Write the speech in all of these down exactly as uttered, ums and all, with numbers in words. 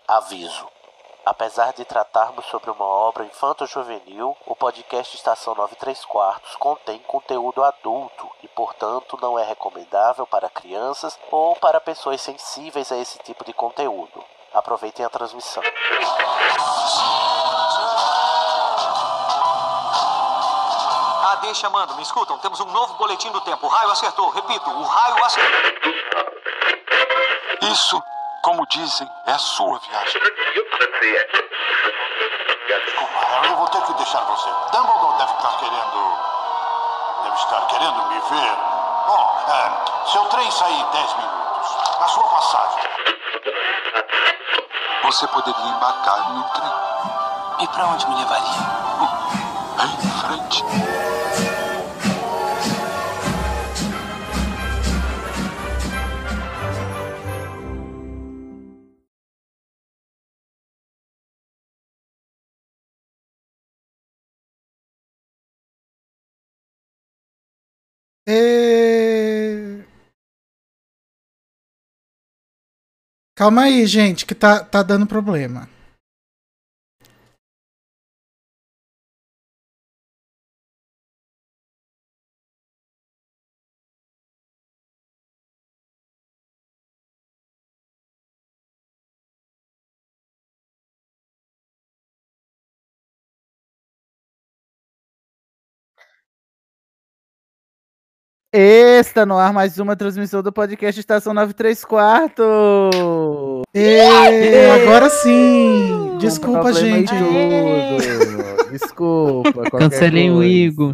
Aviso. Apesar de tratarmos sobre uma obra infanto-juvenil, o podcast Estação nove e três quartos contém conteúdo adulto e, portanto, não é recomendável para crianças ou para pessoas sensíveis a esse tipo de conteúdo. Aproveitem a transmissão. A D chamando, me escutam? Temos um novo boletim do tempo. O raio acertou. Repito, o raio acertou. Isso, como dizem, é a sua viagem. Desculpa, Harry, eu vou ter que deixar você. Dumbledore deve estar querendo... Deve estar querendo me ver. Bom, é, seu trem sai em dez minutos. A sua passagem. Você poderia embarcar no trem. E pra onde me levaria? Aí em frente. E... Calma aí, gente, que tá, tá dando problema. Está no ar mais uma transmissão do podcast Estação nove e três quartos. E... Agora sim! Desculpa, gente. Tudo. Desculpa. Cancelei o Igor.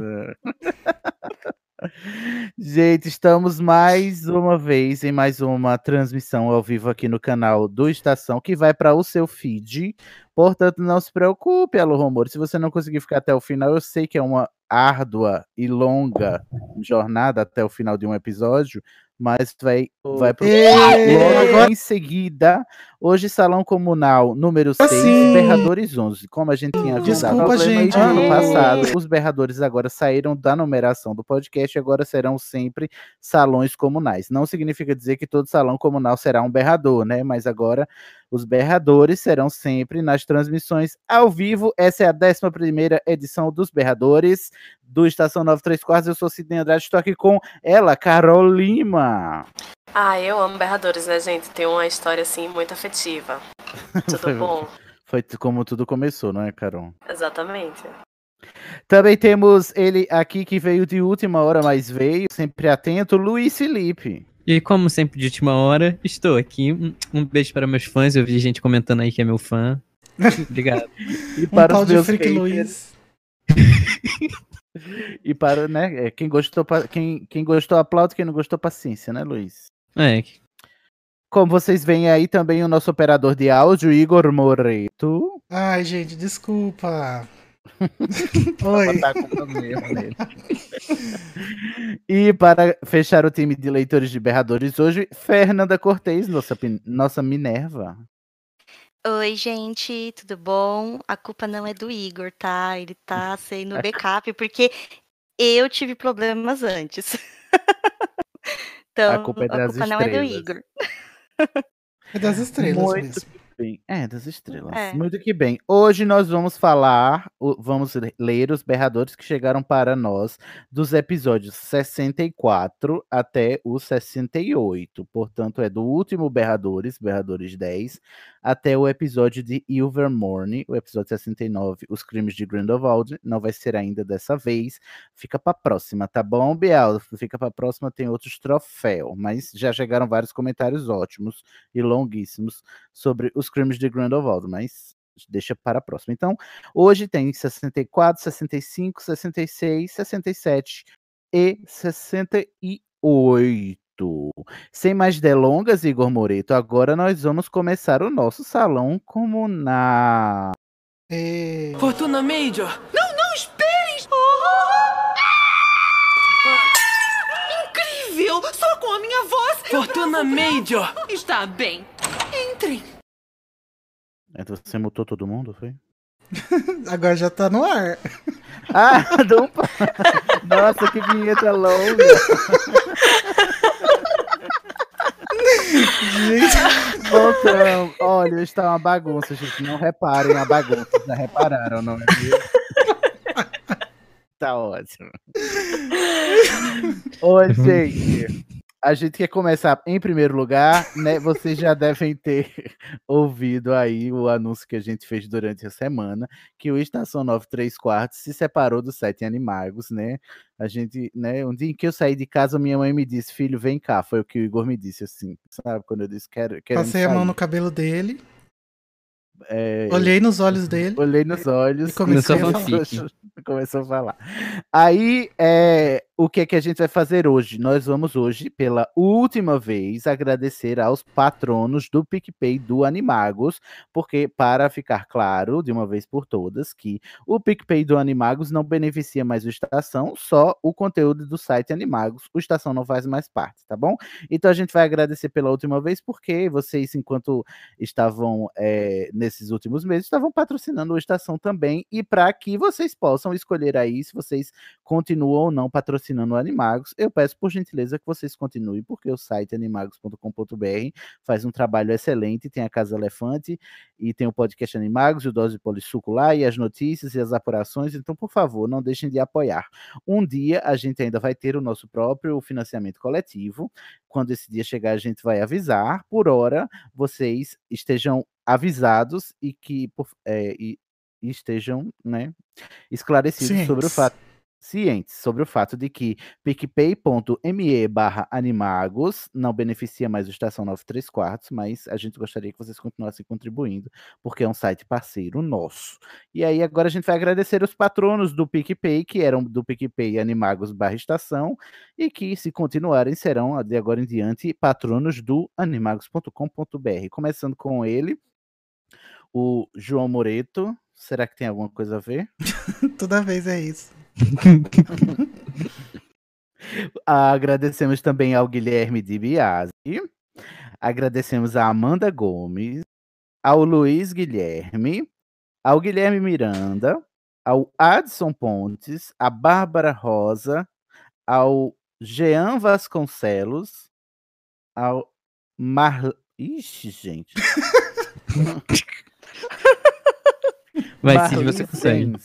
Gente, estamos mais uma vez em mais uma transmissão ao vivo aqui no canal do Estação, que vai para o seu feed. Portanto, não se preocupe, Alô Rumor. Se você não conseguir ficar até o final, eu sei que é uma árdua e longa jornada até o final de um episódio, mas vai, vai pro logo em seguida. Hoje, Salão Comunal número seis, Assim. Berradores onze. Como a gente tinha avisado Desculpa, gente. ano passado, os berradores agora saíram da numeração do podcast e agora serão sempre salões comunais. Não significa dizer que todo salão comunal será um berrador, né? Mas agora os berradores serão sempre nas transmissões ao vivo. Essa é a décima primeira edição dos berradores do Estação nove e três quartos. Eu sou Sidney Andrade, estou aqui com ela, Carol Lima. Ah, eu amo berradores, né, gente? Tem uma história, assim, muito afetiva. Tudo foi, bom? Foi como tudo começou, não é, Carol? Exatamente. Também temos ele aqui que veio de última hora, mas veio sempre atento, Luiz Felipe. E como sempre de última hora, estou aqui. Um, um beijo para meus fãs. Eu vi gente comentando aí que é meu fã. Obrigado. E para um os tal de meus Freak haters. Luiz. E para, né, quem gostou, quem, quem gostou aplaude, quem não gostou paciência, né, Luiz? É. Como vocês veem aí também o nosso operador de áudio, Igor Moreto. Ai, gente, desculpa. Oi. Tá com problema nele. E para fechar o time de leitores de berradores hoje, Fernanda Cortez, nossa, nossa Minerva. Oi, gente, tudo bom? A culpa não é do Igor, tá? Ele tá sendo backup, porque eu tive problemas antes. Então, a culpa, é das a culpa não é do estrelas. Igor. É das estrelas Muito mesmo. bem. É, das estrelas. É. Muito que bem. Hoje nós vamos falar, o- vamos ler os berradores que chegaram para nós dos episódios sessenta e quatro até o sessenta e oito. Portanto, é do último Berradores, Berradores dez, até o episódio de Ilvermorny, o episódio sessenta e nove, Os Crimes de Grindelwald. Não vai ser ainda dessa vez. Fica para próxima, tá bom, Biel? Fica para próxima, tem outros troféus. Mas já chegaram vários comentários ótimos e longuíssimos sobre os crimes de Grindelwald, mas deixa para a próxima. Então, hoje tem sessenta e quatro, sessenta e cinco, sessenta e seis, sessenta e sete e sessenta e oito. Sem mais delongas, Igor Moreto, agora nós vamos começar o nosso salão comunal. E... Fortuna Major! Não, não, esperem! Incrível! Só com a minha voz! Fortuna Major! Está bem. Entrem. É, você mutou todo mundo, foi? Agora já tá no ar. Ah, não... Nossa, que vinheta longa! Gente, Voltamos. Ó, Olha, está uma bagunça, gente. Não reparem a bagunça. Já repararam, não é mesmo? Tá ótimo. Oi, gente. A gente quer começar em primeiro lugar, né? Vocês já devem ter ouvido aí o anúncio que a gente fez durante a semana, que o Estação nove três quartos se separou do site Animagos, né? A gente, né? Um dia em que eu saí de casa, minha mãe me disse, filho, vem cá. Foi o que o Igor me disse, assim, sabe? Quando eu disse, quero, querendo Passei a mão sair. no cabelo dele. É, Olhei nos olhos dele. Olhei nos olhos. E comecei a falar. Começou a falar. Aí, é, o que é que a gente vai fazer hoje? Nós vamos hoje, pela última vez, agradecer aos patronos do PicPay do Animagos, porque, para ficar claro, de uma vez por todas, que o PicPay do Animagos não beneficia mais o Estação, só o conteúdo do site Animagos. O Estação não faz mais parte, tá bom? Então, a gente vai agradecer pela última vez, porque vocês, enquanto estavam é, nesses últimos meses, estavam patrocinando o Estação também, e para que vocês possam escolher aí se vocês continuam ou não patrocinando o Animagos. Eu peço por gentileza que vocês continuem, porque o site animagos ponto com ponto br faz um trabalho excelente, tem a Casa Elefante e tem o podcast Animagos, o Dose de Polissuco lá, e as notícias e as apurações, então por favor, não deixem de apoiar. Um dia a gente ainda vai ter o nosso próprio financiamento coletivo, quando esse dia chegar a gente vai avisar, por hora vocês estejam avisados e que é, e, e estejam, né, esclarecidos Cientes. sobre o fato cientes sobre o fato de que picpay.me barra animagos não beneficia mais o Estação nove três quartos, mas a gente gostaria que vocês continuassem contribuindo, porque é um site parceiro nosso. E aí agora a gente vai agradecer os patronos do PicPay, que eram do PicPay Animagos barra Estação, e que, se continuarem, serão, de agora em diante, patronos do animagos ponto com ponto br. Começando com ele, o João Moreto. Será que tem alguma coisa a ver? Toda vez é isso. Agradecemos também ao Guilherme de Biasi. Agradecemos a Amanda Gomes, ao Luiz Guilherme, ao Guilherme Miranda, ao Adson Pontes, a Bárbara Rosa, ao Jean Vasconcelos, ao Mar... Ixi, gente. Vai, Cid, você consegue.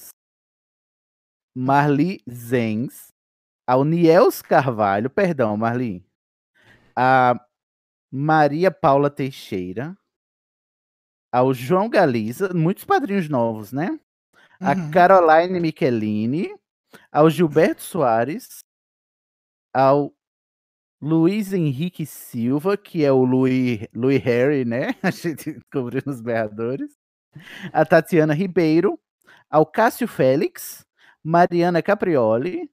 Marli Zenz, ao Niels Carvalho, perdão, Marli, a Maria Paula Teixeira, ao João Galiza, muitos padrinhos novos, né? A Uhum. Caroline Michelini, ao Gilberto Soares, ao Luiz Henrique Silva, que é o Louis, Louis Harry, né? A gente descobriu nos berradores. A Tatiana Ribeiro, ao Cássio Félix, Mariana Caprioli,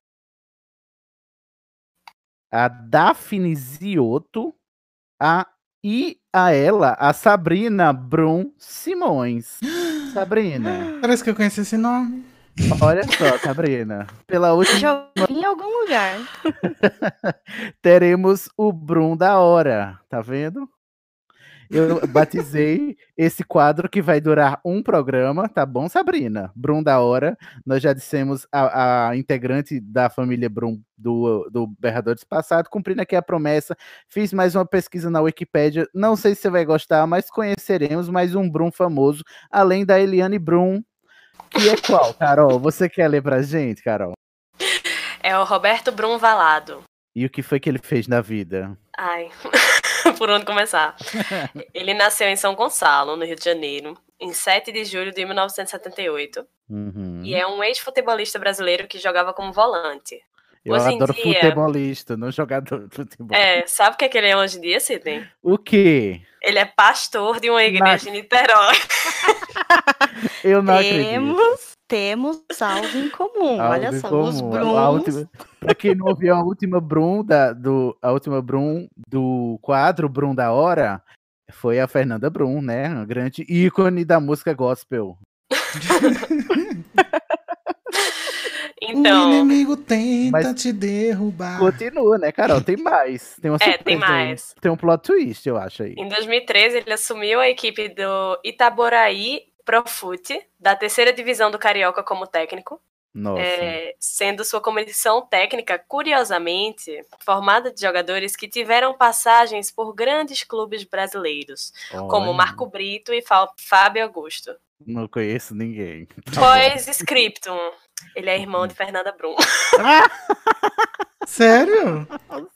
a Daphne Ziotto, a, e a ela, a Sabrina Brum Simões. Sabrina. Parece que eu conheço esse nome. Olha só, Sabrina. Pela última... Já ouvi em algum lugar. Teremos o Brum da Hora, tá vendo? Eu batizei esse quadro que vai durar um programa, tá bom, Sabrina? Brum da Hora. Nós já dissemos a, a integrante da família Brum do, do Berradores passado, cumprindo aqui a promessa. Fiz mais uma pesquisa na Wikipédia. Não sei se você vai gostar, mas conheceremos mais um Brum famoso, além da Eliane Brum, que é qual, Carol? Você quer ler pra gente, Carol? É o Roberto Brum Valado. E o que foi que ele fez na vida? Ai, por onde começar? Ele nasceu em São Gonçalo, no Rio de Janeiro, em sete de julho de mil novecentos e setenta e oito. Uhum. E é um ex-futebolista brasileiro que jogava como volante. Eu hoje adoro em dia... futebolista, não jogador de futebol. É, sabe o que, é que ele é hoje em dia, Sidney? O quê? Ele é pastor de uma igreja Na... em Niterói. Eu não temos, acredito. Temos algo em comum. Algo Olha em só, comum. os A Bruns. última... Pra quem não ouviu a última Brum, da, do, a última Brum do quadro Brum da Hora, foi a Fernanda Brum, né? Uma grande ícone da música gospel. Então, o inimigo tenta mas te derrubar. Continua, né, Carol? Tem mais. Tem uma É, tem surpresa aí. mais. Tem um plot twist, eu acho aí. Em dois mil e treze, ele assumiu a equipe do Itaboraí Profute, da terceira divisão do Carioca, como técnico. Nossa. É, sendo sua comissão técnica, curiosamente, formada de jogadores que tiveram passagens por grandes clubes brasileiros, como Olha. Marco Brito e Fá- Fábio Augusto. Não conheço ninguém. Tá Pois Scriptum. Ele é irmão de Fernanda Brum. Sério?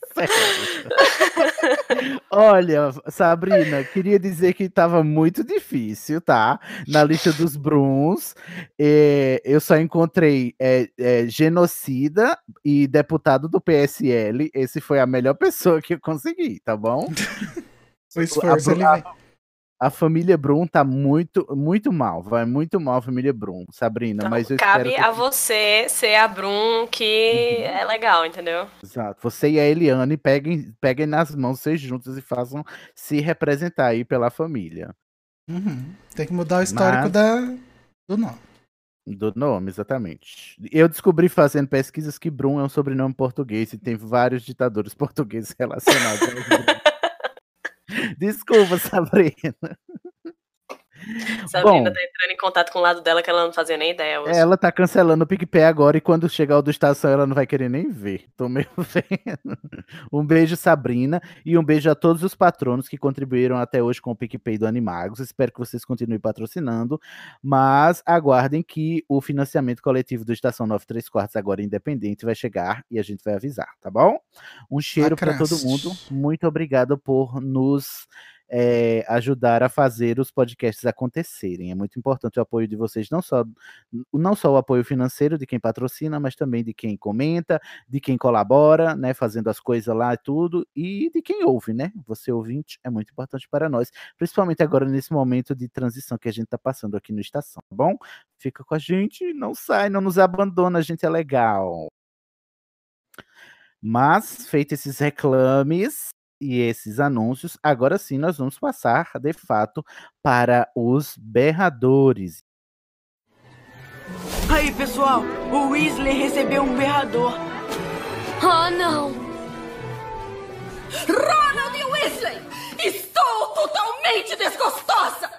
Olha, Sabrina, queria dizer que estava muito difícil, tá? Na lista dos Bruns, eh, eu só encontrei eh, eh, genocida e deputado do P S L. Esse foi a melhor pessoa que eu consegui, tá bom? O esforço, a, ele a- vem. a família Brum tá muito, muito mal. Vai muito mal a família Brum, Sabrina. Então, mas eu cabe espero a que... você ser a Brum, que é legal, entendeu? Exato. Você e a Eliane peguem, peguem nas mãos, vocês juntos e façam se representar aí pela família. Uhum. Tem que mudar o histórico Mas- da... do nome. Do nome, exatamente. Eu descobri fazendo pesquisas que Brum é um sobrenome português e tem vários ditadores portugueses relacionados ao Brum. Desculpa, Sabrina. Sabrina Bom. tá entrando em contato com o lado dela que ela não fazia nem ideia hoje. Ela tá cancelando o PicPay agora e quando chegar o do Estação ela não vai querer nem ver. Tô meio vendo. Um beijo, Sabrina, e um beijo a todos os patronos que contribuíram até hoje com o PicPay do Animagos. Espero que vocês continuem patrocinando, mas aguardem que o financiamento coletivo do Estação noventa e três Quartos, agora independente, vai chegar e a gente vai avisar, tá bom? Um cheiro para todo Lacraste. mundo. Muito obrigado por nos é, ajudar a fazer os podcasts acontecerem. É muito importante o apoio de vocês, não só, não só o apoio financeiro de quem patrocina, mas também de quem comenta, de quem colabora, né, fazendo as coisas lá e tudo, e de quem ouve, né? Você ouvinte é muito importante para nós, principalmente agora nesse momento de transição que a gente está passando aqui no Estação, tá bom? Fica com a gente, não sai, não nos abandona, a gente é legal. Mas, feito esses reclames e esses anúncios, agora sim nós vamos passar, de fato, para os berradores. Aí, pessoal, o Weasley recebeu um berrador. Oh, não! Ronald Weasley! Estou totalmente desgostosa!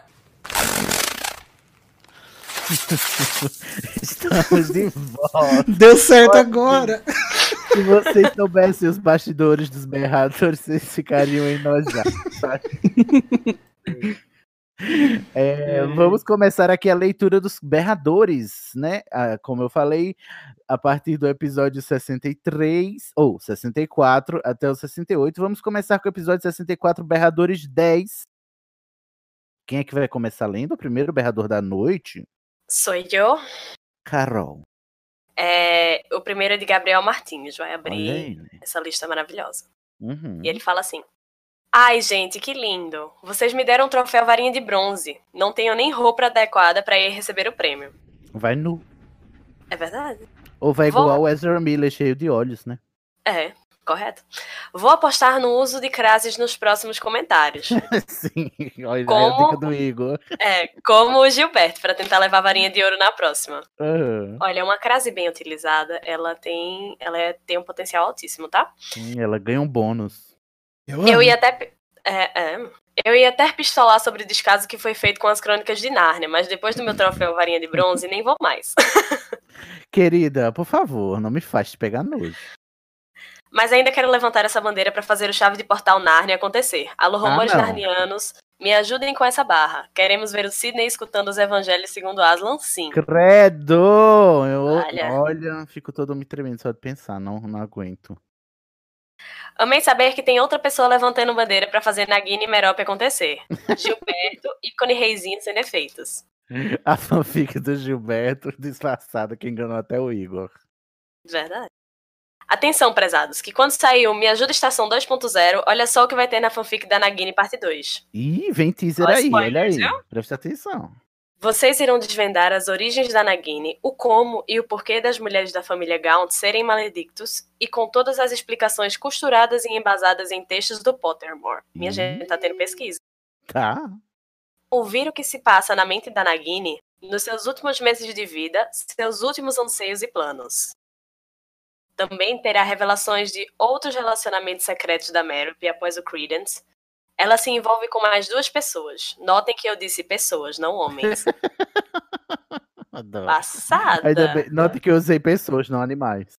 Estamos de volta. Deu certo agora. Se vocês soubessem os bastidores dos berradores, vocês ficariam enojados. Tá? É, vamos começar aqui a leitura dos berradores, né? Ah, como eu falei, a partir do episódio sessenta e três, ou sessenta e quatro até o sessenta e oito. Vamos começar com o episódio sessenta e quatro, Berradores dez. Quem é que vai começar lendo? O primeiro berrador da noite? Sou eu. Carol. É, o primeiro é de Gabriel Martins, vai Olha abrir aí. essa lista maravilhosa. Uhum. E ele fala assim: ai, gente, que lindo! Vocês me deram um troféu varinha de bronze. Não tenho nem roupa adequada pra ir receber o prêmio. Vai nu. É verdade? Ou vai Vou- igual o Ezra Miller, cheio de olhos, né? É, correto. Vou apostar no uso de crases nos próximos comentários. Sim, olha Como? a dica do Igor. É, como o Gilberto, pra tentar levar a varinha de ouro na próxima. Aham. Olha, uma crase bem utilizada, ela tem, ela é- tem um potencial altíssimo, tá? Sim, ela ganha um bônus. Eu, Eu amo. ia até. pe- É, é. Eu ia até pistolar sobre o descaso que foi feito com as crônicas de Nárnia, mas depois do meu troféu varinha de bronze, nem vou mais. Querida, por favor, não me faz te pegar nojo. Mas ainda quero levantar essa bandeira pra fazer o chave de portal Nárnia acontecer. Alô, Ah, rumores não. narnianos, me ajudem com essa barra. Queremos ver o Sidney escutando os evangelhos segundo Aslan, sim. Credo! Eu, Olha. olha, fico todo me tremendo só de pensar, não, não aguento. Amei saber que tem outra pessoa levantando bandeira pra fazer Nagini e Merope acontecer. Gilberto, ícone reizinho sem defeitos. A fanfic do Gilberto disfarçada que enganou até o Igor. Verdade. Atenção, prezados, que quando sair o Me Ajuda Estação dois ponto zero, olha só o que vai ter na fanfic da Nagini parte dois. Ih, vem teaser Ó, aí, spoiler, olha aí. viu? Presta atenção. Vocês irão desvendar as origens da Nagini, o como e o porquê das mulheres da família Gaunt serem maledictos, e com todas as explicações costuradas e embasadas em textos do Pottermore. Minha Ih. gente tá tendo pesquisa. Tá. Ouvir o que se passa na mente da Nagini nos seus últimos meses de vida, seus últimos anseios e planos. Também terá revelações de outros relacionamentos secretos da Merope após o Credence. Ela se envolve com mais duas pessoas. Notem que eu disse pessoas, não homens. Adoro. Passada. Ainda bem, nota que eu usei pessoas, não animais.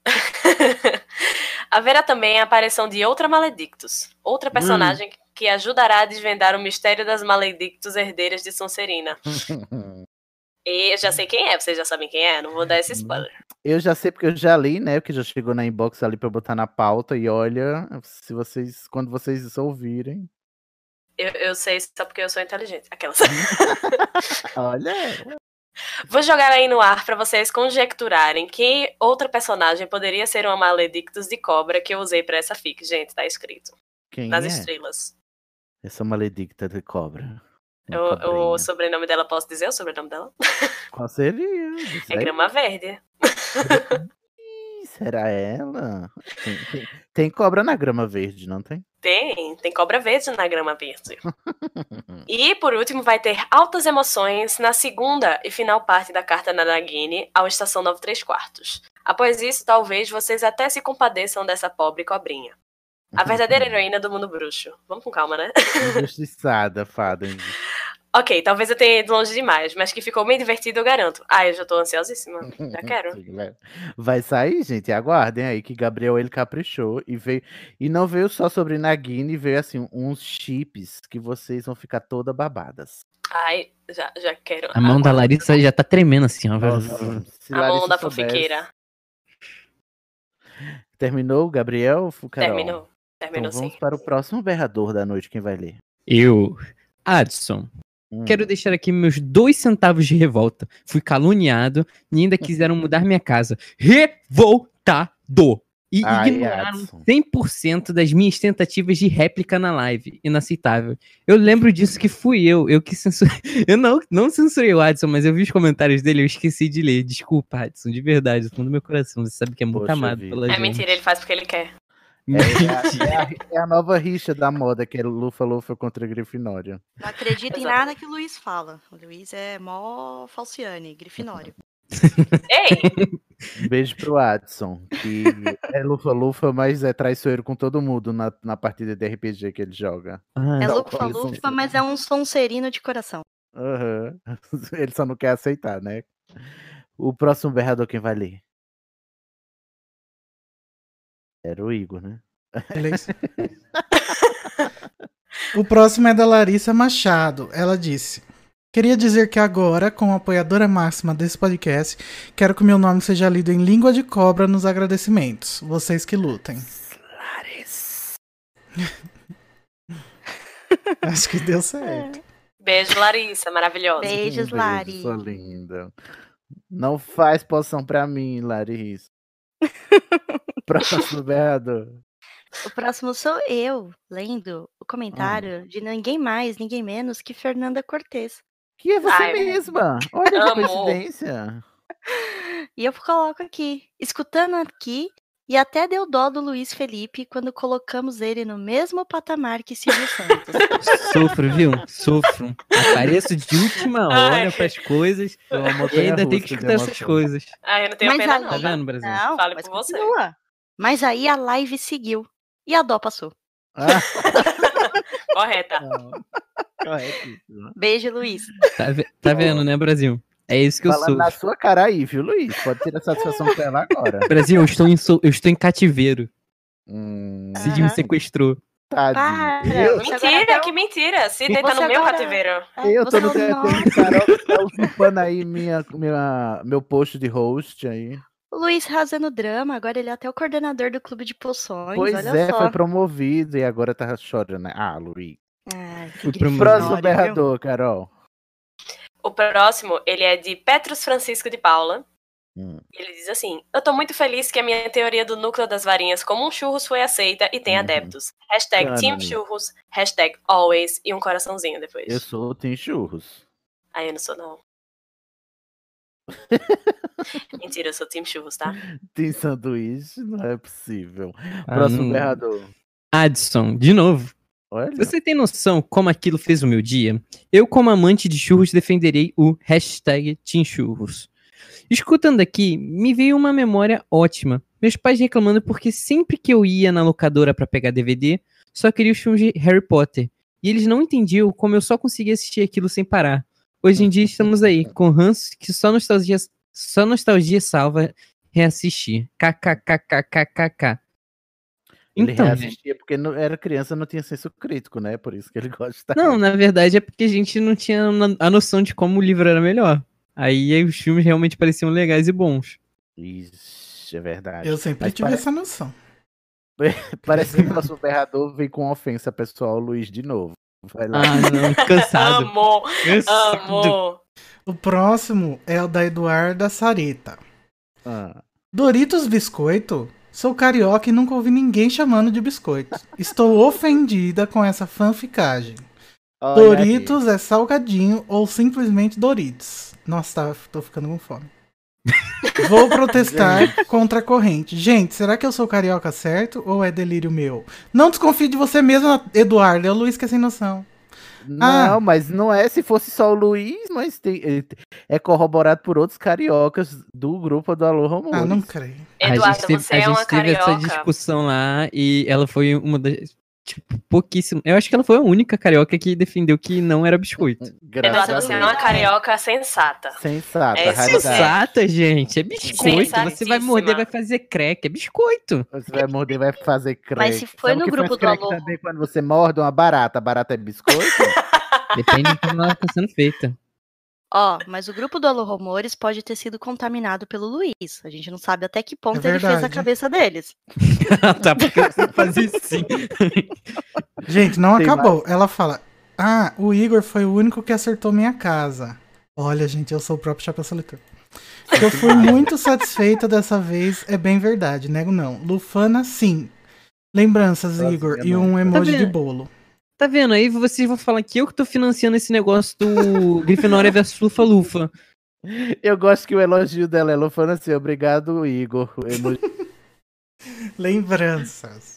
Haverá também a aparição de outra Maledictus, outra personagem hum. que ajudará a desvendar o mistério das Maledictus herdeiras de Sonserina. E eu já sei quem é, vocês já sabem quem é, não vou dar esse spoiler. Eu já sei porque eu já li, né, porque já chegou na inbox ali pra eu botar na pauta, e olha, se vocês, quando vocês isso ouvirem... Eu, eu sei só porque eu sou inteligente, aquelas. Olha... Vou jogar aí no ar pra vocês conjecturarem que outra personagem poderia ser uma Maledictus de cobra que eu usei pra essa fic. Gente, tá escrito. Quem nas é? estrelas. Essa Maledicta de cobra. O, o sobrenome dela, posso dizer o sobrenome dela? Qual seria? É Grama Verde. Ih, será ela? Tem, tem, tem cobra na Grama Verde, não tem? Tem, tem cobra verde na Grama Verde. E, por último, vai ter altas emoções na segunda e final parte da carta na Nagini ao Estação nove três quartos. Após isso, talvez vocês até se compadeçam dessa pobre cobrinha. A verdadeira heroína do mundo bruxo. Vamos com calma, né? Injustiçada, fada. Ok, talvez eu tenha ido longe demais, mas que ficou bem divertido, eu garanto. Ah, eu já tô ansiosíssima. Já quero. Vai sair, gente. Aguardem aí que Gabriel, ele caprichou e veio. E não veio só sobre Nagini, veio assim, uns chips que vocês vão ficar toda babadas. Ai, já, já quero. A mão da Larissa já tá tremendo assim, ó. Nossa, se a Larissa mão da soubesse. fofiqueira. Terminou, Gabriel? Carol? Terminou. Terminou então vamos sim. para o próximo berrador da noite. Quem vai ler? Eu, Adson. Hum. Quero deixar aqui meus dois centavos de revolta. Fui caluniado e ainda quiseram mudar minha casa. Revoltado! E Ai, ignoraram Adson. cem por cento das minhas tentativas de réplica na live. Inaceitável. Eu lembro disso que fui eu. Eu que censurei. Eu não, não censurei o Adson, mas eu vi os comentários dele e eu esqueci de ler. Desculpa, Adson, de verdade, do fundo do meu coração. Você sabe que é muito Poxa amado vida. pela É gente. mentira, ele faz porque ele quer. É, é, a, é a nova rixa da moda, que é Lufa Lufa contra Grifinória. Não acredita em nada que o Luiz fala. O Luiz é mó falciane, grifinório. Ei! Um beijo pro Adson, que é Lufa Lufa, mas é traiçoeiro com todo mundo na, na partida de R P G que ele joga. Ah, É Tal lufa qual lufa, isso. mas é um sonserino de coração. Uhum. Ele só não quer aceitar, né? O próximo berrador, quem vai ler? Era o Igor, né? Beleza. O próximo é da Larissa Machado. Ela disse: queria dizer que agora, como apoiadora máxima desse podcast, quero que meu nome seja lido em língua de cobra nos agradecimentos. Vocês que lutem. Larissa. Acho que deu certo. Beijo, Larissa, maravilhosa. Beijos, Um beijo, Lari. sua linda. Não faz poção pra mim, Larissa. Próximo berrador. O próximo sou eu, lendo o comentário de ninguém mais, ninguém menos que Fernanda Cortez. Que é você Ai, mesma. Olha que amo. coincidência. E eu coloco aqui, escutando aqui, e até deu dó do Luiz Felipe quando colocamos ele no mesmo patamar que Silvio Santos. Sofro, viu? Sofro. Apareço de última hora Ai. pras coisas É uma e montanha ainda tem russa que de escutar essas emoções. coisas. Ah, eu não tenho Mas pena aí- não, Tá tá? vendo, Brasil? Não, Fale mas por você. continua. Mas aí a live seguiu. E a dó passou. Ah, Correta. corretíssimo. Beijo, Luiz. Tá, ve- tá vendo, né, Brasil? É isso que eu Fala sou. na sua cara aí, viu, Luiz? Pode ter a satisfação com ela agora. Brasil, eu estou em, so- eu estou em cativeiro. Hum, Cid me Aham. sequestrou. tadinho. Para, Eu, você agora Mentira, até que o- mentira. Cida tá Você no meu agora- cativeiro. eu tô Você no não- telefone de Carol, que tá usurpando aí minha, minha, meu post de host aí. O Luiz rasando drama, agora ele é até o coordenador do clube de poções. Pois olha é, só. foi promovido e agora tá chorando, né? Ah, Luiz. Ai, que Fui promovido. grifinório, Próximo viu? berrador, Carol. O próximo, ele é de Petrus Francisco de Paula. Hum. Ele diz assim: eu tô muito feliz que a minha teoria do núcleo das varinhas como um churros foi aceita e tem Uhum. adeptos. Hashtag Cana, Team amiga. Churros, hashtag Always e um coraçãozinho depois. Eu sou o Tim Churros. Ah, eu não sou não. Mentira, eu sou Team Churros, tá? Tim Sanduíche, não é possível. Ah, Próximo não- berrador. Adson, de novo. Olha. Você tem noção como aquilo fez o meu dia? Eu, como amante de churros, defenderei o hashtag Team Churros. Escutando aqui, me veio uma memória ótima. Meus pais reclamando porque sempre que eu ia na locadora pra pegar D V D, só queria os filmes de Harry Potter. E eles não entendiam como eu só conseguia assistir aquilo sem parar. Hoje em dia estamos aí, com ranço que só nostalgia, só nostalgia salva reassistir. KKKKKKK. Ele Então, reassistia porque não, era criança, não tinha senso crítico, né? Por isso que ele gosta. não, na verdade é porque a gente não tinha na- a noção de como o livro era melhor. Aí, aí os filmes realmente pareciam legais e bons. Ixi, é verdade. Eu sempre Mas tive pare- essa noção. Parece que o nosso berrador vem com ofensa pessoal, Luiz, de novo. Vai lá. Ah, não, cansado. Amor, Cansado. amor. O próximo é o da Eduarda Sareta. Ah. Doritos Biscoito? Sou carioca e nunca ouvi ninguém chamando de biscoito. Estou ofendida com essa fanficagem. Olha Doritos é salgadinho ou simplesmente Doritos. Nossa, tá, tô ficando com fome. Vou protestar contra a corrente. Gente, será que eu sou carioca certo ou é delírio meu? Não desconfie de você mesmo, Eduardo. É o Luiz que é sem noção. Não, Ah. mas não é se fosse só o Luiz, mas tem, é corroborado por outros cariocas do grupo do Alô Romores. Ah, não creio. A Eduardo, gente teve, você a é gente uma teve essa carioca. discussão lá e ela foi uma das. Tipo, pouquíssimo. Eu acho que ela foi a única carioca que defendeu que não era biscoito. Graças Eduardo, a você é Deus. uma carioca sensata. Sensata, É raridade. Sensata, gente. É biscoito. Você vai Sensatíssima. morder, vai fazer crack. É biscoito. Você vai morder, vai fazer crack. Mas se foi Sabe no o que grupo faz do crack Alô- também quando você morde uma barata? A barata é biscoito? Depende de como ela tá sendo feita. Ó, mas o grupo do Alô Rumores pode ter sido contaminado pelo Luiz. A gente não sabe até que ponto É ele fez a verdade. cabeça deles. Tá, porque você faz isso sim. Gente, não Tem acabou. Ela fala: Ah, o Igor foi o único que acertou minha casa. Olha, gente, eu sou o próprio Chapéu Solitário. Que eu fui muito satisfeita dessa vez, é bem verdade, nego não. Lufana, sim. Lembranças, Nossa, Igor, minha e um mãe. emoji Tá de vendo? bolo. Tá vendo? Aí vocês vão falar que eu que tô financiando esse negócio do Grifinória versus Lufa Lufa. Eu gosto que o elogio dela é falando assim, obrigado, Igor. O emoji- Lembranças.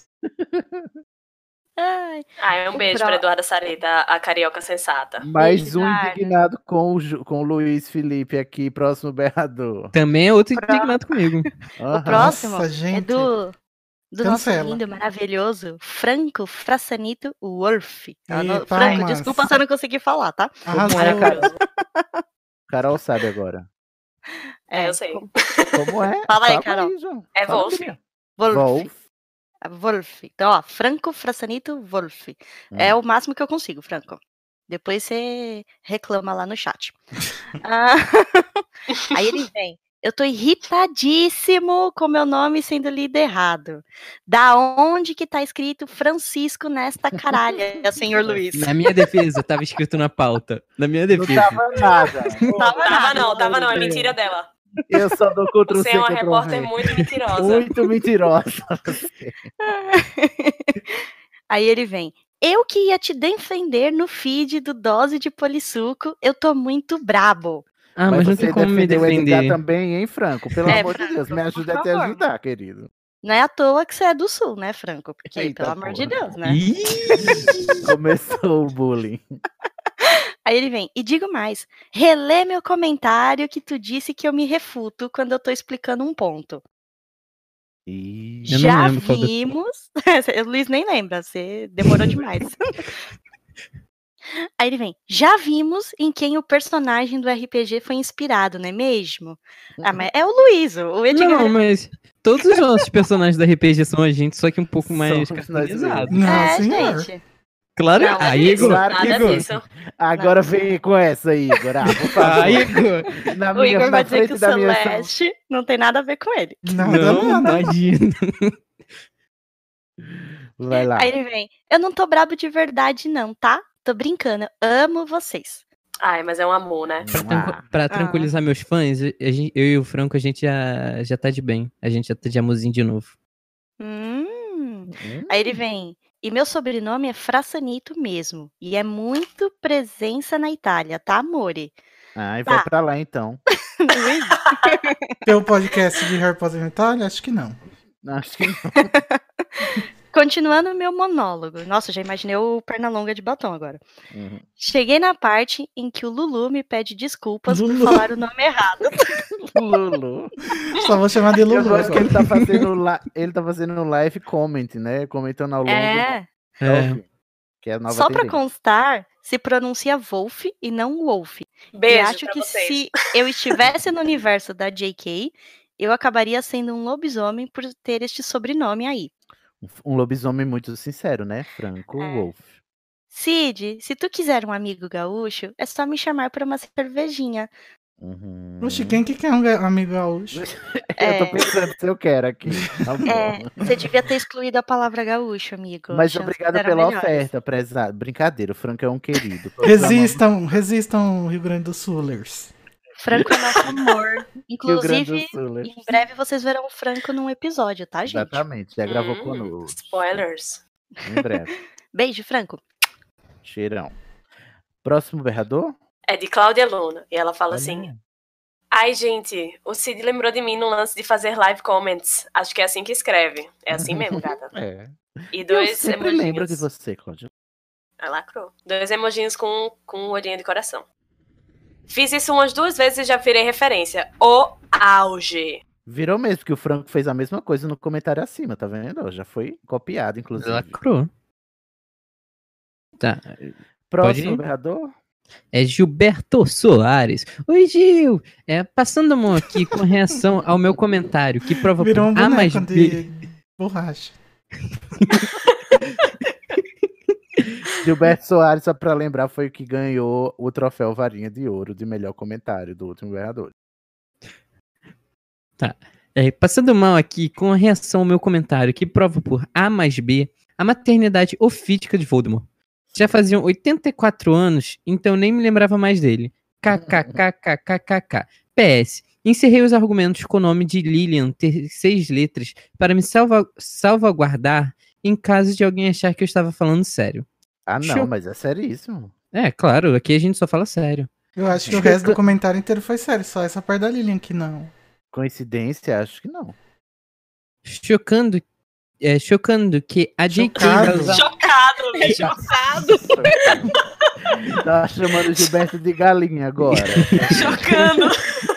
Ai, Ah, um O beijo pró- pra Eduarda Sareta, a carioca sensata. Mais um Eduardo. indignado com o, Ju- com o Luiz Felipe aqui, próximo berrador. Também é outro Pra- indignado comigo. Aham. o próximo Nossa, é gente. do, do nosso Cancela. lindo, maravilhoso Franco Frassanito Wolf. Tá Ih, no- Franco, palmas. desculpa se eu não consegui falar, tá? Arrasou. é, Carol? Carol sabe agora. É, eu sei. como- Como é? Fala aí, Carol. João. É Fala, Wolf. menina. Wolf. Wolf. Wolf. Então, ó, Franco Frassanito Wolf. É Hum. o máximo que eu consigo, Franco. Depois você reclama lá no chat. Ah, Aí ele vem. Eu tô irritadíssimo com meu nome sendo lido errado. Da onde que tá escrito Francisco nesta caralha, senhor Luiz? Na minha defesa, tava escrito na pauta. Na minha Não defesa. tava nada. Tava Tava nada. não, tava não, é mentira dela. Eu só dou Ctrl Você C, é uma Ctrl repórter V. muito mentirosa. Muito mentirosa. você. Aí ele vem. Eu que ia te defender no feed do Dose de Polissuco, eu tô muito brabo. Ah, mas, não você tem como me defendeu o Edgar defender. também, hein, Franco? Pelo É, amor de Deus, me Franco, ajuda por a te favor. ajudar, querido. Não é à toa que você é do Sul, né, Franco? Porque, Eita, pelo amor de porra. Deus, né? Ih! Começou o bullying. Aí ele vem, e digo mais, relê meu comentário que tu disse que eu me refuto quando eu tô explicando um ponto. Ih, Eu não Já lembro qual do- vimos. O Luiz nem lembra, você demorou demais. Aí ele vem, já vimos em quem o personagem do R P G foi inspirado, não é mesmo? Ah, mas é o Luiz, o Edgar. Não, mas todos os nossos personagens da R P G são a gente, só que um pouco mais Somos nós caracterizados. Não, é, senhor. gente. Claro, Não, aí, isso, Igor. claro que nada Igor. disso. Agora vem com essa, Igor. Ah, por favor. Ah, Igor. Na O minha, Igor na vai dizer que frente o da minha Celeste não tem nada a ver com ele. Nada, Não, nada. imagina. Vai lá. Aí ele vem, eu não tô brabo de verdade não, tá? Tô brincando, amo vocês. Ai, mas é um amor, né? Pra, tranqu- Ah. pra tranquilizar meus fãs, a gente- eu e o Franco, a gente já, já tá de bem. A gente já tá de amorzinho de novo. Hum. Hum? Aí ele vem, e meu sobrenome é Frassanito mesmo, e é muito presença na Itália, tá, amore? Ai, vai Tá. pra lá então. Tem o podcast de Harry Potter na Itália? Acho que não. Acho que não. Continuando o meu monólogo. Nossa, já imaginei o Pernalonga de batom agora. Uhum. Cheguei na parte em que o Lulu me pede desculpas Lulu. por falar o nome errado. Lulu. Só vou chamar de Eu Lulu. gosto que ele agora. tá fazendo la- ele tá fazendo um live comment, né? Comentando ao longo É, do É. que é a nova só pra tendência. constar, se pronuncia Wolf e não Wolf. E Beijo acho pra que vocês. se eu estivesse no universo da J K, eu acabaria sendo um lobisomem por ter este sobrenome aí. Um lobisomem muito sincero, né? Franco É. Wolf. Cid, se tu quiser um amigo gaúcho, é só me chamar para uma cervejinha. Uhum. Oxi, quem que quer um ga- amigo gaúcho? Eu tô É. pensando se eu quero aqui. Tá bom. É, você devia ter excluído a palavra gaúcho, amigo. Mas Chances obrigado eram pela melhores. oferta, prezado. Brincadeira, o Franco é um querido. Todos amamos Resistam, resistam, Rio Grande do Sulers. Franco é nosso amor. Rio Grande do Inclusive, Sul. em breve vocês verão o Franco num episódio, tá, gente? Exatamente, já gravou Hum, conosco. Spoilers. Em breve. Beijo, Franco. Cheirão. Próximo berrador? É de Cláudia Luna. E ela fala Olha assim: aí. Ai, gente, o Cid lembrou de mim no lance de fazer live comments. Acho que é assim que escreve. É assim mesmo, gata. É. E Eu dois sempre emojinhos. lembro de você, Cláudia. Ah, lacrou. Dois emojinhos com, com um olhinho de coração. Fiz isso umas duas vezes e já virei referência. O auge. Virou mesmo, que o Franco fez a mesma coisa no comentário acima, tá vendo? Já foi copiado, inclusive. Lacrou. Tá. Próximo Pode ir? berrador? É Gilberto Soares. Oi, Gil! É, passando a mão aqui com reação ao meu comentário, que prova Virou um por A mais boneco B. de borracha. Gilberto Soares, só pra lembrar, foi o que ganhou o troféu Varinha de Ouro de melhor comentário do último berrador. Tá. É, passando mal aqui com a reação ao meu comentário, que prova por A mais B a maternidade ofídica de Voldemort. Já faziam oitenta e quatro anos, então nem me lembrava mais dele. KKKKKKK. P S. Encerrei os argumentos com o nome de Lilian ter seis letras para me salva salvaguardar em caso de alguém achar que eu estava falando sério. Ah, não, Show. mas é seríssimo. É, claro, aqui a gente só fala sério. Eu acho que o resto do comentário inteiro foi sério, só essa parte da Lilian que não. Coincidência? Acho que não. Chocando, é, chocando que a J K Chocado. vai usar... Chocado, né? Chocado. Tá chamando o Gilberto de galinha agora. Chocando.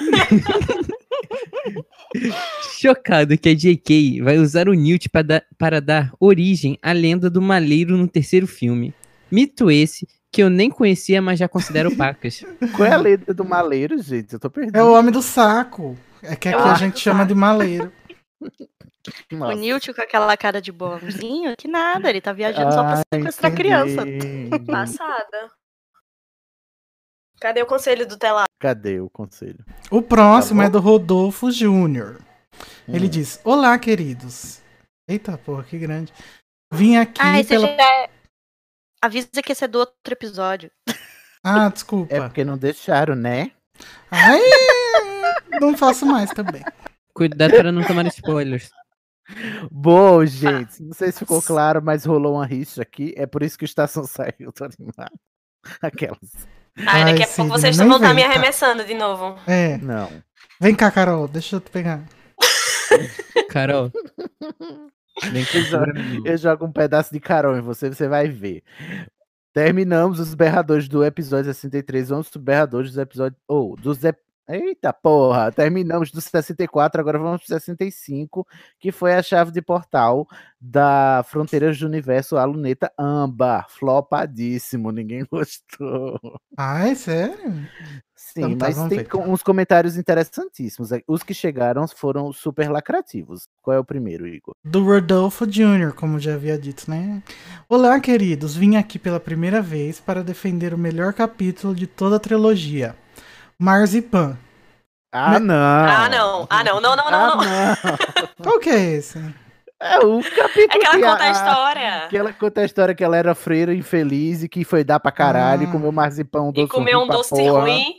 Chocado que a J K vai usar o Newt para dar, para dar origem à lenda do maleiro no terceiro filme. Mito esse que eu nem conhecia, mas já considero pacas. Qual é a letra do maleiro, gente? Eu tô perdido. É o homem do saco. É que aqui Ah, a gente chama de maleiro. Nossa. O Newt com aquela cara de bonzinho, que nada, ele tá viajando só pra Ah, sequestrar entendi. criança. Passada. Cadê o conselho do telar? Cadê o conselho? O próximo Tá bom. é do Rodolfo Júnior. Ele Hum. diz: Olá, queridos. Eita porra, que grande. Vim aqui Ah, esse pela. já é... Avisa que esse é do outro episódio. Ah, desculpa. É porque não deixaram, né? Ai, não faço mais também. Cuidado para não tomar spoilers. Bom, gente, não sei se ficou claro, mas rolou uma rixa aqui. É por isso que o Estação saiu, tô animado. Aquelas. Ai, daqui a Ai, pouco Sidney, vocês nem vão estar me vem, tá? arremessando de novo. É. Não. Vem cá, Carol, deixa eu te pegar. Carol. Vem Eu jogo, eu jogo um pedaço de Carol em você, você vai ver. Terminamos os berradores do episódio sessenta e três. Vamos para os berradores dos episódios. Ou, dos. ep- Eita porra! Terminamos do sessenta e quatro, agora vamos para sessenta e cinco, que foi a chave de portal da Fronteiras do Universo, a luneta âmbar. Flopadíssimo, ninguém gostou. Ai, sério? Sim, Então tá, mas vamos tem ver. com- uns comentários interessantíssimos. Os que chegaram foram super lacrativos. Qual é o primeiro, Igor? Do Rodolfo Júnior, como já havia dito, né? Olá, queridos. Vim aqui pela primeira vez para defender o melhor capítulo de toda a trilogia. Marzipan. Ah, Me- não! Ah, não. Ah, não. Não, não, não, Ah, não. não! Qual que é esse? É o capítulo É que ela que conta a a- história. Que ela conta a história que ela era freira infeliz e que foi dar pra caralho, Ah. comeu marzipan, um E doce comer ruim um pra doce porra. ruim.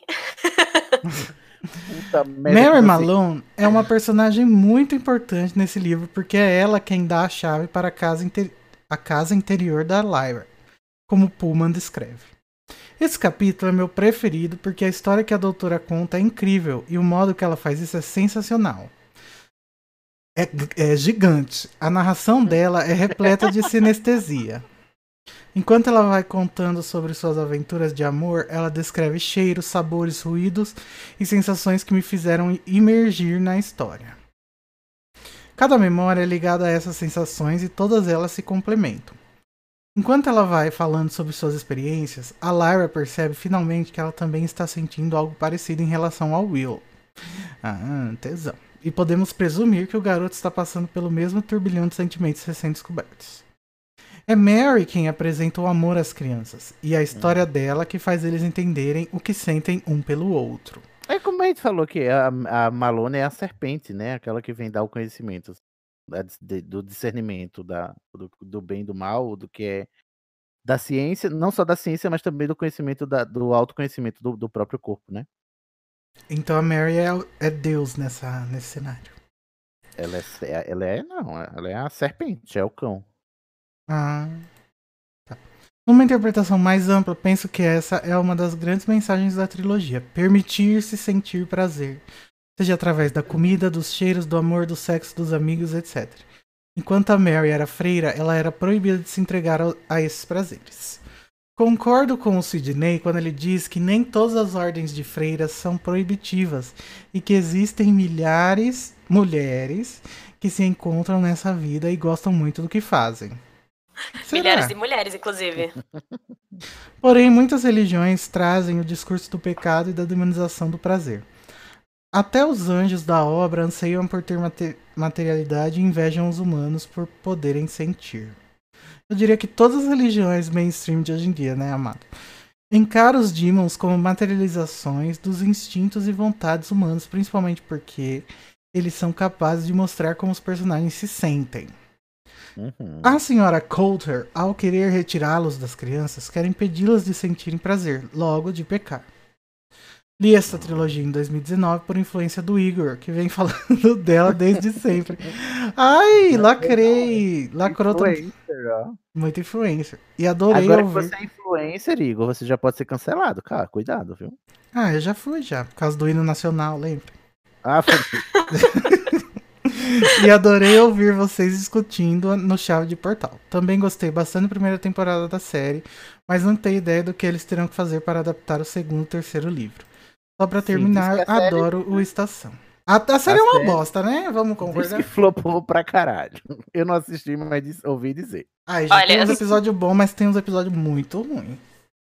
Puta merda, Mary que você- Malone é uma personagem muito importante nesse livro porque é ela quem dá a chave para a casa, inte- a casa interior da Lyra, como Pullman descreve. Esse capítulo é meu preferido porque a história que a doutora conta é incrível e o modo que ela faz isso é sensacional. É, é gigante. A narração dela é repleta de sinestesia. Enquanto ela vai contando sobre suas aventuras de amor, ela descreve cheiros, sabores, ruídos e sensações que me fizeram imergir na história. Cada memória é ligada a essas sensações e todas elas se complementam. Enquanto ela vai falando sobre suas experiências, a Lyra percebe finalmente que ela também está sentindo algo parecido em relação ao Will. Ah, tesão. E podemos presumir que o garoto está passando pelo mesmo turbilhão de sentimentos recém-descobertos. É Mary quem apresenta o amor às crianças, e a história dela que faz eles entenderem o que sentem um pelo outro. É como a gente falou que a, a Malone é a serpente, né? Aquela que vem dar o conhecimento da, de, do discernimento da, do, do bem e do mal, do que é da ciência, não só da ciência, mas também do conhecimento, da, do autoconhecimento do, do próprio corpo, né? Então a Mary é, é Deus nessa, nesse cenário. Ela é, ela é, não, ela é a serpente, é o cão. Ah, tá. Numa interpretação mais ampla, penso que essa é uma das grandes mensagens da trilogia. Permitir-se sentir prazer. Seja através da comida, dos cheiros, do amor, do sexo, dos amigos, etcétera. Enquanto a Mary era freira, ela era proibida de se entregar a esses prazeres. Concordo com o Sidney quando ele diz que nem todas as ordens de freiras são proibitivas e que existem milhares de mulheres que se encontram nessa vida e gostam muito do que fazem. Será? Milhares de mulheres, inclusive. Porém, muitas religiões trazem o discurso do pecado e da demonização do prazer. Até os anjos da obra anseiam por ter materialidade e invejam os humanos por poderem sentir. Eu diria que todas as religiões mainstream de hoje em dia, né, amado? Encaram os demons como materializações dos instintos e vontades humanos, principalmente porque eles são capazes de mostrar como os personagens se sentem. Uhum. A senhora Coulter, ao querer retirá-los das crianças, quer impedi-las de sentirem prazer, logo de pecar. Li esta trilogia em dois mil e dezenove por influência do Igor, que vem falando dela desde sempre. Ai, lacrei! Lacrou todo... Muita influência. E adorei Agora ouvir. que você é influencer, Igor, você já pode ser cancelado, cara. Cuidado, viu? Ah, eu já fui já, por causa do hino nacional, lembra? Ah, foi. E adorei ouvir vocês discutindo no Chave de Portal. Também gostei bastante da primeira temporada da série, mas não tenho ideia do que eles terão que fazer para adaptar o segundo e terceiro livro. Só pra terminar, Sim, série... adoro o Estação. A, a série a é uma série... bosta, né? Vamos concordar. Diz que flopou pra caralho. Eu não assisti, mas diz, ouvi dizer. Ah, já Olha, tem uns episódios bons, mas tem uns episódios muito ruins.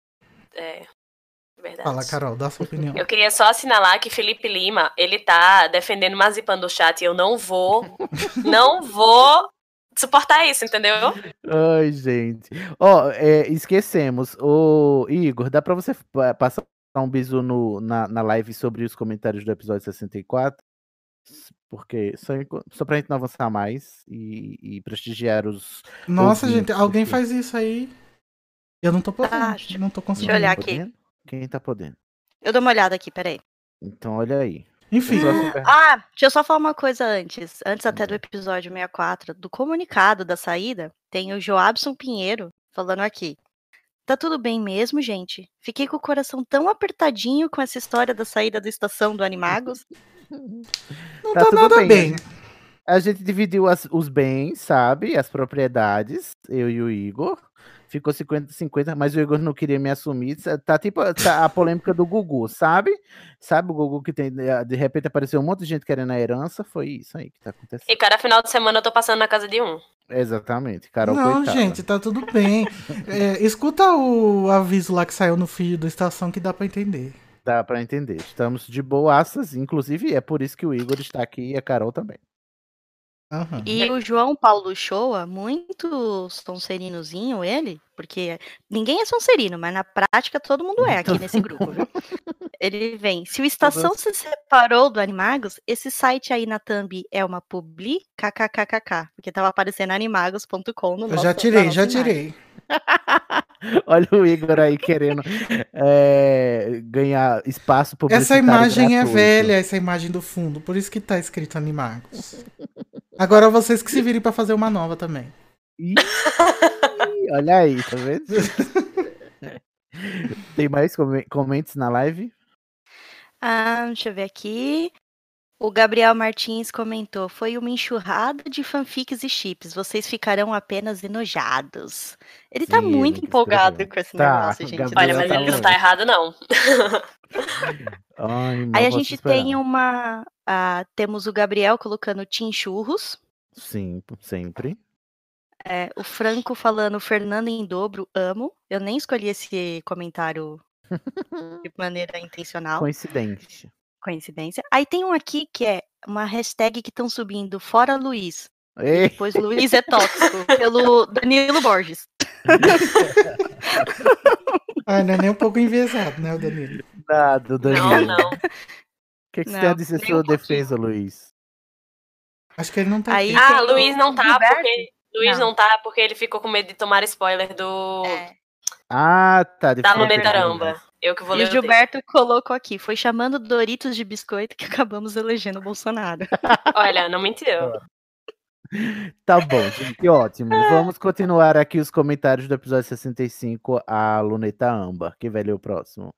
É, verdade. Fala, Carol, dá a sua opinião. Eu queria só assinalar que Felipe Lima, ele tá defendendo Mazipando o chat e eu não vou, não vou suportar isso, entendeu? Ai, gente. Ó, oh, é, esquecemos. Ô, Igor, dá pra você passar um bisu no, na, na live sobre os comentários do episódio sessenta e quatro? Porque só, só pra gente não avançar mais e, e prestigiar os... Nossa, gente, alguém aqui. Faz isso aí. Eu não tô podendo, ah, não tô conseguindo. Deixa eu olhar podendo? aqui. Quem tá podendo? Eu dou uma olhada aqui, peraí. Então, olha aí. Enfim. Ah, deixa eu só falar uma coisa antes. Antes até do episódio sessenta e quatro, do comunicado da saída, tem o Joabson Pinheiro falando aqui. Tá tudo bem mesmo, gente? Fiquei com o coração tão apertadinho com essa história da saída da estação do Animagos. Não tá, tá tudo nada bem. bem. A gente dividiu as, os bens, sabe? As propriedades, eu e o Igor. Ficou cinquenta a cinquenta, mas o Igor não queria me assumir. Tá tipo tá a polêmica do Gugu, sabe? Sabe o Gugu que tem, de repente apareceu um monte de gente querendo a herança? Foi isso aí que tá acontecendo. E cada final de semana eu tô passando na casa de um. Exatamente, Carol, não, coitada. Gente, tá tudo bem. É, escuta o aviso lá que saiu no feed do Estação que dá pra entender. Dá pra entender. Estamos de boaças, inclusive é por isso que o Igor está aqui e a Carol também. Uhum. E o João Paulo Shoa, muito sonserinozinho ele, porque ninguém é sonserino, mas na prática todo mundo é aqui nesse grupo, viu? Ele vem, se o Estação se separou do Animagos, esse site aí na thumb é uma publi, kkkk, porque tava aparecendo animagos ponto com no nosso... Eu já tirei, já tirei. Olha o Igor aí querendo é, ganhar espaço publicitário. Essa imagem gratuito. É velha, essa imagem do fundo, por isso que tá escrito Animagos. Agora vocês que se virem pra fazer uma nova também. Ih, olha aí, tá vendo? Tem mais comentários na live? Ah, deixa eu ver aqui. O Gabriel Martins comentou: foi uma enxurrada de fanfics e chips. Vocês ficarão apenas enojados. Ele Sim, tá muito empolgado com esse tá, negócio, gente. Olha, mas ele não tá errado, não. Ai, Aí a gente tem uma... Uh, temos o Gabriel colocando Tim Churros. Sim, sempre. É, o Franco falando Fernando em dobro, amo. Eu nem escolhi esse comentário de maneira intencional. Coincidência. Coincidência. Aí tem um aqui que é uma hashtag que estão subindo, fora Luiz. Ei. E depois Luiz é tóxico, pelo Danilo Borges. Ah, não é nem um pouco enviesado, né, o Danilo? Nada, Danilo. Não, não. O que, que você Não, tem a dizer nem sua um pouquinho. defesa, Luiz? Acho que ele não tá Aí aqui. tem Ah, o Luiz não tá Gilberto. porque. Luiz Não. não tá porque ele ficou com medo de tomar spoiler do. É. Ah, tá. de Da fato, Lunetaramba. Eu que vou E ler o o texto. Gilberto colocou aqui, foi chamando Doritos de biscoito que acabamos elegendo o Bolsonaro. Olha, não mentiu. Tá bom, gente, ótimo. Vamos continuar aqui os comentários do episódio sessenta e cinco, a Luneta Âmbar. Quem vai ler o próximo?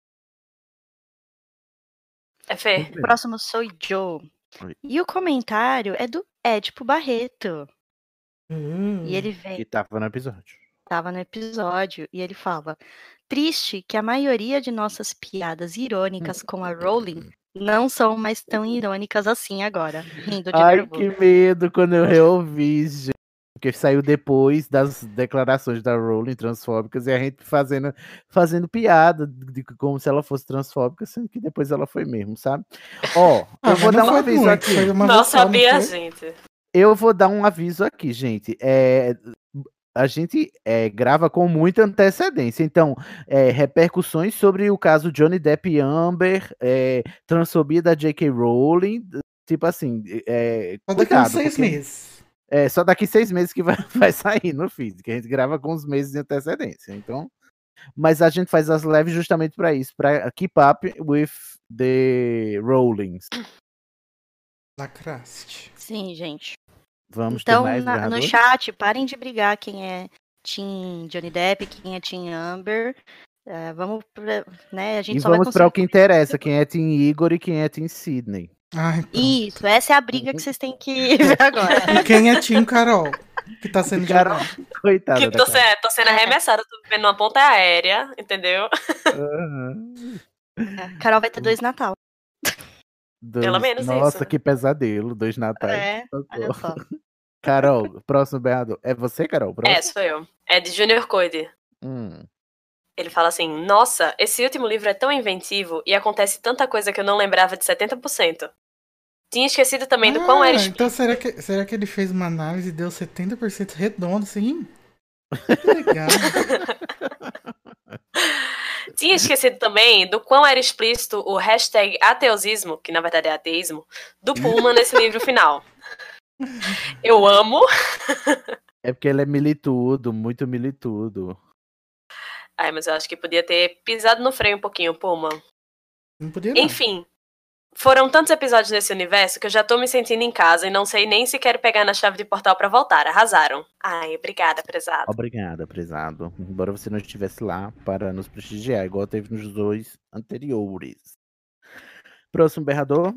É Fê. O próximo sou Joe. Oi. E o comentário é do Édipo Barreto. Hum. E ele vem, Que tava no episódio. tava no episódio, e ele fala: triste que a maioria de nossas piadas irônicas com a Rowling não são mais tão irônicas assim agora. Rindo de Ai, nervoso. que medo quando eu reouvi, gente. Porque saiu depois das declarações da Rowling transfóbicas e a gente fazendo, fazendo piada de, de como se ela fosse transfóbica, sendo que depois ela foi mesmo, sabe? Ó, Ah, eu vou mas dar não um foi aviso muito, aqui. foi uma Não vez só, sabia, não foi? gente. Eu vou dar um aviso aqui, gente. É, a gente é, grava com muita antecedência. Então, é, repercussões sobre o caso Johnny Depp e Amber, é, transfobia da J K. Rowling, tipo assim, é, Só daqui cuidado. uns seis porque- meses. É, só daqui seis meses que vai, vai sair no feed, que a gente grava com uns meses de antecedência. Então, mas a gente faz as lives justamente para isso, para keep up with the Rowlings. Lacraste. Sim, gente. Vamos ter Então, mais na- no narradores? chat, parem de brigar quem é Team Johnny Depp, quem é Team Amber. É, vamos, pra- né? A gente E só vai vamos para o que conseguir. interessa, quem é Team Igor e quem é Team Sidney. Ai, pronto. Isso, essa é a briga que vocês têm que ver agora. E quem é Tim Carol? Que tá sendo Carol, jogado. coitada Que da tô, Carol. se- tô sendo arremessada, tô vivendo numa ponta aérea, entendeu? Aham. Carol vai ter dois Natal. Dois- Pelo menos Nossa, isso. que pesadelo, dois natais. É, olha Socorro. só. Carol, próximo berrador. É você, Carol? Próximo? É, sou eu. É de Junior Code. Hum. Ele fala assim: nossa, esse último livro é tão inventivo e acontece tanta coisa que eu não lembrava de setenta por cento. Tinha esquecido também do quão Ah, era. então será que, será que ele fez uma análise e deu setenta por cento redondo, assim? Que legal. Tinha esquecido também do quão era explícito o hashtag ateusismo, que na verdade é ateísmo, do Pullman nesse livro final. Eu amo. É porque ele é militudo, muito militudo. Ai, mas eu acho que podia ter pisado no freio um pouquinho, Pullman. Não podia não. Enfim, foram tantos episódios nesse universo que eu já tô me sentindo em casa e não sei nem se quero pegar na chave de portal pra voltar. Arrasaram. Ai, obrigada, prezado. Obrigada, prezado. Embora você não estivesse lá para nos prestigiar, igual teve nos dois anteriores. Próximo berrador.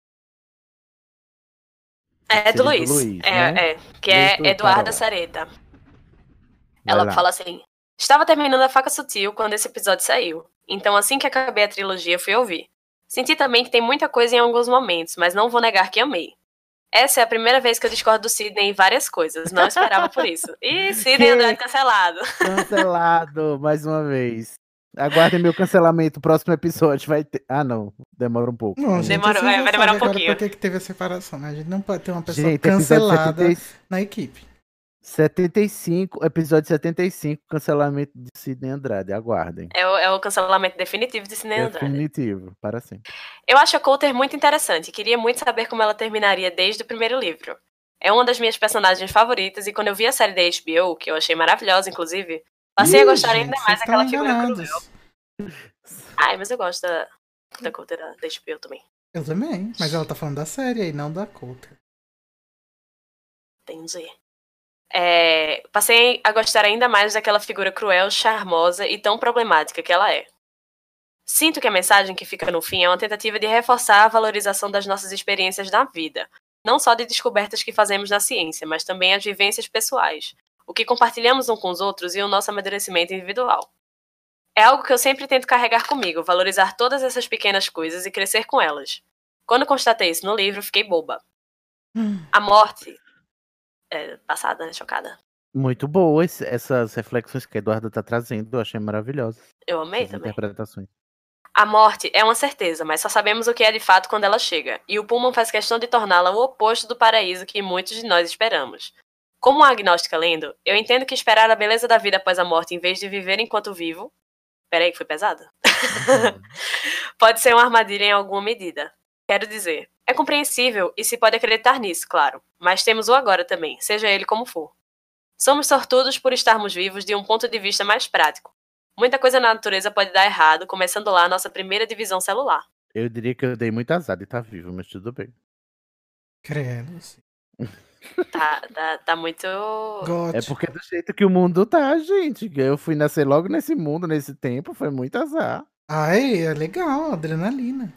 É do Seria Luiz. Luiz, é, né? é, que Lê é tu, Eduarda Carol. Sareta. Vai Ela lá. fala assim: estava terminando a Faca Sutil quando esse episódio saiu. Então, assim que acabei a trilogia, fui ouvir. Senti também que tem muita coisa em alguns momentos, mas não vou negar que amei. Essa é a primeira vez que eu discordo do Sidney em várias coisas. Não esperava por isso. Ih, Sidney Que? Andrade cancelado. Cancelado, mais uma vez. Aguardem meu cancelamento, o próximo episódio vai ter. Ah, não, demora um pouco. Não, gente, Demora- vocês vai- já vai demorar sabem um agora pouquinho. por que que teve a separação, né? A gente não pode ter uma pessoa Gente, episódio cancelada setenta e- na equipe. setenta e cinco, episódio setenta e cinco, cancelamento de Sidney Andrade. Aguardem. É o, é o cancelamento definitivo de Sidney Andrade. Definitivo, para sempre. Eu acho a Coulter muito interessante e queria muito saber como ela terminaria desde o primeiro livro. É uma das minhas personagens favoritas e quando eu vi a série da H B O, que eu achei maravilhosa, inclusive, passei a Ih, gostar gente, ainda vocês mais daquela estão figura enganados. cruel. Ai, mas eu gosto da, da Coulter da, da H B O também. Eu também, mas ela tá falando da série aí, não da Coulter. Entendi. É, passei a gostar ainda mais daquela figura cruel, charmosa e tão problemática que ela é. Sinto que a mensagem que fica no fim é uma tentativa de reforçar a valorização das nossas experiências na vida, não só de descobertas que fazemos na ciência, mas também as vivências pessoais, o que compartilhamos uns com os outros e o nosso amadurecimento individual. É algo que eu sempre tento carregar comigo, valorizar todas essas pequenas coisas e crescer com elas. Quando constatei isso no livro, fiquei boba. A morte... É, passada, né? Chocada. Muito boas essas reflexões que a Eduarda tá trazendo, eu achei maravilhosas. Eu amei Essas também. interpretações. A morte é uma certeza, mas só sabemos o que é de fato quando ela chega, e o Pullman faz questão de torná-la o oposto do paraíso que muitos de nós esperamos. Como uma agnóstica lendo, eu entendo que esperar a beleza da vida após a morte em vez de viver enquanto vivo... Peraí que foi pesado? Pode ser uma armadilha em alguma medida. Quero dizer, é compreensível e se pode acreditar nisso, claro, mas temos o agora também, seja ele como for. Somos sortudos por estarmos vivos de um ponto de vista mais prático. Muita coisa na natureza pode dar errado, começando lá a nossa primeira divisão celular. Eu diria que eu dei muito azar de estar vivo, mas tudo bem. Credo. Tá, tá, tá muito... É porque do jeito que o mundo tá, gente. Eu fui nascer logo nesse mundo, nesse tempo, foi muito azar. Ai, é legal, adrenalina.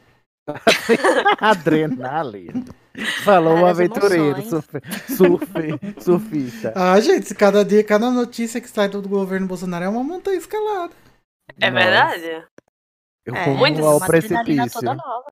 Adrenalina. Falou um Várias aventureiro, emoções. surf, surf, surfista. Ah, gente, cada dia, cada notícia que sai do governo Bolsonaro é uma montanha escalada. É Nossa. verdade? Eu É, rumo muitas- ao uma adrenalina precipício. toda nova.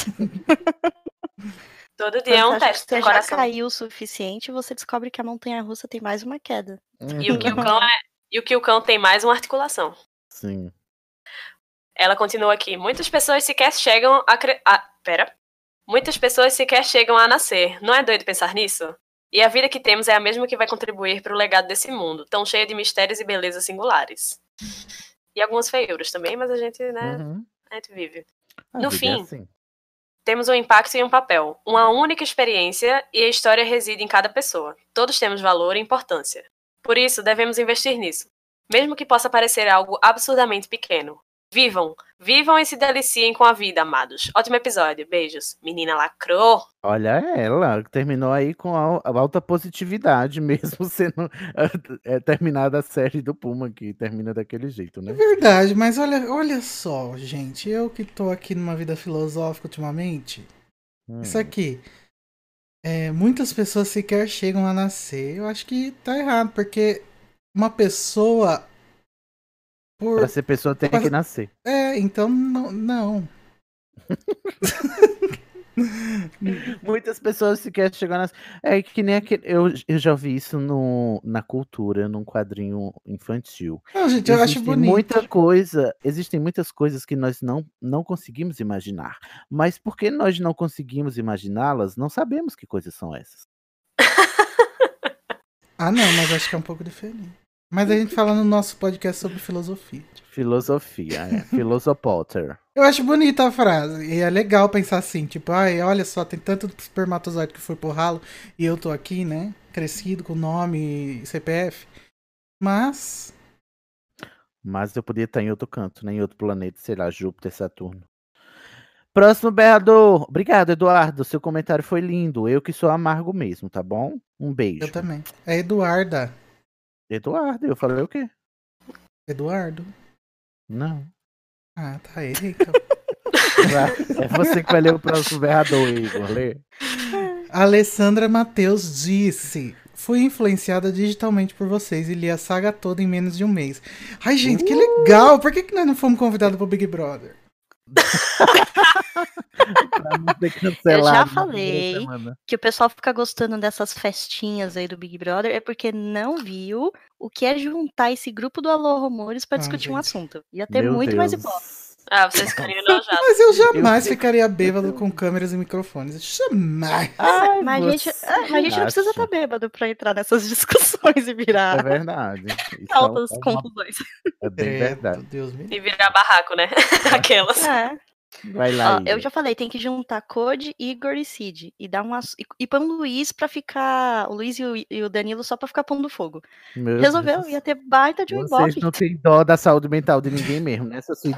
Todo dia é Quando um você acha teste que do você já coração. caiu o suficiente, você descobre que a montanha-russa tem mais uma queda. E o que o cão é... E o que o cão tem mais uma articulação. Sim. Ela continua aqui. Muitas pessoas sequer chegam a... Cre... a... Pera. Muitas pessoas sequer chegam a nascer. Não é doido pensar nisso? E a vida que temos é a mesma que vai contribuir para o legado desse mundo, tão cheio de mistérios e belezas singulares. E algumas feiuras também, mas a gente, né, Uhum. a gente vive. A No vida fim, é assim. temos um impacto e um papel. Uma única experiência e a história reside em cada pessoa. Todos temos valor e importância. Por isso, devemos investir nisso. Mesmo que possa parecer algo absurdamente pequeno. Vivam! Vivam e se deliciem com a vida, amados. Ótimo episódio. Beijos. Menina lacrou. Olha ela, terminou aí com al- alta positividade, mesmo sendo é, terminada a série do Puma, que termina daquele jeito, né? Verdade, mas olha, olha só, gente. Eu que tô aqui numa vida filosófica ultimamente. Hum. Isso aqui. É, muitas pessoas sequer chegam a nascer. Eu acho que tá errado, porque uma pessoa. Por... Pra ser pessoa tem Pra- que nascer. É, então não. não. Muitas pessoas sequer chegam nas. É que nem aquele. Eu, eu já vi isso no, na cultura, num quadrinho infantil. Não, gente, eu acho Existe bonito. muita coisa, existem muitas coisas que nós não, não conseguimos imaginar. Mas porque nós não conseguimos imaginá-las, não sabemos que coisas são essas. Ah, não, mas acho que é um pouco diferente. Mas a gente fala no nosso podcast sobre filosofia. Filosofia, é. Filosopotter. Eu acho bonita a frase. E é legal pensar assim, tipo, ai, olha só, tem tanto espermatozoide que foi pro ralo e eu tô aqui, né? Crescido com nome e C P F. Mas. Mas eu podia estar em outro canto, né? Em outro planeta, sei lá, Júpiter, Saturno. Próximo berrador. Obrigado, Eduardo. Seu comentário foi lindo. Eu que sou amargo mesmo, tá bom? Um beijo. Eu também. É Eduarda. Eduardo, eu falei o quê? Eduardo. Não. Ah, tá aí, então. É você que vai ler o próximo berrador, Igor. Lê. Alessandra Matheus disse: fui influenciada digitalmente por vocês e li a saga toda em menos de um mês. Ai, gente, que legal! Por que, que nós não fomos convidados pro Big Brother? Pra não ser Eu cancelado já na primeira falei semana. que o pessoal fica gostando dessas festinhas aí do Big Brother é porque não viu o que é juntar esse grupo do Alô Rumores pra Ah, discutir um gente. assunto. Ia ter Meu muito mais Deus. hipótese. Ah, vocês ficariam enojados. Mas eu jamais Eu- ficaria bêbado com câmeras e microfones. Jamais. Ai, Mas a gente, você ah, mas a gente não precisa acha? estar bêbado pra entrar nessas discussões e É virar verdade. Isso é altas uma- conclusões. É bem Credo, verdade. Deus me livre. E virar barraco, né? Aquelas. É. Vai lá, Ó, eu Igor. já falei, tem que juntar Code, Igor e Cid. E dar uma. E, e pôr o Luiz pra ficar. O Luiz e o, e o Danilo só pra ficar pondo fogo. Meu Resolveu, Deus. ia ter baita de um Vocês ibope. não têm dó da saúde mental de ninguém mesmo, né, seu filho?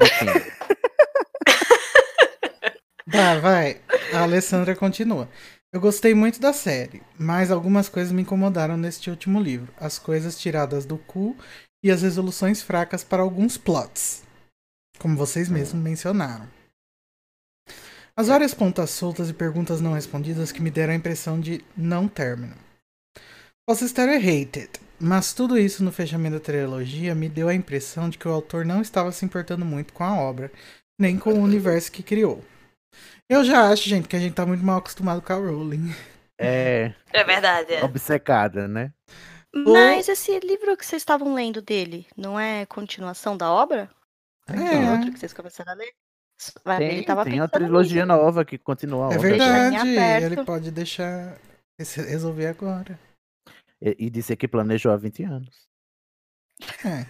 Tá, vai. A Alessandra continua. Eu gostei muito da série, mas algumas coisas me incomodaram neste último livro. As coisas tiradas do cu e as resoluções fracas para alguns plots. Como vocês mesmos mencionaram. As várias pontas soltas e perguntas não respondidas que me deram a impressão de não término. Posso estar hated, mas tudo isso no fechamento da trilogia me deu a impressão de que o autor não estava se importando muito com a obra, nem com o universo que criou. Eu já acho, gente, que a gente tá muito mal acostumado com a Rowling. É, É verdade, é. obcecada, né? Mas esse livro que vocês estavam lendo dele, não é continuação da obra? Aquele É. outro que vocês começaram a ler? Mas ele Tem, tava tem a pensando trilogia nisso. nova que continua a É obra. verdade, Deixa em aberto. ele pode deixar esse- resolver agora. E, e disse que planejou há vinte anos. É.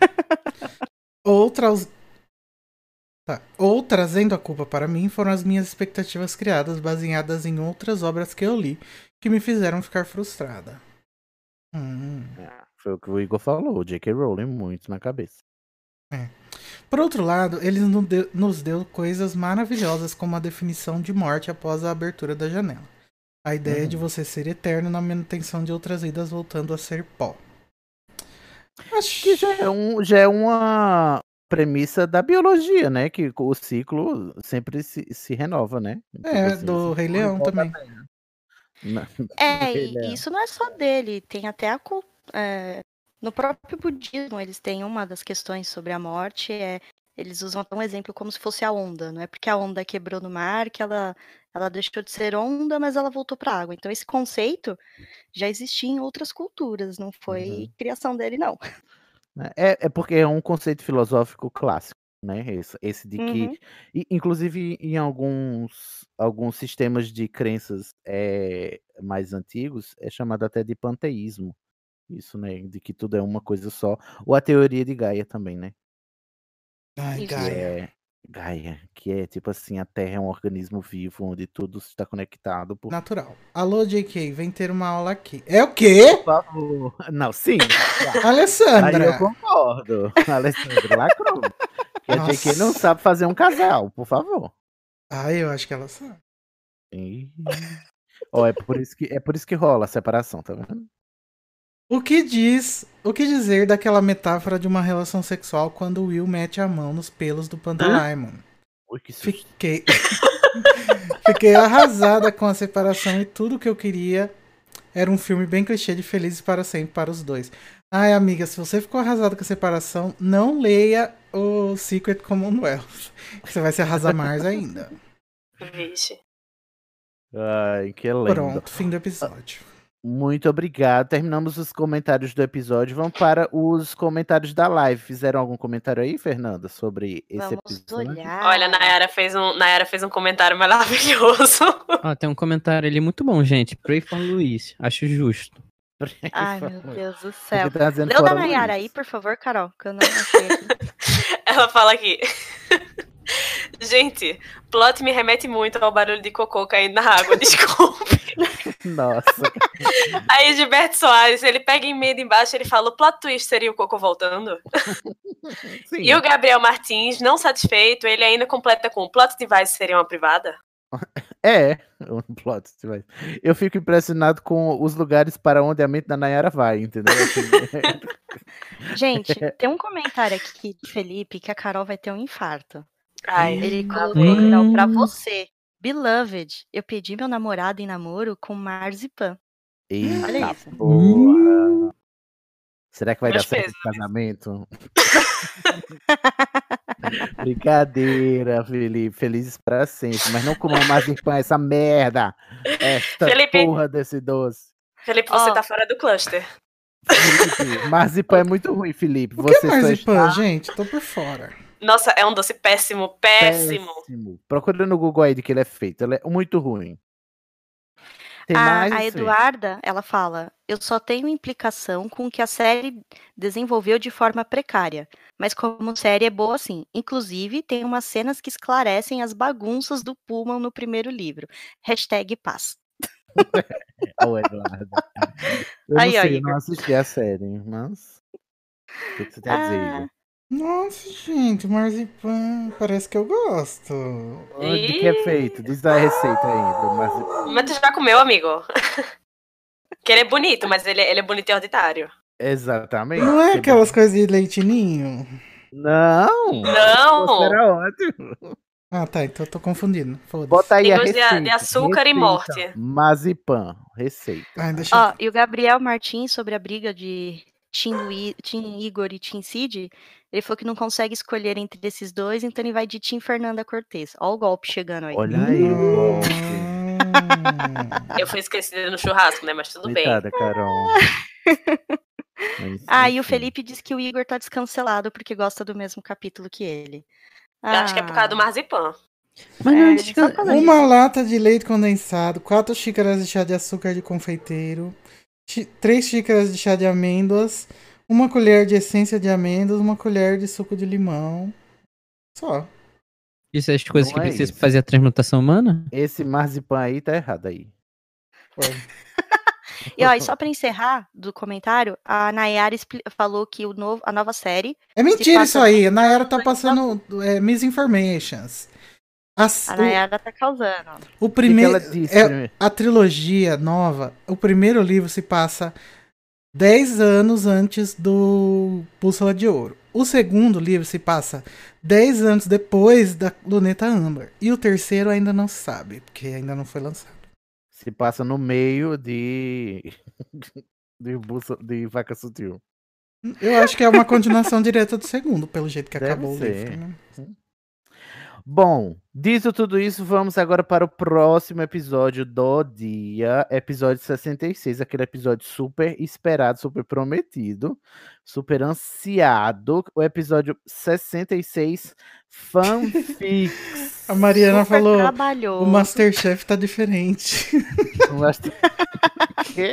Ou, traus- tá. Ou trazendo a culpa para mim foram as minhas expectativas criadas baseadas em outras obras que eu li que me fizeram ficar frustrada. Hum. Foi o que o Igor falou, o J K. Rowling muito na cabeça. É. Por outro lado, ele nos deu, nos deu coisas maravilhosas como a definição de morte após a abertura da janela. A ideia Uhum. de você ser eterno na manutenção de outras vidas voltando a ser pó. Acho que já é, um, já é uma premissa da biologia, né? Que o ciclo sempre se, se renova, né? É, assim, do o Rei ciclo Leão volta também. à Terra. Na- É, do Rei e Leão. isso não é só dele, tem até a cul- é, no próprio budismo, eles têm uma das questões sobre a morte, é eles usam até um exemplo como se fosse a onda, não é porque a onda quebrou no mar que ela, ela deixou de ser onda, mas ela voltou para a água. Então esse conceito já existia em outras culturas, não foi Uhum. criação dele, não. É, é porque é um conceito filosófico clássico, né? Esse, esse de que, Uhum. e, inclusive em alguns, alguns sistemas de crenças é, mais antigos, é chamado até de panteísmo. Isso, né? De que tudo é uma coisa só. Ou a teoria de Gaia também, né? Ai, Isso. Que Gaia. é Gaia, que é tipo assim, a Terra é um organismo vivo onde tudo está conectado. Por Natural. Alô, J K, vem ter uma aula aqui. É o quê? favor. Não, sim. claro. Aí eu Alessandra! concordo. Alessandra lacrou. Que a J K não Nossa. sabe fazer um casal, por favor. Ah, eu acho que ela sabe. Ih. Ó, é por isso que é por isso que rola a separação, tá vendo? O que diz, o que dizer daquela metáfora de uma relação sexual quando Will mete a mão nos pelos do Pantalaimon? Ui, que susto. Fiquei Fiquei arrasada com a separação e tudo que eu queria era um filme bem clichê de Felizes para Sempre para os dois. Ai, amiga, se você ficou arrasada com a separação, não leia o Secret Commonwealth. Você vai se arrasar mais ainda. Vixe. Ai, que lindo. Pronto, fim do episódio. Muito obrigado. Terminamos os comentários do episódio. Vamos para os comentários da live. Fizeram algum comentário aí, Fernanda, sobre esse Vamos episódio? olhar. Olha, Nayara fez um, Nayara fez um comentário maravilhoso. Ó, tem um comentário ali muito bom, gente. Pray for Luiz. Acho justo. Ai, meu Deus do céu. Porque tá dizendo Leu da fora Nayara Luiz. aí, por favor, Carol, que eu não achei aqui. Ela fala aqui. Gente, plot me remete muito ao barulho de cocô caindo na água, desculpe. Nossa. Aí Gilberto Soares, ele pega em medo embaixo, ele fala, o plot twist seria o cocô voltando? Sim. E o Gabriel Martins, não satisfeito, ele ainda completa com, o plot device seria uma privada? É, um plot. Mas eu fico impressionado com os lugares para onde a mente da Nayara vai, entendeu? Assim, Gente, tem um comentário aqui de Felipe que a Carol vai ter um infarto. Ai, Ele lá colocou, vem. Carol, pra você. Beloved, eu pedi meu namorado em namoro com marzipan. Eita Olha isso. porra. Será que vai Meus dar certo pesos. esse casamento? Brincadeira, Felipe. Felizes para sempre. Mas não comam marzipan, essa merda. Esta Felipe. porra desse doce. Felipe, você Ó. tá fora do cluster. Felipe, marzipan é muito ruim, Felipe. O que é Você só marzipan, está gente? Tô por fora. Nossa, é um doce péssimo, péssimo. péssimo. Procura no Google aí de que ele é feito. Ele é muito ruim. Tem A, mais? a Fê? Eduarda, ela fala, eu só tenho implicação com o que a série desenvolveu de forma precária, mas como série é boa sim. Inclusive, tem umas cenas que esclarecem as bagunças do Pullman no primeiro livro. Hashtag paz. Ô, Eduardo. Eu Aí, não ó, sei, eu Igor. não assisti a série, mas. O que que você tem a dizer, Ah, Igor? Nossa, gente, marzipan, parece que eu gosto. De que é feito? Diz a receita aí do marzipan. Mas tu já comeu, amigo? Que ele é bonito, mas ele, ele é bonito e ordinário. Exatamente. Não é Você- aquelas coisas de leitinho? Não! Não! Você era ótimo. Ah, tá, então eu tô confundindo. Foda-se. Bota aí Tem a gosto de, receita. de açúcar e Receita. morte. Marzipan, receita. Ai, deixa eu... ó, e o Gabriel Martins sobre a briga de Tim, Lui- Tim Igor e Tim Cid, ele falou que não consegue escolher entre esses dois, então ele vai de Tim Fernanda Cortez. Ó o golpe chegando aí. Olha aí o golpe. Hum. Eu fui esquecida no churrasco, né? Mas tudo bem. Coitada, Carol. Mas, Ah, e o enfim. Felipe diz que o Igor tá descancelado porque gosta do mesmo capítulo que ele. Eu acho que é por causa do Ah, marzipan. Mas não é é, descan- só por causa Uma disso. lata de leite condensado, quatro xícaras de chá de açúcar de confeiteiro, xí- três xícaras de chá de amêndoas, uma colher de essência de amêndoas, uma colher de suco de limão. Só. Isso é as coisas Não que é precisa isso. pra fazer a transmutação humana? Esse marzipan aí tá errado aí. E ó, e só pra encerrar do comentário, a Nayara expli- falou que o novo, a nova série É se mentira isso passa aí. A dez Nayara anos tá antes da passando é, misinformations. As- A o, Nayara tá causando. o O que, que primeiro. ela disse É, primeiro? a trilogia nova, o primeiro livro se passa dez anos antes do Bússola de Ouro. O segundo livro se passa dez anos depois da Luneta Amber. E o terceiro ainda não se sabe, porque ainda não foi lançado. Se passa no meio de. de, buça... de vaca sutil. Eu acho que é uma continuação direta do segundo, pelo jeito que Deve acabou o ser. livro. Né? Bom, dito tudo isso, vamos agora para o próximo episódio do dia, episódio sessenta e seis, aquele episódio super esperado, super prometido, super ansiado, o episódio sessenta e seis, Fanfics. A Mariana Super falou: trabalhoso. o Masterchef tá diferente. Master... Quê?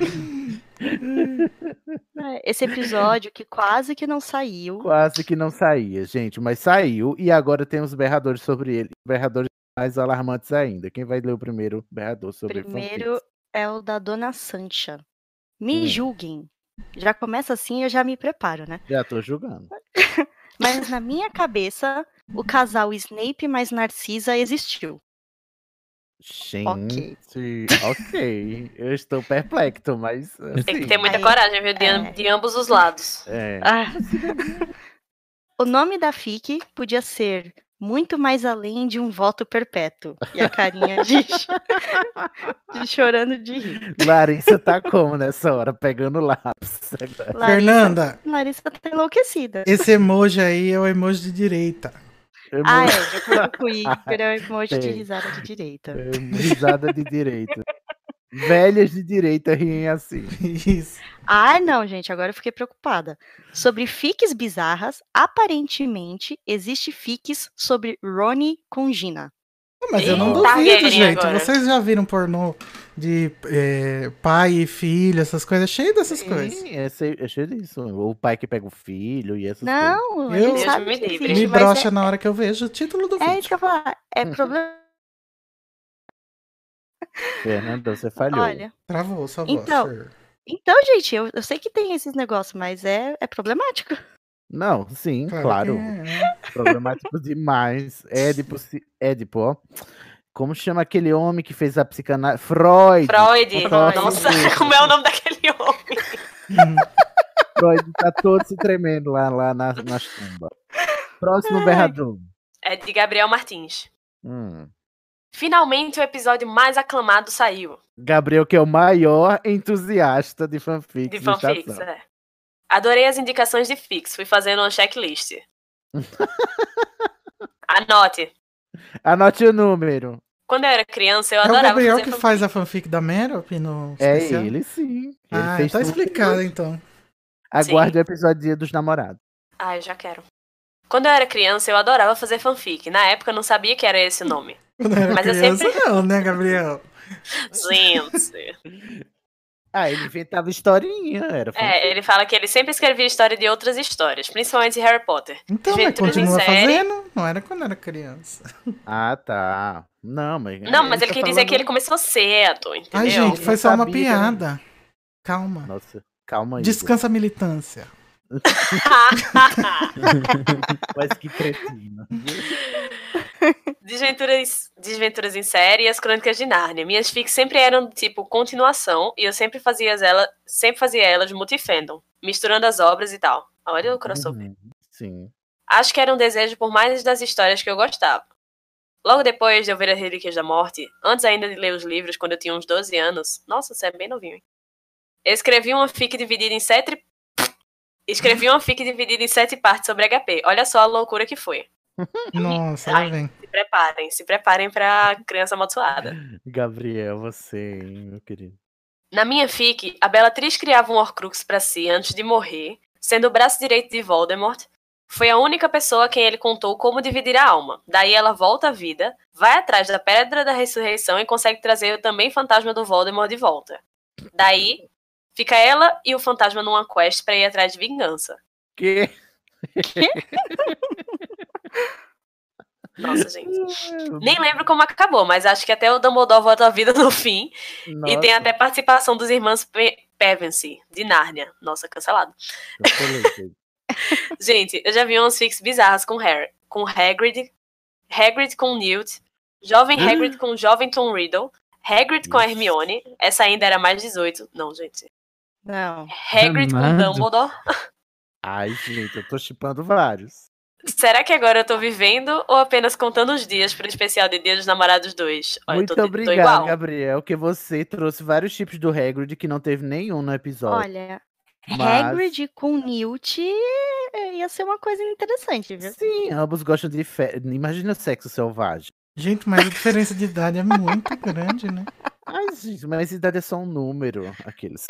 É, esse episódio que quase que não saiu. Quase que não saía, gente, mas saiu e agora tem os berradores sobre ele, berradores mais alarmantes ainda. Quem vai ler o primeiro berrador sobre Primeiro fanfics? é o da Dona Sancha. Me Hum. julguem. Já começa assim, eu já me preparo, né? Já tô julgando. Mas na minha cabeça, o casal Snape mais Narcisa existiu. Gente, ok. Eu estou perplexo, mas assim, Tem que ter muita Aí, coragem, viu? De, é. de ambos os lados. é. Ah. O nome da fic podia ser muito mais além de um voto perpétuo. E a carinha de, de chorando de rir. Larissa tá como nessa hora? Pegando lápis. Larissa, Fernanda, Larissa tá enlouquecida. esse emoji aí é o emoji de direita. Ah, é, de acordo com o Igor, é um emoji de Tem. risada de direita. É, risada de direita. Velhas de direita riem assim. Isso. Ah, não, gente, agora eu fiquei preocupada. Sobre fics bizarras, aparentemente existe fics sobre Ronnie com Gina. Mas eu não Eita, duvido, Targaryen gente. agora. Vocês já viram pornô de é, pai e filho, essas coisas? Cheio dessas coisas. Sim, é, cheio- é cheio disso. O pai que pega o filho e essas coisas. Não, a Eu- gente sabe Deus que me livre. existe, Me mas brocha é, na hora que eu vejo o título do é isso vídeo. que eu ia falar. É problema. Fernanda, você falhou. Olha, Travou sua voz. Então, Fer. então, gente, eu, eu sei que tem esses negócios, mas é, é problemático. Não, sim, Claro claro. que é, né? Problemático demais. Édipo, se- Édipo, ó. Como chama aquele homem que fez a psicanálise? Freud. Freud. Freud. Nossa, como é o nome daquele homem? Hum. Freud tá todo se tremendo lá, lá na, nas tumbas. Próximo berrador. É de Gabriel Martins. Hum. Finalmente o episódio mais aclamado saiu. Gabriel, que é o maior entusiasta de fanfics. De do fanfics, Estação. é. Adorei as indicações de fics. Fui fazendo uma checklist. Anote. Anote o número. Quando eu era criança, eu É o adorava Gabriel fazer que fanfic. faz a fanfic da Merope no É especial? ele, sim. Ele Ah, fez tá tudo. explicado então. Aguarde Sim. o episódio Dia dos Namorados. Ah, eu já quero. Quando eu era criança, eu adorava fazer fanfic. Na época, eu não sabia que era esse o nome. Quando eu era Mas eu criança, sempre- não, né, Gabriel? Gente. Ah, ele inventava historinha, era fanfic. É, ele fala que ele sempre escrevia história de outras histórias, principalmente de Harry Potter. Então, mas Desventuras em continua série. fazendo. Não era quando era criança. Ah, tá. Não, mas. Não, mas ele tá quer dizer falando- que ele começou cedo, entendeu? Ai, gente, Ele foi não só uma sabia piada. Calma. Nossa, calma aí. Descansa a militância. Mas que cretino. Desventuras, Desventuras em série e as Crônicas de Nárnia. Minhas fics sempre eram tipo continuação e eu sempre fazia ela, sempre fazia elas multifandom, misturando as obras e tal. Olha o crossover. Uhum, sim. Acho que era um desejo por mais das histórias que eu gostava. Logo depois de eu ver as Relíquias da Morte, antes ainda de ler os livros quando eu tinha uns doze anos, nossa, você é bem novinho, hein? Eu escrevi uma fic dividida em sete Escrevi uma fic dividida em sete partes sobre H P. Olha só a loucura que foi. Nossa, lá vem. Se preparem, se preparem pra criança amaldiçoada. Gabriel, você, hein, meu querido. Na minha fic, a Bellatrix criava um Horcrux pra si antes de morrer, sendo o braço direito de Voldemort. Foi a única pessoa a quem ele contou como dividir a alma. Daí ela volta à vida, vai atrás da Pedra da Ressurreição e consegue trazer o também fantasma do Voldemort de volta. Daí, fica ela e o fantasma numa quest pra ir atrás de vingança. Que? Que? Nossa, gente. Nem lembro como acabou, mas acho que até o Dumbledore volta à vida no fim. Nossa. E tem até participação dos irmãos Pe Pevensey, de Nárnia. Nossa, cancelado. Gente, eu já vi umas fics bizarras com Harry, com Hagrid, Hagrid com Newt, jovem Hagrid com jovem Tom Riddle, Hagrid com a Hermione, essa ainda era mais dezoito. Não, gente. Não. Hagrid com Amado. Dumbledore. Ai, gente, eu tô chipando vários. Será que agora eu tô vivendo ou apenas contando os dias pro especial de Dia dos Namorados dois? Olha, Muito eu tô, tô obrigado, igual. Gabriel, que você trouxe vários tipos do Hagrid que não teve nenhum no episódio. Olha, Mas- Hagrid com Newt é, ia ser uma coisa interessante, viu? Sim, ambos gostam de fe... Imagina sexo selvagem. Gente, mas a diferença de idade é muito grande, né? Ai, gente, mas idade é só um número. Aqueles.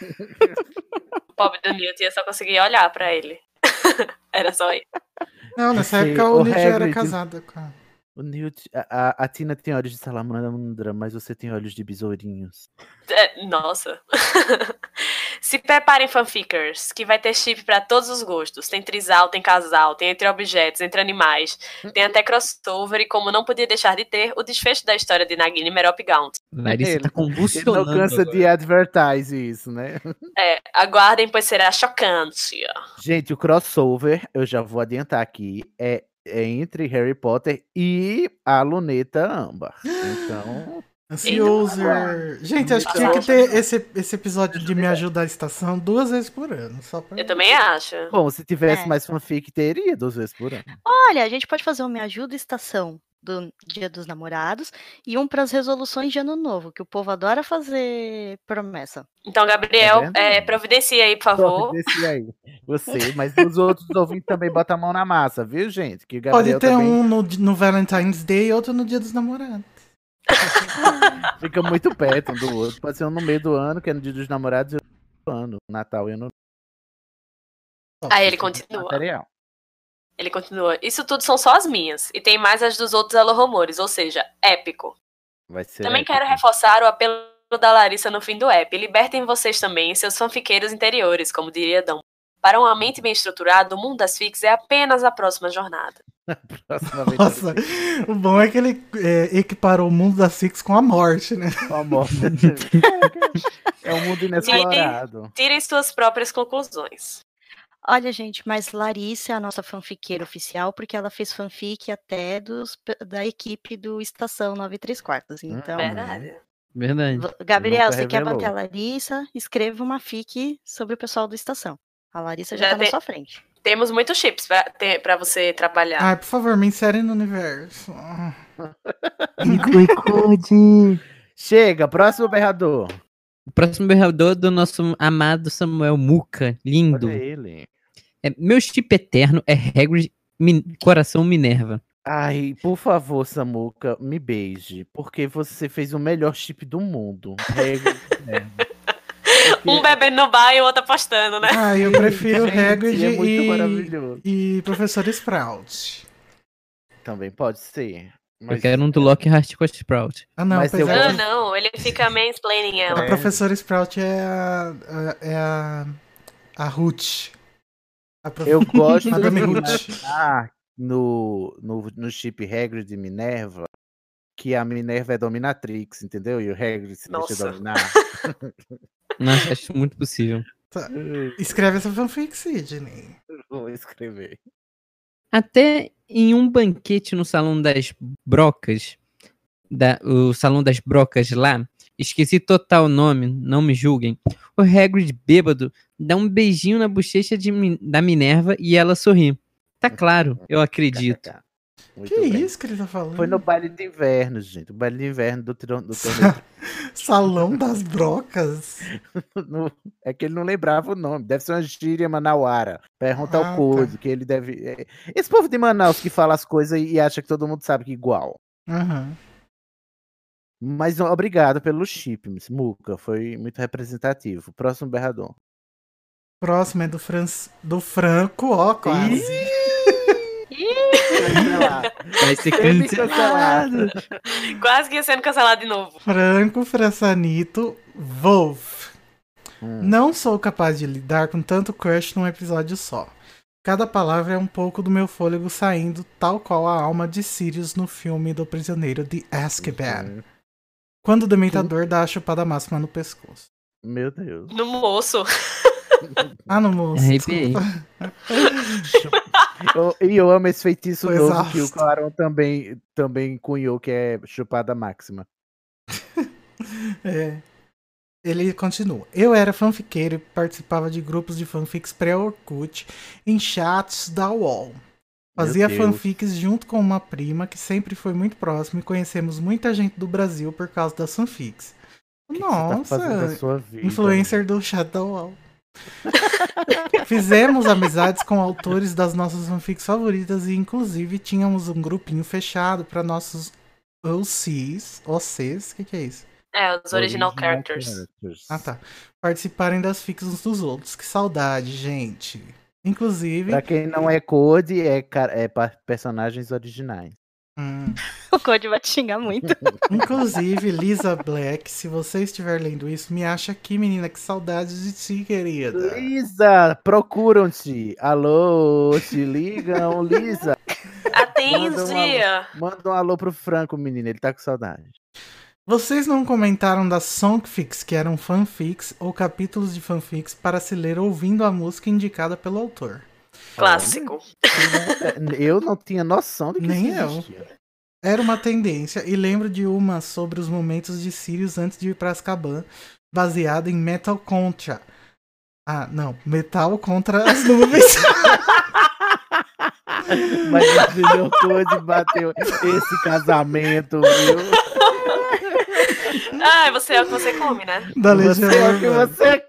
O pobre do Newt ia só conseguir olhar pra ele. Era só isso. Não, nessa Você- época o o Newt já era Hagrid- casado com a... O Newt, a, a, a Tina tem olhos de salamandra, mas você tem olhos de besourinhos. É, nossa. Se preparem, fanfickers, que vai ter chip pra todos os gostos. Tem trisal, tem casal, tem entre objetos, entre animais. Tem até crossover e, como não podia deixar de ter, o desfecho da história de Nagini e Merop Gaunt. Larissa Ele- tá convulsionando. Ele não cansa agora. de advertise isso, né? É, aguardem, pois será chocante. Gente, o crossover, eu já vou adiantar aqui, é, é entre Harry Potter e a Luneta Âmbar. Então, Ansioso. Gente, acho que tinha que ter esse, esse episódio de Me Ajuda à Estação duas vezes por ano. Só pra... Eu também acho. bom, se tivesse É. mais fanfic, teria duas vezes por ano. Olha, a gente pode fazer um Me Ajuda Estação do Dia dos Namorados e um para as resoluções de Ano Novo, que o povo adora fazer promessa. Então, Gabriel, É verdade. é, providencia aí, por favor. Desse aí. Você, mas os outros ouvintes também botam a mão na massa, viu, gente? Que o Pode Gabriel ter também um no, no Valentine's Day e outro no Dia dos Namorados. fica muito perto um do outro. Pode ser um no meio do ano, que é no Dia dos Namorados, e outro no ano, Natal e Ano Novo. Aí ele continua. Material. Ele continua. Isso tudo são só as minhas. E tem mais as dos outros alô-rumores, ou seja, épico. Vai ser Também épico. quero reforçar o apelo da Larissa no fim do app. Libertem vocês também, seus fanfiqueiros interiores, como diria Dom. Para uma mente bem estruturada, o mundo das fics é apenas a próxima jornada. Próxima vez. Nossa, o bom é que ele é, equiparou o mundo das Six com a morte, né? Amor. É um mundo inexplorado. Tirem suas próprias conclusões. Olha, gente, mas Larissa é a nossa fanfiqueira oficial, porque ela fez fanfic até dos, da equipe do Estação nove e três quartos. Então, Verdade. Verdade. v- Gabriel, Nunca você quer revelou. bater a Larissa? Escreva uma fic sobre o pessoal do Estação. A Larissa já, Já tá na tem- sua frente. Temos muitos chips pra, ter- pra você trabalhar. Ai, por favor, me insere no universo. Chega, próximo berrador. O próximo berrador do nosso amado Samuel Muca. Lindo. Olha ele. É, meu chip eterno é Hagrid Min- Coração Minerva. Ai, por favor, Samuca, me beije, porque você fez o melhor chip do mundo. Hagrid, né? Um bebendo no bar e o outro apostando, né? Ah, eu prefiro Gente, Hagrid é muito e, maravilhoso. e Professor Sprout. Também pode ser. Eu Mas quero um do Lockhart com a Sprout. Ah, não, Mas eu apesar Não, de... não, ele fica mansplaining A ela. Professora Sprout é a, a- é a, a Ruth. A prof... eu gosto de Madame Ruth. imaginar no, no, no chip Hagrid e Minerva que a Minerva é dominatrix, entendeu? E o Hagrid se Nossa. deixa dominar. Nossa, acho muito possível. Escreve essa fanfic, Sidney. Vou escrever. Até em um banquete no Salão das Brocas, da, o Salão das Brocas lá, esqueci total o nome, não me julguem, o Hagrid bêbado dá um beijinho na bochecha de, Min- da Minerva e ela sorri. Tá claro, eu acredito. Muito Que bem. isso que ele tá falando? Foi no baile de inverno, gente. O baile de inverno do, tro- do torneio. Salão das Brocas? No- é que ele não lembrava o nome. Deve ser uma gíria manauara. Pergunta Ah, ao Code, que ele deve. é- Esse povo de Manaus que fala as coisas e acha que todo mundo sabe que igual. Aham. Mas obrigado pelo chip, Miss Muca. Foi muito representativo. Próximo berrador. Próximo é do, Fran... do Franco, ó, quase. Vai ser cancelado. Quase que ia sendo cancelado de novo. Franco Françanito Wolf. Hum. Não sou capaz de lidar com tanto crush num episódio só. Cada palavra é um pouco do meu fôlego saindo, tal qual a alma de Sirius no filme do Prisioneiro de Azkaban. Uhum. Quando o Dementador dá a chupada máxima no pescoço. Meu Deus. No moço. Ah, no moço. Arrepiei. Eu- E eu, amo esse feitiço Tô novo exausto. que o Claron também, também cunhou, que é chupada máxima. É. Ele continua. Eu era fanfiqueiro e participava de grupos de fanfics pré-Orkut em chats da U O L. Fazia Deus. fanfics junto com uma prima que sempre foi muito próxima e conhecemos muita gente do Brasil por causa das fanfics. O que que você tá fazendo da Nossa, sua vida? influencer do chat da U O L. Fizemos amizades com autores das nossas fanfics favoritas e inclusive tínhamos um grupinho fechado para nossos O Cs, O Cs, o que, que é isso? É, os original, characters. Ah, tá. Participarem das fics uns dos outros. Que saudade, gente. Inclusive. Pra quem não é Code, é, ca- é pa- personagens originais. hum, O Code vai te xingar muito. inclusive, Lisa Black, se você estiver lendo isso, me acha aqui, menina. Que saudades de ti, querida. Lisa, procuram-te. Alô, te ligam, Lisa. Atende! Manda um alô, manda um alô pro Franco, menino. Ele tá com saudade. Vocês não comentaram das songfics, que eram fanfics ou capítulos de fanfics para se ler ouvindo a música indicada pelo autor. Clássico. Eu não tinha noção do que Nem isso eu. existia. Era uma tendência, e lembro de uma sobre os momentos de Sirius antes de ir para Azkaban, baseada em Metal Contra. Ah, não. Metal contra as nuvens. Mas o Junior Code bateu esse casamento, viu? Ah, você é o que você come, né? Da Legião Você é o que Urbana. você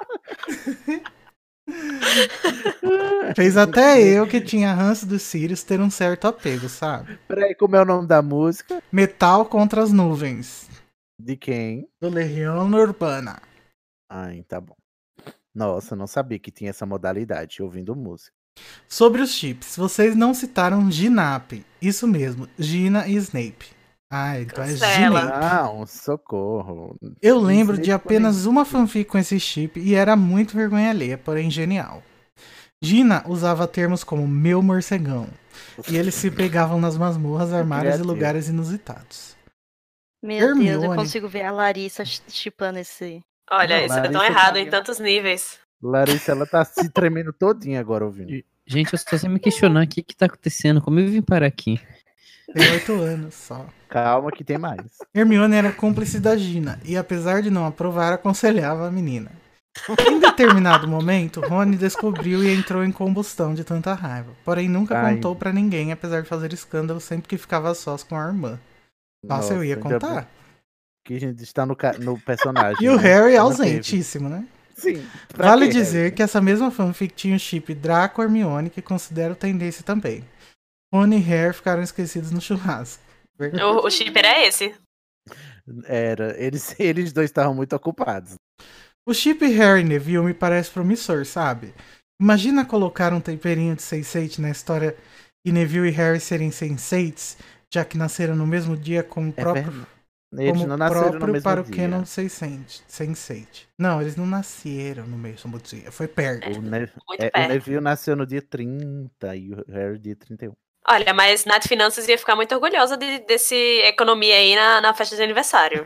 Fez até eu, que tinha ranço dos Sirius, ter um certo apego, sabe? Peraí, como é o nome da música? Metal contra as nuvens. De quem? Do Legião Urbana. Ai, tá bom. Nossa, não sabia que tinha essa modalidade, ouvindo música. Sobre os chips, vocês não citaram Ginap. Isso mesmo, Gina e Snape. Ah, então é Cancela. Gina. Não, socorro. Eu lembro de Snape apenas uma fanfic com esse chip e era muito vergonha alheia, porém genial. Gina usava termos como meu morcegão. E eles se pegavam nas masmorras, armários e Criativo. lugares inusitados. Meu Deus, eu Hermione. consigo ver a Larissa chipando esse. Olha, Não, isso é tão Larissa errado tá- em tantos níveis. Larissa, ela tá se tremendo todinha agora ouvindo. Gente, eu estou sempre me questionando o que que tá acontecendo, como eu vim parar aqui. Tem oito anos só. Calma que tem mais. Hermione era cúmplice da Gina e, apesar de não aprovar, aconselhava a menina. Em determinado momento, Rony descobriu e entrou em combustão de tanta raiva. Porém, nunca Ai. contou pra ninguém, apesar de fazer escândalo sempre que ficava a sós com a irmã. Nossa, eu ia ainda contar. bem Que a gente está no, ca- no personagem. E o né? Harry Não ausentíssimo, né? teve. Sim. pra Vale quê, dizer Harry? que essa mesma fanfic tinha o chip Draco-Hermione, que considero tendência também. Rony e Harry ficaram esquecidos no churrasco. O, o shipper é esse. Era, eles, eles dois estavam muito ocupados. O chip Harry e Neville me parece promissor, sabe? Imagina colocar um temperinho de sense eight na história e Neville e Harry serem sense eights, já que nasceram no mesmo dia como o É próprio, verdade. Eles como não nasceram no próprio mesmo para o dia. canon sense eight. Não, eles não nasceram no mesmo dia, foi perto. O, Ne- Muito é, o perto. Neville nasceu no dia trinta e o Harry dia trinta e um. Olha, mas Nath Finanças ia ficar muito orgulhosa de, desse economia aí na, na festa de aniversário.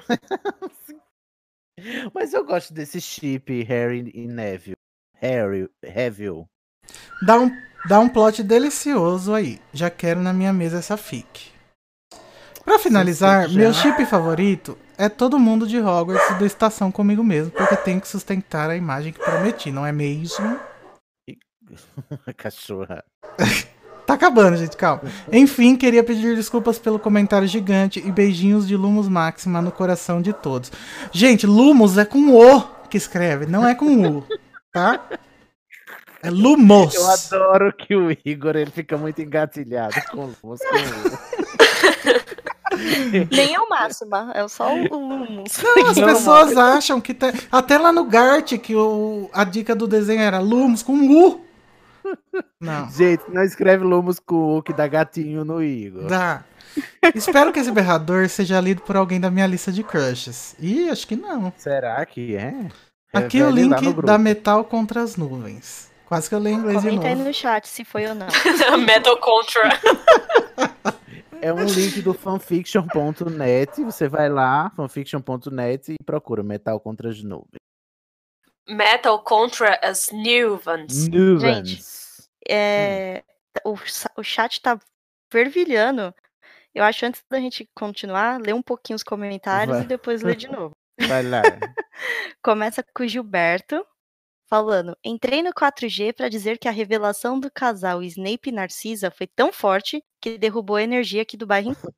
Mas eu gosto desse chip Harry e Neville. Harry, Neville. Dá um, dá um plot delicioso aí. Já quero na minha mesa essa fic. Pra finalizar, já. meu chip favorito é todo mundo de Hogwarts e do Estação Comigo Mesmo, porque tem que sustentar a imagem que prometi, não é mesmo? Cachorra. Tá acabando, gente, calma. Enfim, queria pedir desculpas pelo comentário gigante e beijinhos de Lumos Máxima no coração de todos. Gente, Lumos é com O que escreve, não é com U, tá? É Lumos. Eu adoro que o Igor ele fica muito engatilhado com luz. Com luz. Nem é o Máxima, é só o o Lumos. Não, as Não, pessoas acham que tem. Até lá no Gart, que o... a dica do desenho era Lumos com U. Não, Gente, não escreve Lumos com o que dá gatinho no Igor. dá. Espero que esse berrador seja lido por alguém da minha lista de crushes. Ih, acho que não. Será que é? Aqui o Revele lá link no grupo. da Metal contra as nuvens. Quase que eu leio inglês de Comenta aí novo. no chat se foi ou não. Metal Contra. É um link do fanfiction ponto net. Você vai lá, fanfiction ponto net, e procura Metal contra as nuvens. Metal Contra as Nuvens. Nuvens. É, o, sa- o chat tá fervilhando. Eu acho antes da gente continuar, ler um pouquinho os comentários Vai. e depois ler de novo. Vai lá. Começa com o Gilberto falando: entrei no quatro G pra dizer que a revelação do casal Snape e Narcisa foi tão forte que derrubou a energia aqui do bairro inteiro.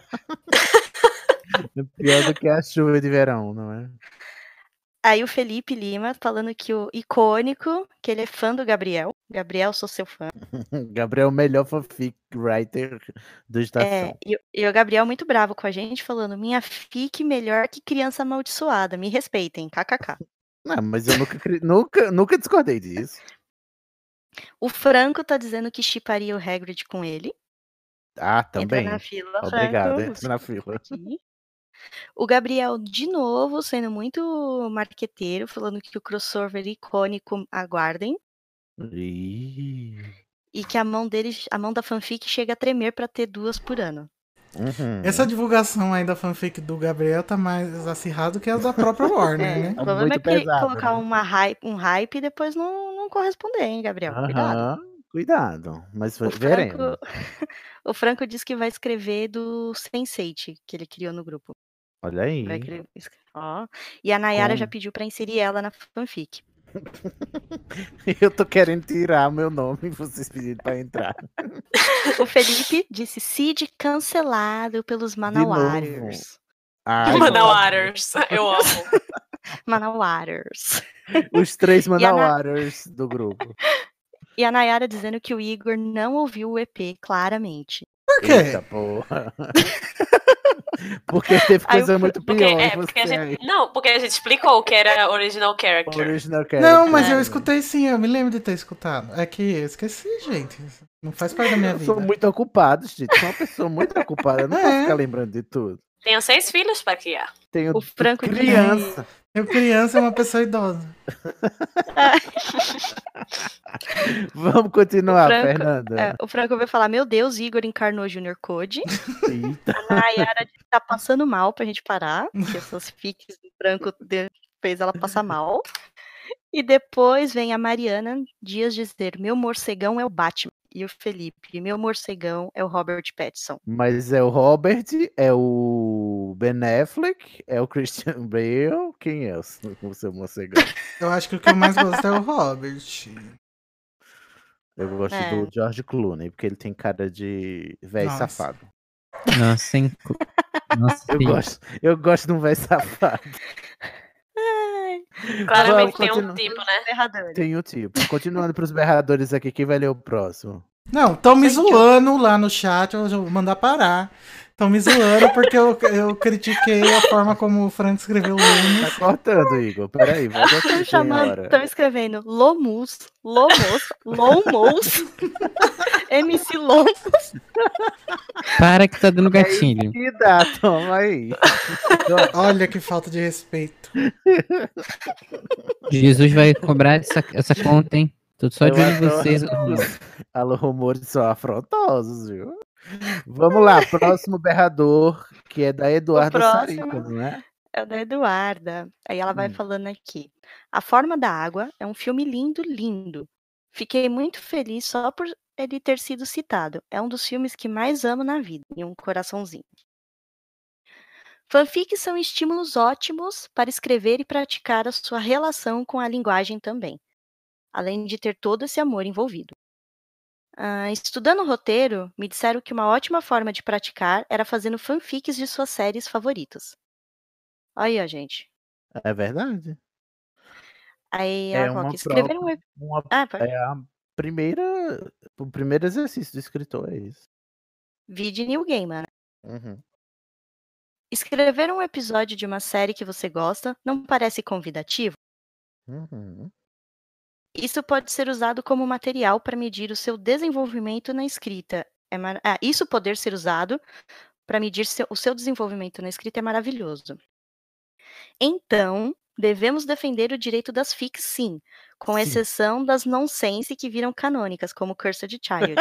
Pior do que a chuva de verão, não é? Aí o Felipe Lima falando que o icônico, que ele é fã do Gabriel. Gabriel, sou seu fã. Gabriel, o melhor fanfic writer do É, Estação. e, o- e o Gabriel muito bravo com a gente, falando: minha fic melhor que criança amaldiçoada, me respeitem, kkk. Não, mas eu nunca, cri- nunca, nunca discordei disso. O Franco tá dizendo que shipparia o Hagrid com ele. Ah, Entra também. na fila, Obrigado, Franco. entra na fila. Aqui. O Gabriel, de novo, sendo muito marqueteiro, falando que o crossover icônico aguardem. Ih. E que a mão dele, a mão da fanfic chega a tremer pra ter duas por ano. Uhum. Essa divulgação aí da fanfic do Gabriel tá mais acirrado que a da própria Warner, É, né? o problema muito é que pesado, colocar né? uma hype, um hype e depois não, não corresponder, hein, Gabriel? Cuidado. Aham, cuidado. Mas O veremos. Franco, o Franco disse que vai escrever do sense eight que ele criou no grupo. Olha Vai aí. escrever- Ó. E a Nayara Como? já pediu pra inserir ela na fanfic. Eu tô querendo tirar meu nome e vocês pediram pra entrar. O Felipe disse Cid cancelado pelos De Manauaras. Ai, Manauaras. Eu amo. Manauaras. os três E a Na- Manauaras do grupo. E a Nayara dizendo que o Igor não ouviu o E P claramente. Por quê? Eita porra. Porque teve Aí coisa eu- muito Porque, pior. é, em porque a você aí. gente, não, porque a gente explicou o que era original character. Original character. Não, mas eu né? escutei sim, eu me lembro de ter escutado. É que eu esqueci, gente. Não faz parte da minha Eu vida. sou muito ocupado, gente. Sou uma pessoa muito ocupada. Eu não posso É. ficar lembrando de tudo. Tenho seis filhos pra criar. Tenho O Franco criança. Eu criança é uma pessoa idosa. Vamos continuar, O Franco- Fernanda. É, o Franco veio falar: meu Deus, Igor encarnou Junior Code. Eita. A Nayara disse que tá passando mal pra gente parar, porque essas fics do Franco de- fez ela passar mal. E depois vem a Mariana Dias dizer: meu morcegão é o Batman. E o Felipe: meu morcegão é o Robert Pattinson. Mas é o Robert, é o Ben Affleck, é o Christian Bale. Quem é o seu- o seu morcegão? Eu acho que o que eu mais gosto é o Robert. Eu gosto É. do George Clooney, porque ele tem cara de velho Nossa. safado. Nossa, hein? Nossa, Eu sim. gosto, eu gosto de um velho safado. Claramente Vamos tem um continuar. tipo, né? Berradores. Tem o tipo. Continuando pros berradores aqui, quem vai ler o próximo? Não, estão me Gente, zoando lá no chat, eu já vou mandar parar. Estão me zoando porque eu, eu critiquei a forma como o Frank escreveu o Tá Lumos. cortando, Igor. Peraí, volta aqui, Estão tem chamando, hora. estão escrevendo Lomus, Lomos, Lomos, M C Lomos. Para que tá dando gatilho. Que dá, toma aí. Olha que falta de respeito. Jesus vai cobrar essa, essa conta, hein? Tô só de Eu olho em adoro vocês. os- Alô, rumores são afrontosos, viu? Vamos lá, próximo berrador, que é da Eduarda próximo- Saricas, né? É o da Eduarda. Aí ela vai Hum. falando aqui. A Forma da Água é um filme lindo, lindo. Fiquei muito feliz só por ele ter sido citado. É um dos filmes que mais amo na vida. E um coraçãozinho. Fanfics são estímulos ótimos para escrever e praticar a sua relação com a linguagem também. Além de ter todo esse amor envolvido. Ah, estudando o roteiro, me disseram que uma ótima forma de praticar era fazendo fanfics de suas séries favoritas. Aí, ó, gente. É verdade. Aí É ela uma coloca, escrever um... prova, ep- uma- Ah, pode. é a primeira, o primeiro exercício do escritor, é isso. Vide Neil Gaiman, né? Uhum. Escrever um episódio de uma série que você gosta não parece convidativo? Uhum. Isso pode ser usado como material para medir o seu desenvolvimento na escrita. É mar... ah, isso poder ser usado para medir seu- o seu desenvolvimento na escrita é maravilhoso. Então, devemos defender o direito das fics, sim, com Sim. exceção das nonsense que viram canônicas, como Cursed Child.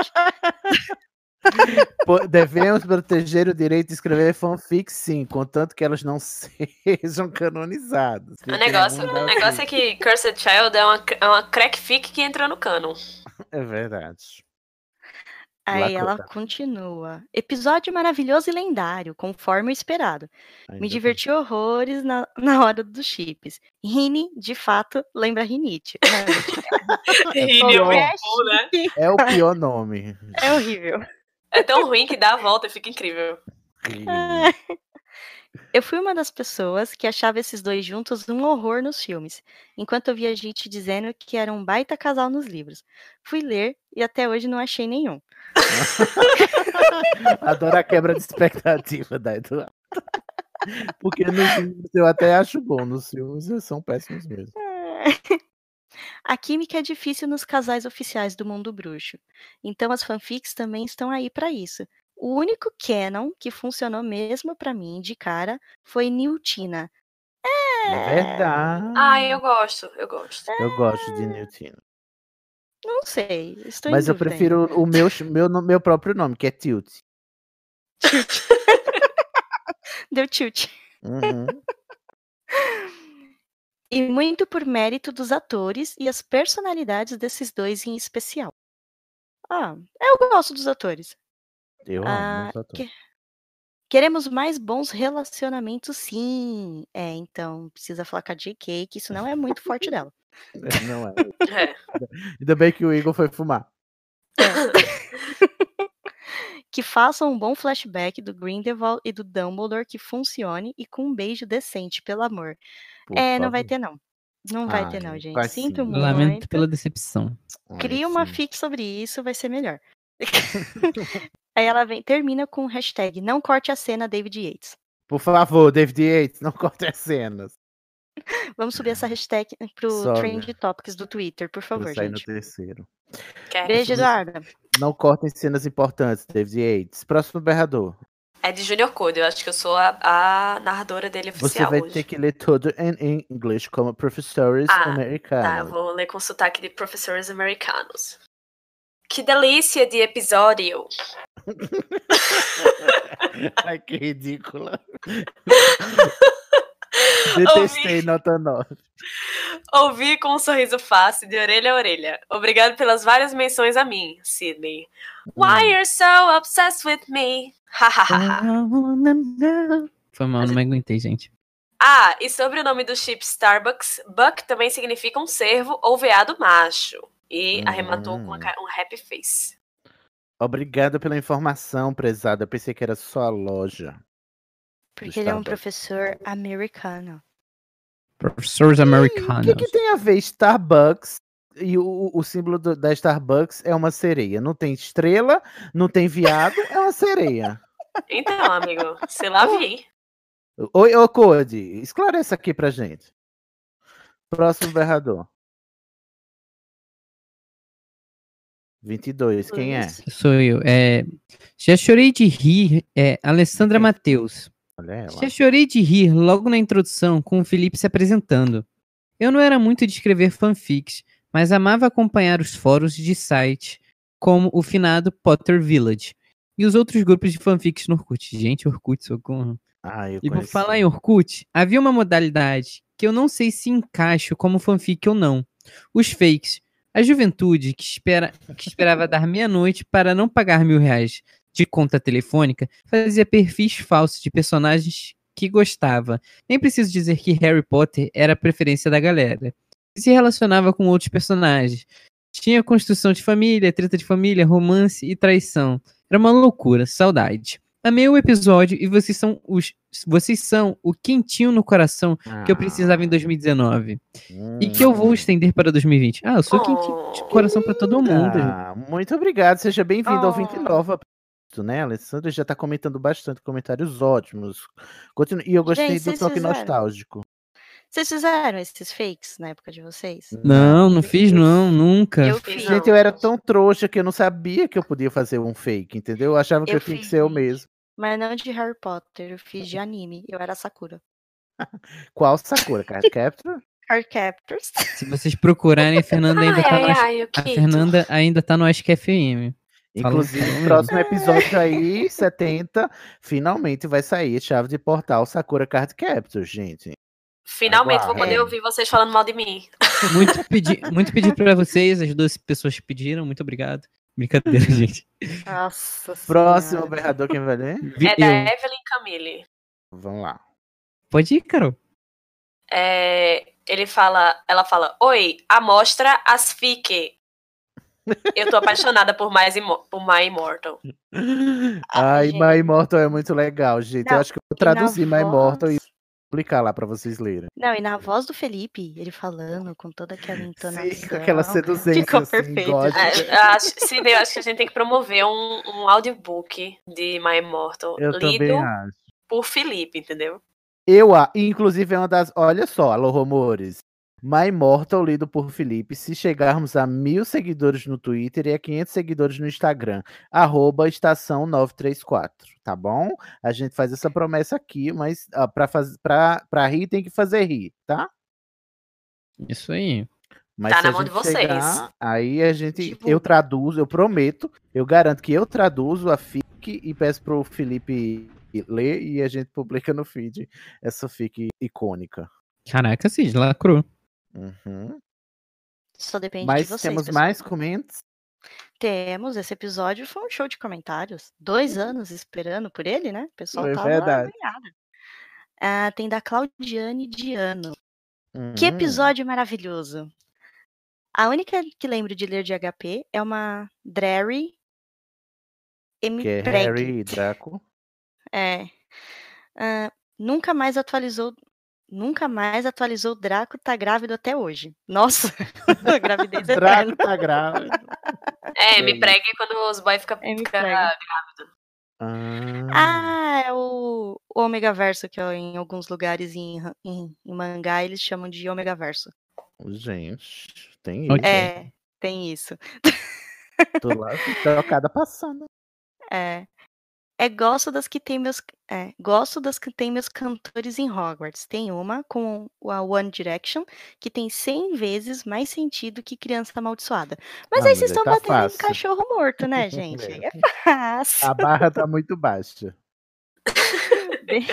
Pô, devemos proteger o direito de escrever fanfic, sim, contanto que elas não sejam canonizadas. O negócio, o negócio é que Cursed Child é uma, é uma crack fic que entrou no canon. É verdade. Aí ela Lacota. continua. Episódio maravilhoso e lendário, conforme o esperado. Ainda Me bem. diverti horrores na, na hora dos chips. Rini, de fato, lembra rinite. Rini é pior. muito bom, né? É o pior nome. É horrível. É tão ruim que dá a volta e fica incrível. Eu fui uma das pessoas que achava esses dois juntos um horror nos filmes, enquanto eu via gente dizendo que era um baita casal nos livros. Fui ler e até hoje não achei nenhum. Adoro a quebra de expectativa da Eduardo. Porque nos livros eu até acho bom, nos filmes eles são péssimos mesmo. A química é difícil nos casais oficiais do mundo bruxo, então as fanfics também estão aí pra isso. O único canon que funcionou mesmo pra mim de cara foi Niltina. É verdade. Ah, eu gosto, eu gosto. Eu gosto de Niltina. Não sei, estou Mas em eu dúvida prefiro ainda. o meu, meu, meu próprio nome, que é Tilt. Deu tilt. Uhum. E muito por mérito dos atores e as personalidades desses dois em especial. Ah, eu gosto dos atores. Eu Ah, amo os atores. que- Queremos mais bons relacionamentos, sim. É, então, precisa falar com a J K, que isso não é muito forte dela. Não é. É. Ainda bem que o Igor foi fumar. Que façam um bom flashback do Grindelwald e do Dumbledore que funcione e com um beijo decente, pelo amor. Por é, não vai favor. ter não. Não vai ter Ai, não, gente. vai Sinto sim. muito. Lamento pela decepção. Cria Ai, uma sim. fic sobre isso, vai ser melhor. Aí ela vem, termina com hashtag não corte a cena David Yates. Por favor, David Yates, não corte as cenas. Vamos subir essa hashtag pro Sobe. Trend Topics do Twitter, por Pra favor, sair no gente. terceiro. Quer? Beijo, Eduarda. Não cortem cenas importantes, David Yates. Próximo berrador. É de Junior Code, eu acho que eu sou a, a narradora dele Você oficial vai hoje. ter que ler todo em inglês, como professores Ah, Tá, eu americanos. vou ler com sotaque de professores americanos. Que delícia de episódio! Ai, que ridícula. Detestei nota nove. Ouvi com um sorriso fácil de orelha a orelha. Obrigado pelas várias menções a mim, Sidney. Why you're so obsessed with me? Hahaha. Foi mal, não me aguentei, gente. Ah, e sobre o nome do chip Starbucks, Buck também significa um cervo ou veado macho. E Hum. arrematou com uma ca- um happy face. Obrigado pela informação, prezada. Eu pensei que era só a loja. Porque ele é um Starbucks. professor americano. Professores O americanos. que, que tem a ver Starbucks? E o, o símbolo do- da Starbucks é uma sereia. Não tem estrela, não tem viado, é uma sereia. Então, amigo, se lá vi. Oi, ô Code, esclarece aqui pra gente. Próximo berrador. vinte e dois, quem é? Sou eu. É, já chorei de rir. É, Alessandra Matheus. Olha ela. Já chorei de rir logo na introdução com o Felipe se apresentando. Eu não era muito de escrever fanfics, mas amava acompanhar os fóruns de site como o finado Potter Village e os outros grupos de fanfics no Orkut. Gente, Orkut, socorro. Ah, eu E por conheci. falar em Orkut, havia uma modalidade que eu não sei se encaixo como fanfic ou não. Os fakes. A juventude que, espera, que esperava dar meia-noite para não pagar mil reais de conta telefônica fazia perfis falsos de personagens que gostava. Nem preciso dizer que Harry Potter era a preferência da galera. Se relacionava com outros personagens. Tinha construção de família, treta de família, romance e traição. Era uma loucura, saudade. Amei o episódio e vocês são os vocês são o quentinho no coração que eu precisava em dois mil e dezenove. E que eu vou estender para dois mil e vinte. Ah, eu sou quentinho de coração para todo mundo, gente. Ah, muito obrigado, seja bem-vindo ao Oh. vinte e nove. visto, né? A Alessandra já tá comentando bastante, comentários ótimos. Continu- E eu gostei Gente, do vocês toque fizeram? nostálgico. Vocês fizeram esses fakes na época de vocês? Não, não fiz não, nunca. Eu fiz. Gente, eu era tão trouxa que eu não sabia que eu podia fazer um fake, entendeu? Eu achava que eu, Eu tinha que fiz. ser eu mesmo. Mas não de Harry Potter, eu fiz de anime. Eu era a Sakura. Qual Sakura? Card Capture? Card Captors. Se vocês procurarem, a Fernanda ainda Ai, tá ai, no Ask- ai, o A Kito. Fernanda ainda tá no Ask F M. Falou- Inclusive, falou mesmo. próximo episódio aí, setenta, finalmente vai sair Chave de Portal Sakura Card Capture, gente. Finalmente vou Aguardem. poder ouvir vocês falando mal de mim. Muito pedi, muito pedido pra vocês, as duas pessoas pediram, muito obrigado. Brincadeira, gente. Nossa Próximo Senhora. berrador, quem vai ler? Vi- É da eu. Evelyn Camille. Vamos lá. Pode ir, Carol. É, ele fala, ela fala, oi, amostra as fique. Eu tô apaixonada por, mais imo- por My Immortal. Ai, gente. My Immortal é muito legal, gente. Não, eu acho que eu vou e na traduzir My Immortal e voz- publicar lá pra vocês lerem. Não, e na voz do Felipe, ele falando com toda aquela entonação. Sim, com aquela seduzência, Ficou assim, perfeito. gótica. gente. É, acho, sim, eu acho que a gente tem que promover um, um audiobook de My Immortal Eu lido também acho. por Felipe, entendeu? Eu, a- inclusive, é uma das. Olha só, alô, rumores. My Immortal, lido por Felipe. Se chegarmos a mil seguidores no Twitter e a quinhentos seguidores no Instagram, arroba estação novecentos e trinta e quatro, tá bom? A gente faz essa promessa aqui, mas ah, pra, faz... pra, pra rir tem que fazer rir, tá? Isso aí. Mas Tá se na a mão de gente vocês. chegar, aí a gente, Divulga. eu traduzo, eu prometo, eu garanto que eu traduzo a fic e peço pro Felipe ler e a gente publica no feed essa fic icônica. Caraca, Cid, lacrou. Uhum. Só depende Mas de vocês. temos pessoal. mais comentários? Temos, esse episódio foi um show de comentários. Dois anos esperando por ele, né? O pessoal Foi tava verdade. alinhado. Ah, tem da Claudiane Diano. Que Uhum. episódio maravilhoso. A única que lembro de ler de H P é uma Drarry M. Que é Preg. Harry e Draco. É. Ah, nunca mais atualizou. Nunca mais atualizou o Draco, tá grávido até hoje. Nossa, a gravidez é Draco eterna. tá grávido. É, Que me isso. pregue quando os boys ficam É, me fica pregue. grávidos. Ah, Ah, é o, o Omega Verso, que ó, em alguns lugares em, ra- em, em mangá eles chamam de Omega Verso. gente, tem Ok. isso. É, tem isso. Tô lá, trocada passando. É. É, gosto das que tem meus. É, gosto das que tem meus cantores em Hogwarts. Tem uma com a One Direction que tem cem vezes mais sentido que Criança Amaldiçoada. Mas Ah, aí mas vocês aí estão tá batendo fácil. em cachorro morto, né, gente? Aí É. é fácil. A barra tá muito baixa. Be-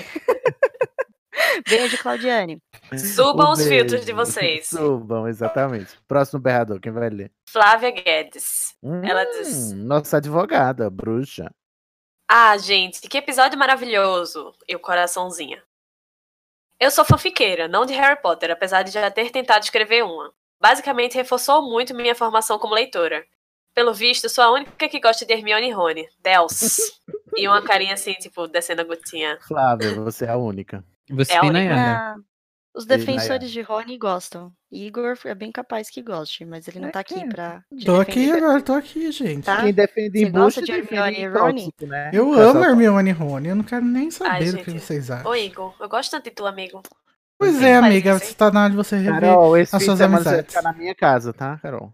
Beijo, Claudiane. Subam Um os filtros de beijo. vocês. Subam, exatamente. Próximo berrador, quem vai ler? Flávia Guedes. Ela Hum, diz: Nossa advogada, bruxa. Ah, gente, que episódio maravilhoso! E o coraçãozinho. Eu sou fanfiqueira, não de Harry Potter, apesar de já ter tentado escrever uma. Basicamente, reforçou muito minha formação como leitora. Pelo visto, sou a única que gosta de Hermione e Rony. Dels. E uma carinha assim, tipo, descendo a gotinha. Flávia, você é a única. Você É a tem única. Nayara. Ah, os E Nayara? defensores de Rony gostam. Igor é bem capaz que goste, mas ele não tá aqui pra. te Tô aqui defender, agora, tô aqui, gente. Tá? Quem defende Você embuste gosta de defende Hermione e Rony? tóxico, né? Eu Casal amo tóxico. Hermione e Rony, eu não quero nem saber Ai, o que gente. vocês acham. Ô, Igor, eu gosto tanto de tu, amigo. Pois Quem é, faz amiga, isso, hein? você tá na hora de você rever Carol, esse as fim de suas semana você vai amizades. ficar na minha casa, tá, Carol?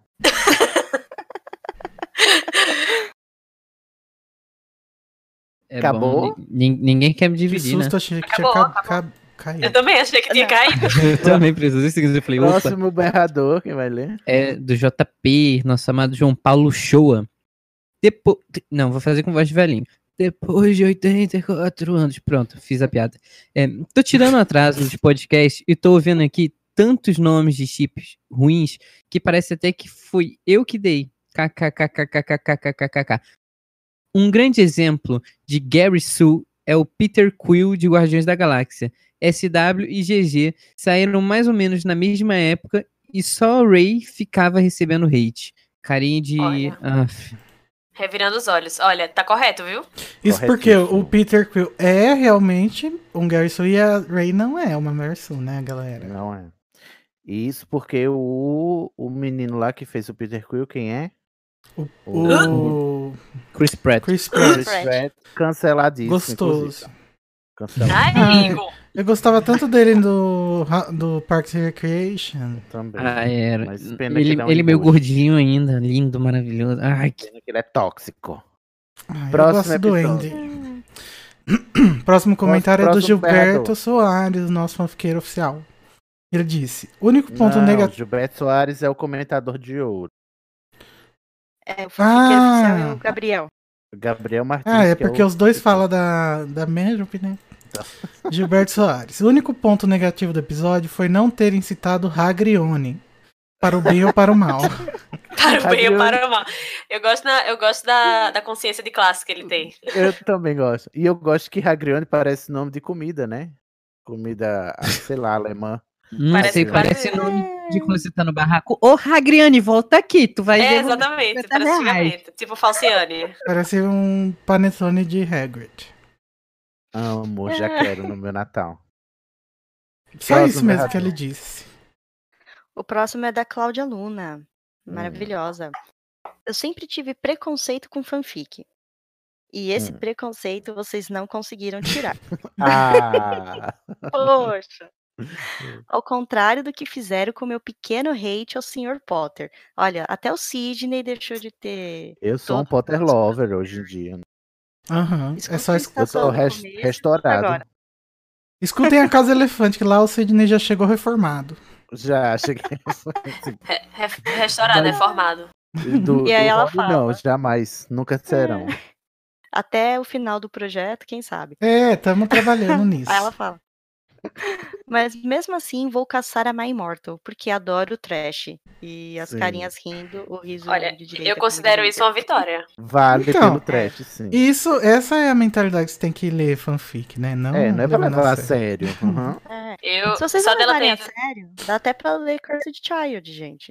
É Acabou? bom, ni- nin- ninguém quer me Que dividir, né? susto, achei que tinha Acabou, ca- acabou. ca- caído. Eu também achei que tinha Não. caído. Eu também precisei seguir. Eu falei, opa, Próximo berrador, quem vai ler? é do J P, nosso amado João Paulo Shoa. Depois. Não, vou fazer com voz de velhinho. Depois de oitenta e quatro anos. Pronto, fiz a piada. É, tô tirando atraso de podcast e tô ouvindo aqui tantos nomes de chips ruins que parece até que fui eu que dei. KKKKKKKKKK. Um grande exemplo de Gary Sue é o Peter Quill de Guardiões da Galáxia. S W e G G saíram mais ou menos na mesma época e só o Ray ficava recebendo hate. Carinha de. Olha. Aff. Revirando os olhos. Olha, tá correto, viu? Isso porque Corretíssimo. o Peter Quill é realmente um Garrison e a Rey não é uma Merson, né, galera? Não é. Isso porque o, o menino lá que fez o Peter Quill, quem é? O, O- o Chris Pratt. Chris Pratt. Chris Pratt, canceladíssimo. Gostoso. inclusive. Cancelado Ai, Igor. Eu gostava tanto dele do, do Parks and Recreation. também. Ah, era. Mas pena que Ele, não ele meio embuste. gordinho ainda, lindo, maravilhoso. Ai, que... Pena que ele é tóxico. Ah, eu Próximo gosto do episódio. Andy. Próximo comentário é do próximo Gilberto berrador. Soares, nosso fanfiqueiro oficial. Ele disse: o único ponto Não, negativo. Gilberto Soares é o comentador de ouro. É, o fanfiqueiro Ah. oficial é o Gabriel. Gabriel Martins. Ah, é que porque o- os dois falam da, da Merup, né? Gilberto Soares. O único ponto negativo do episódio foi não terem citado Hagrione. Para o bem ou para o mal. Para o bem ou Adriano- para o mal. Eu gosto, na, eu gosto da, da consciência de classe que ele tem. Eu também gosto. E eu gosto que Hagrione parece nome de comida, né? Comida, ah, sei lá, alemã. Não Parece- sei, parece- parece nome de quando você tá no barraco. Ô, Hagriane, volta aqui, tu vai É, devolver exatamente. cinquenta Parece reais. xingamento. Tipo Falciane. Parece um panetone de Hagrid. Amo, já quero no meu Natal. Só Próximo isso mesmo berrador. que ele disse. O próximo é da Cláudia Luna. Maravilhosa. Eu sempre tive preconceito com fanfic. E esse Hum. preconceito vocês não conseguiram tirar. Ah, Poxa. Ao contrário do que fizeram com o meu pequeno hate ao senhor Potter. Olha, até o Sidney deixou de ter. eu sou um todo- Potter lover hoje em dia. Aham. É Escuta só a es- Eu estação sou do res- começo, restaurado. agora. escutem a Casa Elefante, que lá o Sidney já chegou reformado. Já cheguei. Re- re- Restaurado, Mas- reformado. Do, E aí do ela Rob, fala. Não, jamais. Nunca serão. Até o final do projeto, quem sabe? É, estamos trabalhando nisso. Aí ela fala. Mas mesmo assim, vou caçar a My Immortal, porque adoro o trash. E as Sim. carinhas rindo, o riso Olha, de direita. eu com considero de isso uma vitória. Vale Então, pelo trash, sim. Isso, essa é a mentalidade que você tem que ler fanfic, né? Não, É, não é pra levando levar a sério. Uhum. É. Eu, Se vocês só não dela levarem ter a sério, dá até pra ler Cursed Child, gente.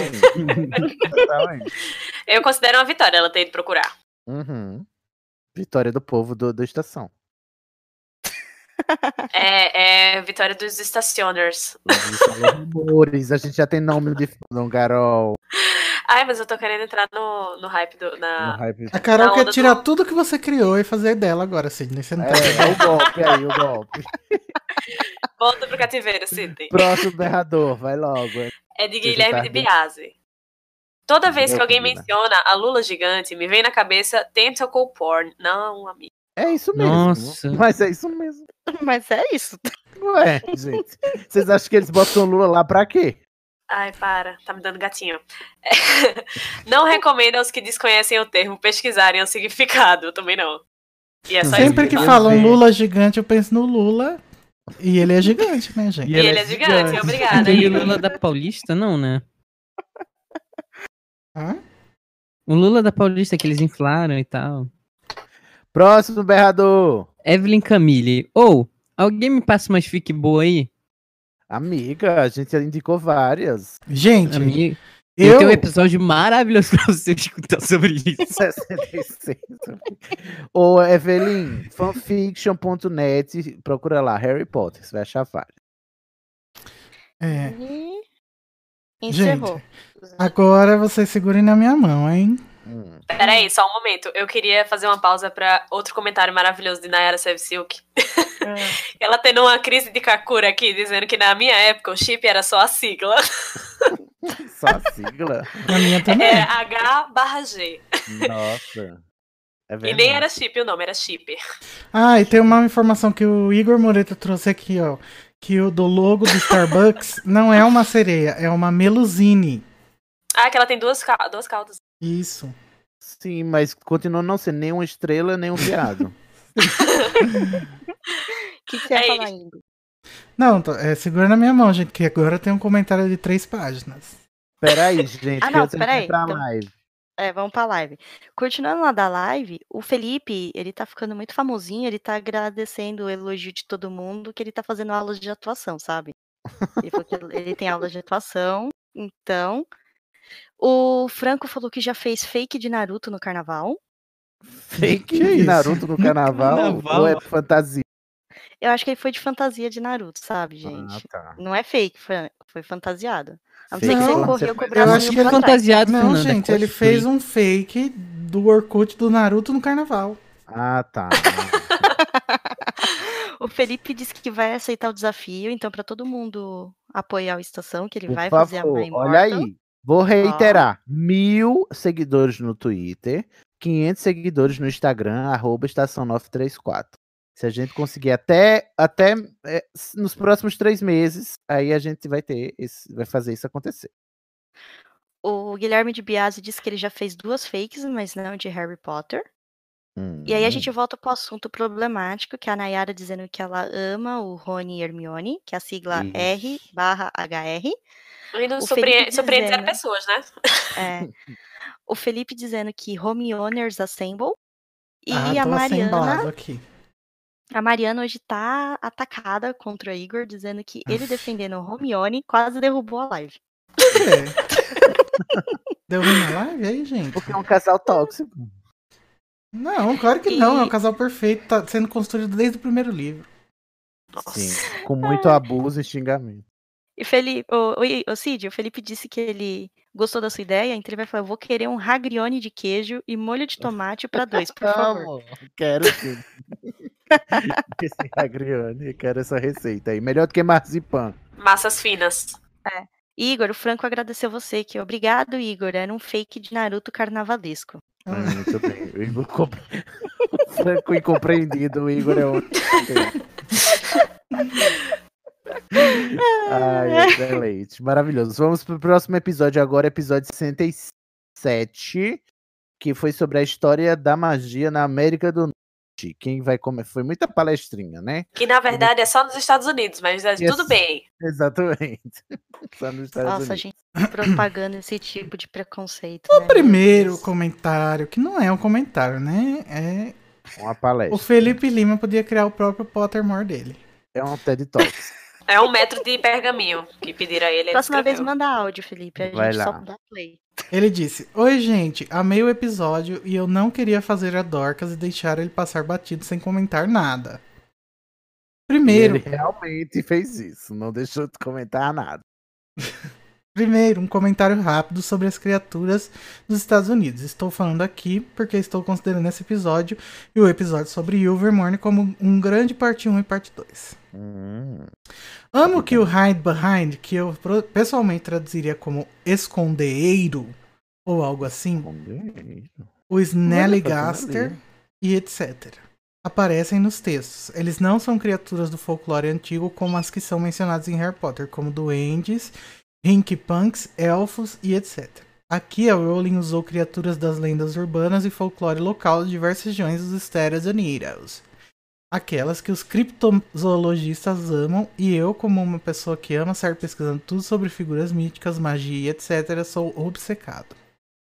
Totalmente. Eu considero uma vitória ela ter ido procurar. Uhum. Vitória do povo do, do Estação. É, é vitória dos estacioners. Amores, a gente já tem nome de fandom, Carol. Ai, mas eu tô querendo entrar no, no hype do. No Na... hype. A Carol Na quer onda tirar do- tudo que você criou e fazer dela agora, Sidney. Você não tá É, é o golpe aí, o golpe. Volta pro cativeiro, Sidney. Próximo berrador, vai logo. É de Você já Guilherme tá de bem- Biase. Toda vez Meu que alguém filho, né? menciona a Lula gigante, me vem na cabeça tentacle porn. Não, amigo. É isso mesmo. Nossa. Mas é isso mesmo. Mas é isso. Não é, gente. Vocês acham que eles botam Lula lá pra quê? Ai, para, tá me dando gatinho. É, não recomendo aos que desconhecem o termo pesquisarem o significado, também não. E é só Sempre isso que eu falam ver. Lula gigante, eu penso no Lula. E ele é gigante, né, gente? E ele é gigante, obrigada. Aquele Igor. Lula da Paulista, não, né? Hã? O Lula da Paulista que eles inflaram e tal. Próximo berrador. Evelyn Camille. Ou, alguém me passa umas fic boa aí? Amiga, a gente indicou várias. Gente, Amigo, eu... eu tenho um episódio maravilhoso pra você escutar sobre isso. sessenta e seis. Ô, Evelyn, fanfiction ponto net, procura lá, Harry Potter, você vai achar várias. É, E gente, encerrou. agora vocês segurem na minha mão, hein? Hum. Peraí, só um momento. Eu queria fazer uma pausa pra outro comentário maravilhoso de Nayara Sevsilk. Ela tendo uma crise de Kakura aqui, dizendo que na minha época o chip era só a sigla. Só a sigla? Na minha também. É H barra G. Nossa. É E verdade. nem era chip o nome, era shipper. Ah, e tem uma informação que o Igor Moreto trouxe aqui, ó. Que o do logo do Starbucks não é uma sereia, é uma melusine. Ah, que ela tem duas, ca- duas caudas. Isso. Sim, mas continua não sendo nem uma estrela, nem um viado. O que, que você ia É falar isso. ainda? Não, tô- é, segura na minha mão, gente, que agora tem um comentário de três páginas. Peraí, gente, Ah, que não, antes a gente peraí, vai pra então- live. É, vamos pra live. Continuando lá da live, o Felipe, ele tá ficando muito famosinho, ele tá agradecendo o elogio de todo mundo, que ele tá fazendo aulas de atuação, sabe? Ele falou que ele tem aulas de atuação, então... O Franco falou que já fez fake de Naruto no carnaval. Fake Que de isso? Naruto no carnaval, carnaval? ou é fantasia? Eu acho que ele foi de fantasia de Naruto, sabe, gente? tá. Não é fake, foi, foi fantasiado. A não ser Fake que você Não, correu com o eu bracinho acho que pra ele trás. fantasiado, Não, Fernanda, gente, ele cosplay. fez um fake do Orkut do Naruto no carnaval. Ah, tá. O Felipe disse que vai aceitar o desafio, então pra todo mundo apoiar o Estação, que ele Por vai fazer a favor, My olha Immortal. aí. Vou reiterar. Mil seguidores no Twitter, quinhentos seguidores no Instagram, arroba estação novecentos e trinta e quatro. Se a gente conseguir até, até é, nos próximos três meses, aí a gente vai ter esse, vai fazer isso acontecer. O Guilherme de Biasi disse que ele já fez duas fakes, mas não de Harry Potter. Hum. E aí a gente volta pro assunto problemático, que é a Nayara dizendo que ela ama o Rony e Hermione, que é a sigla R barra H R. E não O surpreende, Felipe surpreende zero dizendo- pessoas, né? É. O Felipe dizendo que Homeowners Assemble. E ah, a tô Mariana. assemblado aqui. A Mariana hoje tá atacada contra o Igor, dizendo que ele defendendo o Hermione quase derrubou a live. É. Deu ruim na live aí, gente? Porque é um casal tóxico. Não, claro que E- não. É um casal perfeito. Tá sendo construído desde o primeiro livro. Sim, com muito abuso e xingamento. E Felipe, o, o, o Cid, o Felipe disse que ele gostou da sua ideia, então ele vai falar: eu vou querer um Hagrione de queijo e molho de tomate pra dois, por favor. Amo, quero sim. Esse Agriane, quero essa receita aí. Melhor do que marzipan. Massas finas. É. Igor, o Franco agradeceu você, que obrigado, Igor. Era um fake de Naruto carnavalesco. Ah, muito bem. O Igor compre... Franco incompreendido, o Igor é outro. Ai, excelente. Maravilhoso. Vamos pro próximo episódio agora, episódio sessenta e sete, que foi sobre a história da magia na América do Norte. Quem vai comer? Foi muita palestrinha, né? Que na verdade é só nos Estados Unidos, mas é Yes. tudo bem. Exatamente. Só nos Estados Nossa, Unidos. gente, propagando esse tipo de preconceito. O né? primeiro comentário, que não é um comentário, né? É. Uma palestra. O Felipe Lima podia criar o próprio Pottermore dele. É um TED Talks. É um metro de pergaminho que pediram a ele. ele Próxima vez escreveu. manda áudio, Felipe. A Vai gente lá. só dá play. Ele disse: Oi, gente, amei o episódio e eu não queria fazer a Dorcas e deixar ele passar batido sem comentar nada. Primeiro, Ele realmente fez isso. Não deixou de comentar nada. primeiro, um comentário rápido sobre as criaturas dos Estados Unidos. Estou falando aqui porque estou considerando esse episódio e o episódio sobre Ilvermorny como um grande parte um e parte dois. Hum. Amo que o Hide Behind, que eu pro- pessoalmente traduziria como escondeeiro ou algo assim, o Snallygaster e etcétera, aparecem nos textos. Eles não são criaturas do folclore antigo como as que são mencionadas em Harry Potter, como duendes, rinky-punks, elfos e etcétera. Aqui a Rowling usou criaturas das lendas urbanas e folclore local de diversas regiões dos Estados Unidos. Aquelas que os criptozoologistas amam, e eu, como uma pessoa que ama estar pesquisando tudo sobre figuras míticas, magia e etcétera, sou obcecado.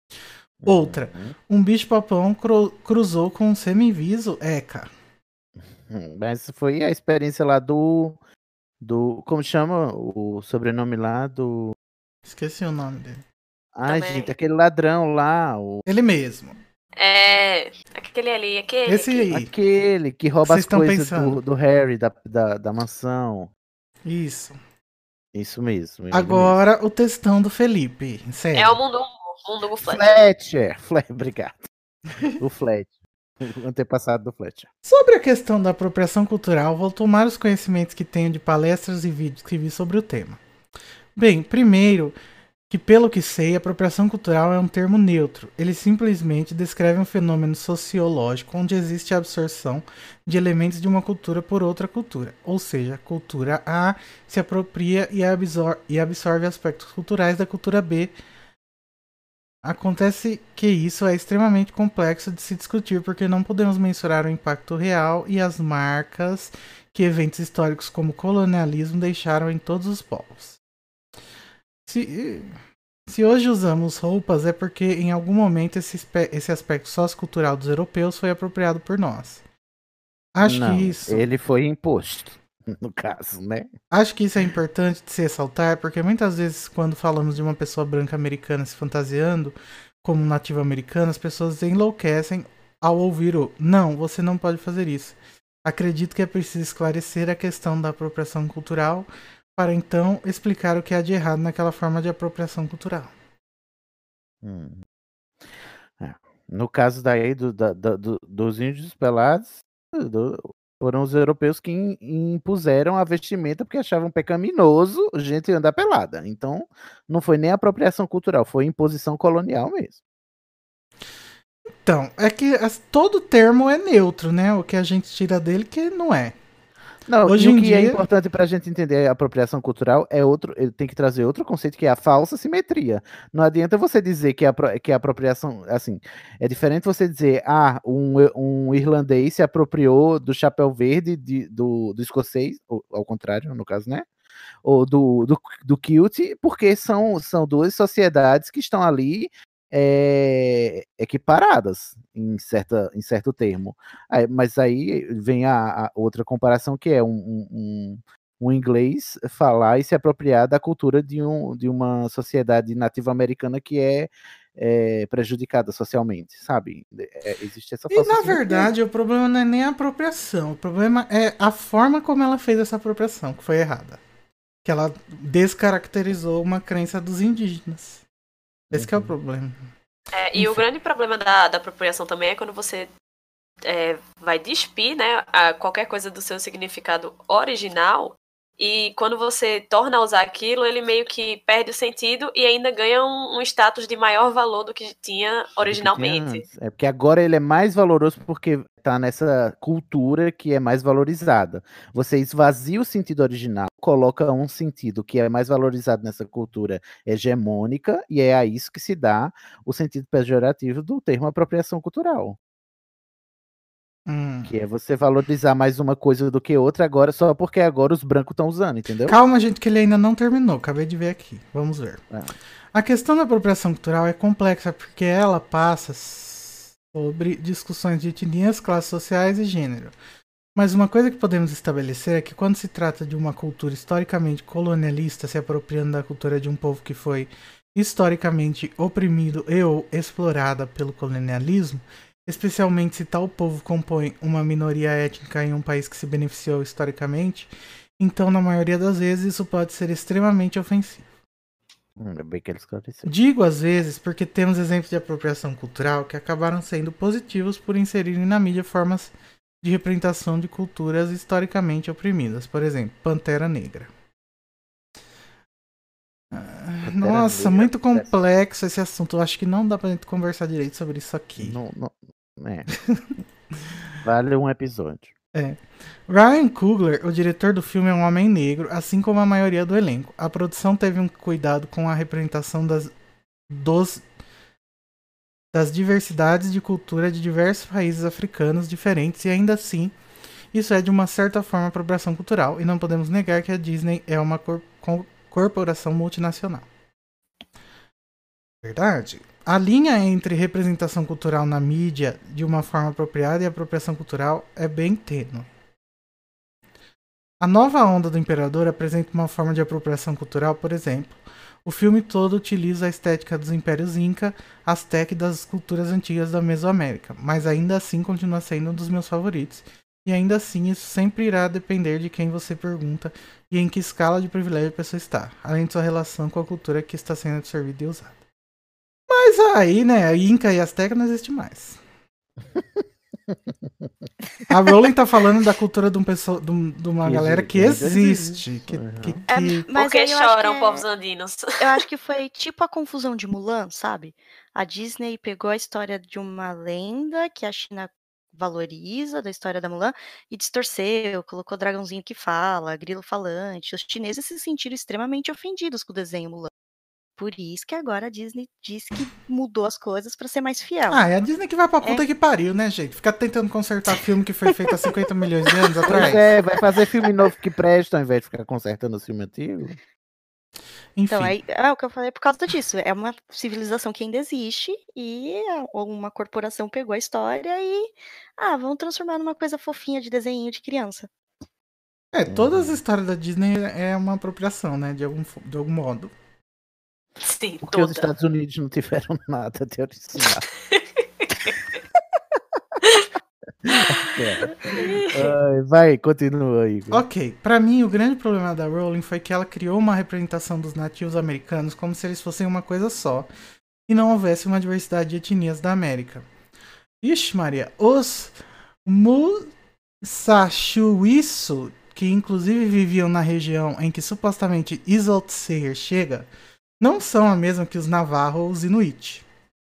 Outra, um bicho-papão cru- cruzou com um semiviso, Eka. Hum, Mas foi a experiência lá do. do como chama o sobrenome lá do. Esqueci o nome dele. Ai, Também. gente, aquele ladrão lá. O... Ele mesmo. É. Aquele ali, aquele. Esse aí. Aquele que rouba Vocês as estão coisas pensando? do, do Harry, da, da, da mansão. Isso. Isso mesmo. ele Agora o textão do Felipe. Sério. É o mundo mundo mesmo. Fletcher. Fletcher. Fle- Obrigado. O Fletcher. O antepassado do Fletcher. Sobre a questão da apropriação cultural, vou tomar os conhecimentos que tenho de palestras e vídeos que vi sobre o tema. Bem, primeiro, que pelo que sei, apropriação cultural é um termo neutro. Ele simplesmente descreve um fenômeno sociológico onde existe a absorção de elementos de uma cultura por outra cultura. Ou seja, a cultura A se apropria e absor- e absorve aspectos culturais da cultura B. Acontece que isso é extremamente complexo de se discutir porque não podemos mensurar o impacto real e as marcas que eventos históricos como o colonialismo deixaram em todos os povos. Se, se hoje usamos roupas é porque em algum momento esse, espe- esse aspecto sociocultural dos europeus foi apropriado por nós. Acho Não, que isso. Ele foi imposto, no caso, né? Acho que isso é importante de se ressaltar, porque muitas vezes, quando falamos de uma pessoa branca americana se fantasiando como nativa americana, as pessoas enlouquecem ao ouvir o "não, você não pode fazer isso". Acredito que é preciso esclarecer a questão da apropriação cultural para então explicar o que há de errado naquela forma de apropriação cultural. Hum. É. No caso daí do, da, da, do, dos índios pelados, do, foram os europeus que in, impuseram a vestimenta porque achavam pecaminoso gente andar pelada. Então, não foi nem apropriação cultural, foi imposição colonial mesmo. Então, é que as, todo termo é neutro, né? O que a gente tira dele que não é. Não, Hoje e em o que dia... é importante para a gente entender a apropriação cultural é outro, ele tem que trazer outro conceito que é a falsa simetria. Não adianta você dizer que a, que a apropriação, assim, é diferente você dizer, ah, um, um irlandês se apropriou do chapéu verde de, do, do escocês, ou ao contrário, no caso, né? Ou do, do, do kilt, porque são, são duas sociedades que estão ali É, equiparadas em, certa, em certo termo. Aí, mas aí vem a, a outra comparação, que é um, um, um inglês falar e se apropriar da cultura de, um, de uma sociedade nativa-americana que é, é prejudicada socialmente, sabe? É, existe essa E na simetria. verdade o problema não é nem a apropriação, o problema é a forma como ela fez essa apropriação, que foi errada. Que ela descaracterizou uma crença dos indígenas. Esse que é o problema. É, e o grande problema da, da apropriação também é quando você é, vai despir, né, a qualquer coisa do seu significado original, e quando você torna a usar aquilo, ele meio que perde o sentido e ainda ganha um, um status de maior valor do que tinha originalmente. É porque agora ele é mais valoroso porque tá nessa cultura que é mais valorizada. Você esvazia o sentido original, coloca um sentido que é mais valorizado nessa cultura hegemônica, e é a isso que se dá o sentido pejorativo do termo apropriação cultural. Hum. Que é você valorizar mais uma coisa do que outra agora, só porque agora os brancos estão usando, entendeu? Calma, gente, que ele ainda não terminou. Acabei de ver aqui. Vamos ver. É. A questão da apropriação cultural é complexa porque ela passa sobre discussões de etnias, classes sociais e gênero. Mas uma coisa que podemos estabelecer é que quando se trata de uma cultura historicamente colonialista se apropriando da cultura de um povo que foi historicamente oprimido e ou explorada pelo colonialismo, especialmente se tal povo compõe uma minoria étnica em um país que se beneficiou historicamente, então na maioria das vezes isso pode ser extremamente ofensivo. Hum, é bem que ele esclareceu. Digo às vezes porque temos exemplos de apropriação cultural que acabaram sendo positivos por inserirem na mídia formas de representação de culturas historicamente oprimidas. Por exemplo, Pantera Negra. Pantera Nossa, Negra, muito complexo esse assunto. Eu acho que não dá pra gente conversar direito sobre isso aqui. Não, não, é. Vale um episódio. É. Ryan Coogler, o diretor do filme, é um homem negro, assim como a maioria do elenco. A produção teve um cuidado com a representação das, dos, das diversidades de cultura de diversos países africanos diferentes, e ainda assim, isso é de uma certa forma apropriação cultural, e não podemos negar que a Disney é uma cor, com, corporação multinacional. Verdade? A linha entre representação cultural na mídia de uma forma apropriada e apropriação cultural é bem tênue. A nova onda do Imperador apresenta uma forma de apropriação cultural, por exemplo. O filme todo utiliza a estética dos impérios Inca, Azteca e das culturas antigas da Mesoamérica, mas ainda assim continua sendo um dos meus favoritos. E ainda assim isso sempre irá depender de quem você pergunta e em que escala de privilégio a pessoa está, além de sua relação com a cultura que está sendo absorvida e usada. Mas aí, né, Inca e Azteca não existe mais. A Rowling tá falando da cultura de, um pessoa, de, um, de uma Que galera existe, que existe. existe. Que, Uhum. que, que... É, mas Porque aí eu acho choram que é- povos andinos. Eu acho que foi tipo a confusão de Mulan, sabe? A Disney pegou a história de uma lenda que a China valoriza, da história da Mulan, e distorceu, colocou dragãozinho que fala, grilo falante. Os chineses se sentiram extremamente ofendidos com o desenho Mulan. Por isso que agora a Disney diz que mudou as coisas pra ser mais fiel. Ah, é a Disney que vai pra puta É. que pariu, né, gente? Ficar tentando consertar filme que foi feito há cinquenta milhões de anos atrás. Pois é, vai fazer filme novo que presta ao invés de ficar consertando o filme antigo. Enfim, Então, aí, é o que eu falei por causa disso. É uma civilização que ainda existe e a- uma corporação pegou a história e. Ah, vamos transformar numa coisa fofinha de desenho de criança. é, todas as histórias da Disney é uma apropriação, né, de algum, fo- de algum modo. Sim, Porque toda. os Estados Unidos não tiveram nada de original. cara. Ai, vai, continua aí. Ok, pra mim o grande problema da Rowling foi que ela criou uma representação dos nativos americanos como se eles fossem uma coisa só e não houvesse uma diversidade de etnias da América. Ixi Maria, os Musashi-Uiso, que inclusive viviam na região em que supostamente Isolde Sayre chega, não são a mesma que os Navarro ou os Inuit.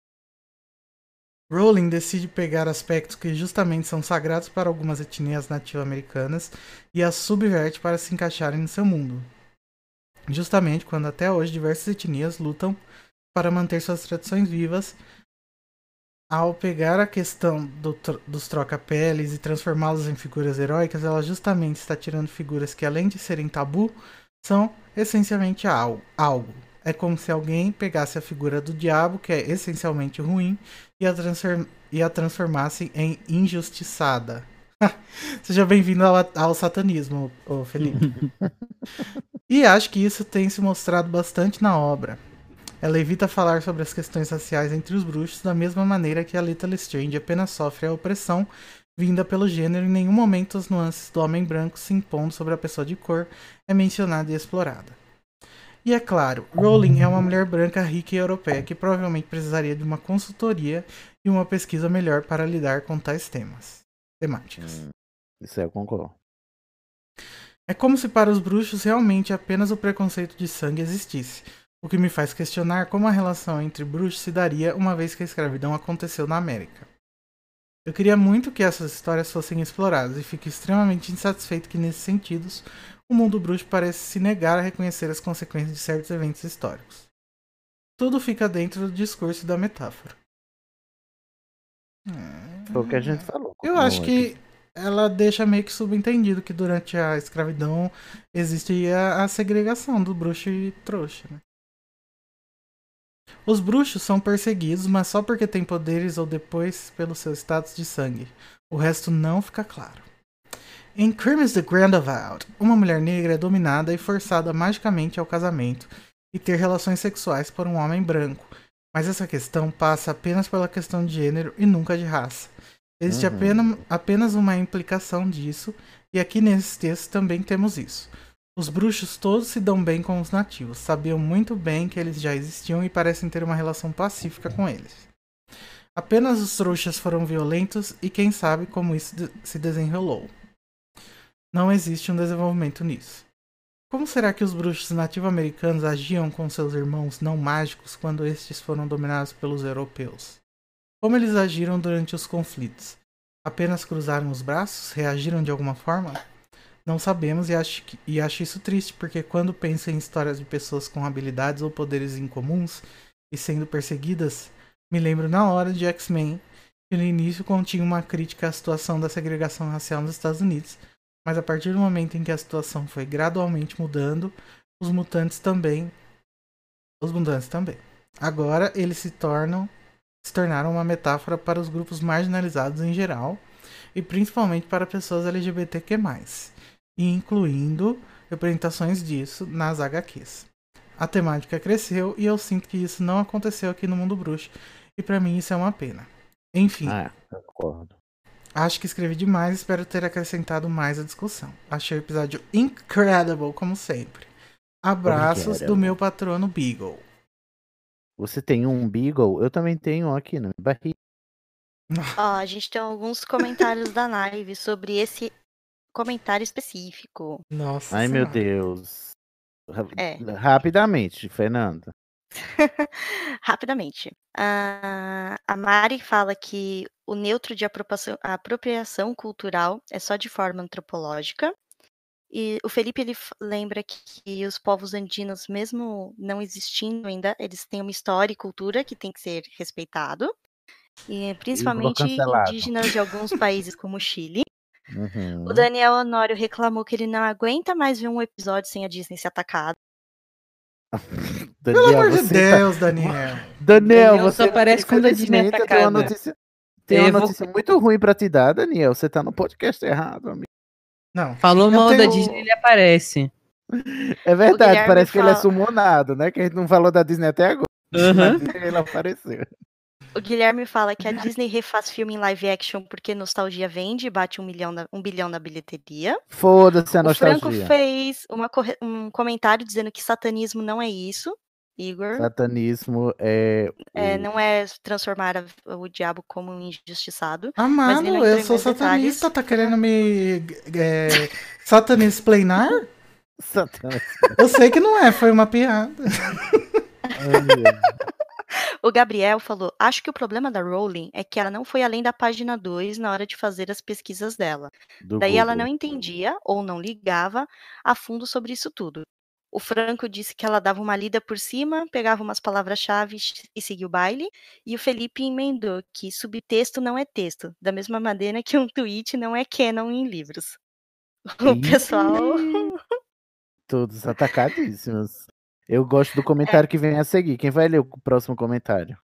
Rowling decide pegar aspectos que justamente são sagrados para algumas etnias nativo-americanas e as subverte para se encaixarem no seu mundo. Justamente quando até hoje diversas etnias lutam para manter suas tradições vivas, ao pegar a questão do tro- dos troca-peles e transformá-los em figuras heróicas, ela justamente está tirando figuras que, além de serem tabu, são essencialmente al- algo. É como se alguém pegasse a figura do diabo, que é essencialmente ruim, e a, transform- e a transformasse em injustiçada. Seja bem-vindo ao, ao satanismo, ô Felipe. E acho que isso tem se mostrado bastante na obra. Ela evita falar sobre as questões raciais entre os bruxos da mesma maneira que a Little Strange apenas sofre a opressão vinda pelo gênero e em nenhum momento as nuances do homem branco se impondo sobre a pessoa de cor é mencionada e explorada. E é claro, Rowling é uma mulher branca rica e europeia que provavelmente precisaria de uma consultoria e uma pesquisa melhor para lidar com tais temas. Temáticas. Hum, isso aí eu concordo. É como se para os bruxos realmente apenas o preconceito de sangue existisse, o que me faz questionar como a relação entre bruxos se daria uma vez que a escravidão aconteceu na América. Eu queria muito que essas histórias fossem exploradas e fico extremamente insatisfeito que, nesses sentidos, o mundo bruxo parece se negar a reconhecer as consequências de certos eventos históricos. Tudo fica dentro do discurso e da metáfora. Foi o que a gente falou. Eu acho que ela deixa meio que subentendido que durante a escravidão existia a segregação do bruxo e trouxa, né? Os bruxos são perseguidos, mas só porque têm poderes ou depois pelo seu status de sangue. O resto não fica claro. Em Crimes the Grindelwald, uma mulher negra é dominada e forçada magicamente ao casamento e ter relações sexuais por um homem branco, mas essa questão passa apenas pela questão de gênero e nunca de raça. Existe Uhum. apenas, apenas uma implicação disso, e aqui nesse texto também temos isso. Os bruxos todos se dão bem com os nativos, sabiam muito bem que eles já existiam e parecem ter uma relação pacífica com eles. Apenas os trouxas foram violentos e quem sabe como isso de- se desenrolou. Não existe um desenvolvimento nisso. Como será que os bruxos nativo-americanos agiam com seus irmãos não mágicos quando estes foram dominados pelos europeus? Como eles agiram durante os conflitos? Apenas cruzaram os braços? Reagiram de alguma forma? Não sabemos e acho, que, e acho isso triste, porque quando penso em histórias de pessoas com habilidades ou poderes incomuns e sendo perseguidas, me lembro na hora de X-Men, que no início continha uma crítica à situação da segregação racial nos Estados Unidos, mas a partir do momento em que a situação foi gradualmente mudando, os mutantes também, os mutantes também. Agora eles se tornam, se tornaram uma metáfora para os grupos marginalizados em geral, e principalmente para pessoas L G B T Q mais. E incluindo representações disso nas H Qs. A temática cresceu e eu sinto que isso não aconteceu aqui no mundo bruxo, e pra mim isso é uma pena. Enfim, Ah, eu concordo. acho que escrevi demais e espero ter acrescentado mais à discussão. Achei o episódio incredible, como sempre. Abraços Obrigado. do meu patrono Beagle. Você tem um Beagle? Eu também tenho aqui na minha barriga. Ó, a gente tem alguns comentários da live sobre esse comentário específico. Nossa Ai, meu Senhora. Deus. Ra- É. Rapidamente, Fernanda. Rapidamente. Ah, a Mari fala que o neutro de apropriação, apropriação cultural é só de forma antropológica. E o Felipe ele f- lembra que, que os povos andinos, mesmo não existindo ainda, eles têm uma história e cultura que tem que ser respeitado. E principalmente cancelado. indígenas de alguns países como o Chile. Uhum. O Daniel Honório reclamou que ele não aguenta mais ver um episódio sem a Disney ser atacada. Daniel, Pelo amor de você Deus, tá- Daniel. Daniel, Daniel você só aparece quando a Disney é infelizmente, eu tenho uma atacada. notícia, tem uma Eu vou- notícia muito ruim pra te dar, Daniel. Você tá no podcast errado, amigo. Não. Falou eu mal da tenho- Disney, ele aparece. É verdade, Guilherme parece que ele é fala- sumonado, né? Que a gente não falou da Disney até agora. Aham. Na Disney ele apareceu. O Guilherme fala que a Disney refaz filme em live action porque nostalgia vende e bate um, milhão na, um bilhão na bilheteria. Foda-se a O nostalgia. Franco fez uma corre- um comentário dizendo que satanismo não é isso, Igor. Satanismo é. É, o- não é transformar a- o diabo como um injustiçado. mas ele Amado, não entrou eu em sou mais detalhes. satanista, tá querendo me é, satanisplainar? Satanismo. Eu sei que não é, foi uma piada. O Gabriel falou: acho que o problema da Rowling é que ela não foi além da página dois na hora de fazer as pesquisas dela. Do Daí ela Google. não entendia ou não ligava a fundo sobre isso tudo. O Franco disse que ela dava uma lida por cima, pegava umas palavras-chave e seguia o baile. E o Felipe emendou que subtexto não é texto, da mesma maneira que um tweet não é canon em livros. O Ih, pessoal. Todos atacadíssimos. Eu gosto do comentário que vem a seguir. Quem vai ler o próximo comentário?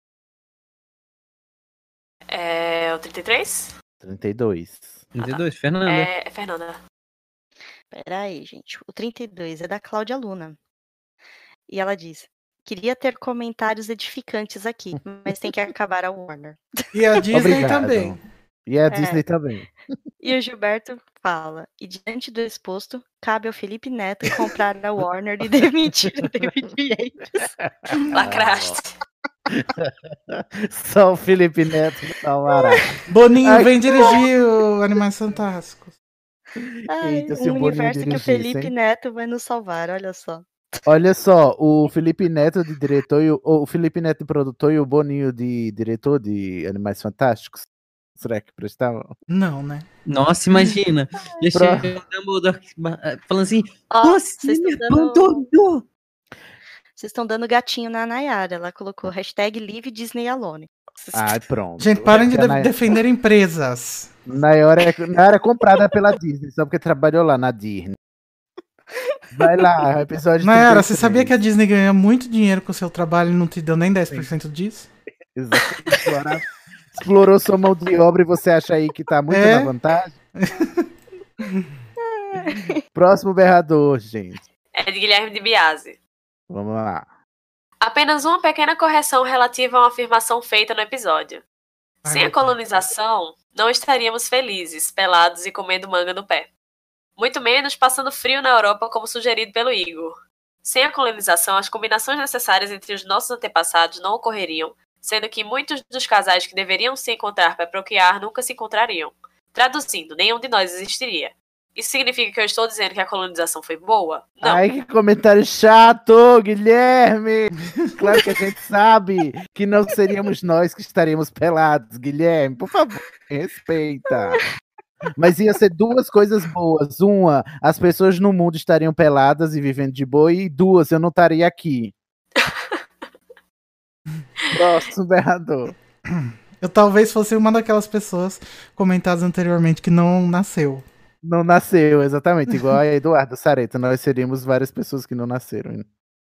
É o trinta e três? trinta e dois. trinta e dois, Fernanda. É, é Fernanda. Pera aí, gente. O trinta e dois é da Cláudia Luna. E ela diz: queria ter comentários edificantes aqui, mas tem que acabar a Warner. E a Disney Obrigado. também. E a É. Disney também. E o Gilberto fala: e diante do exposto, cabe ao Felipe Neto comprar a Warner e demitir o David Yates. Lacraste. Só o Felipe Neto salvará. Boninho Ai, vem que dirigir o Animais Fantásticos. Ai, Eita, se um o Boninho universo que o dirigisse, Felipe hein? Neto vai nos salvar, olha só. Olha só, o Felipe Neto de diretor e o, o Felipe Neto de produtor e o Boninho de diretor de Animais Fantásticos. Será que prestavam? Não, né? Nossa, imagina. Já Pra- chega o Dumbledore falando assim, Ó, você vocês me estão dando- abandonou. Vocês estão dando gatinho na Nayara. Ela colocou hashtag Leave Disney Alone. Ai, pronto. Gente, parem de Porque a de- Nay- defender empresas. Nayara é, Nayara é comprada pela Disney, só porque trabalhou lá na Disney. Vai lá, episódio Nayara, trinta e você sabia que a três. Disney ganha muito dinheiro com o seu trabalho e não te deu nem dez por cento disso? Exato. Explorar- Explorou sua mão de obra e você acha aí que tá muito É? na vantagem? Próximo berrador, gente. É de Guilherme de Biase. Vamos lá. Apenas uma pequena correção relativa a uma afirmação feita no episódio. Ai, Sem a meu pai. colonização, não estaríamos felizes, pelados e comendo manga no pé. Muito menos passando frio na Europa, como sugerido pelo Igor. Sem a colonização, as combinações necessárias entre os nossos antepassados não ocorreriam, sendo que muitos dos casais que deveriam se encontrar para procriar nunca se encontrariam. Traduzindo, nenhum de nós existiria. Isso significa que eu estou dizendo que a colonização foi boa? Não. Ai, que comentário chato, Guilherme! Claro que a gente sabe que não seríamos nós que estaríamos pelados, Guilherme. Por favor, respeita. Mas ia ser duas coisas boas. Uma, as pessoas no mundo estariam peladas e vivendo de boa. E duas, eu não estaria aqui. Próximo berrador. Eu talvez fosse uma daquelas pessoas comentadas anteriormente que não nasceu. Não nasceu, exatamente. Igual a Eduardo Sareta. Nós seríamos várias pessoas que não nasceram.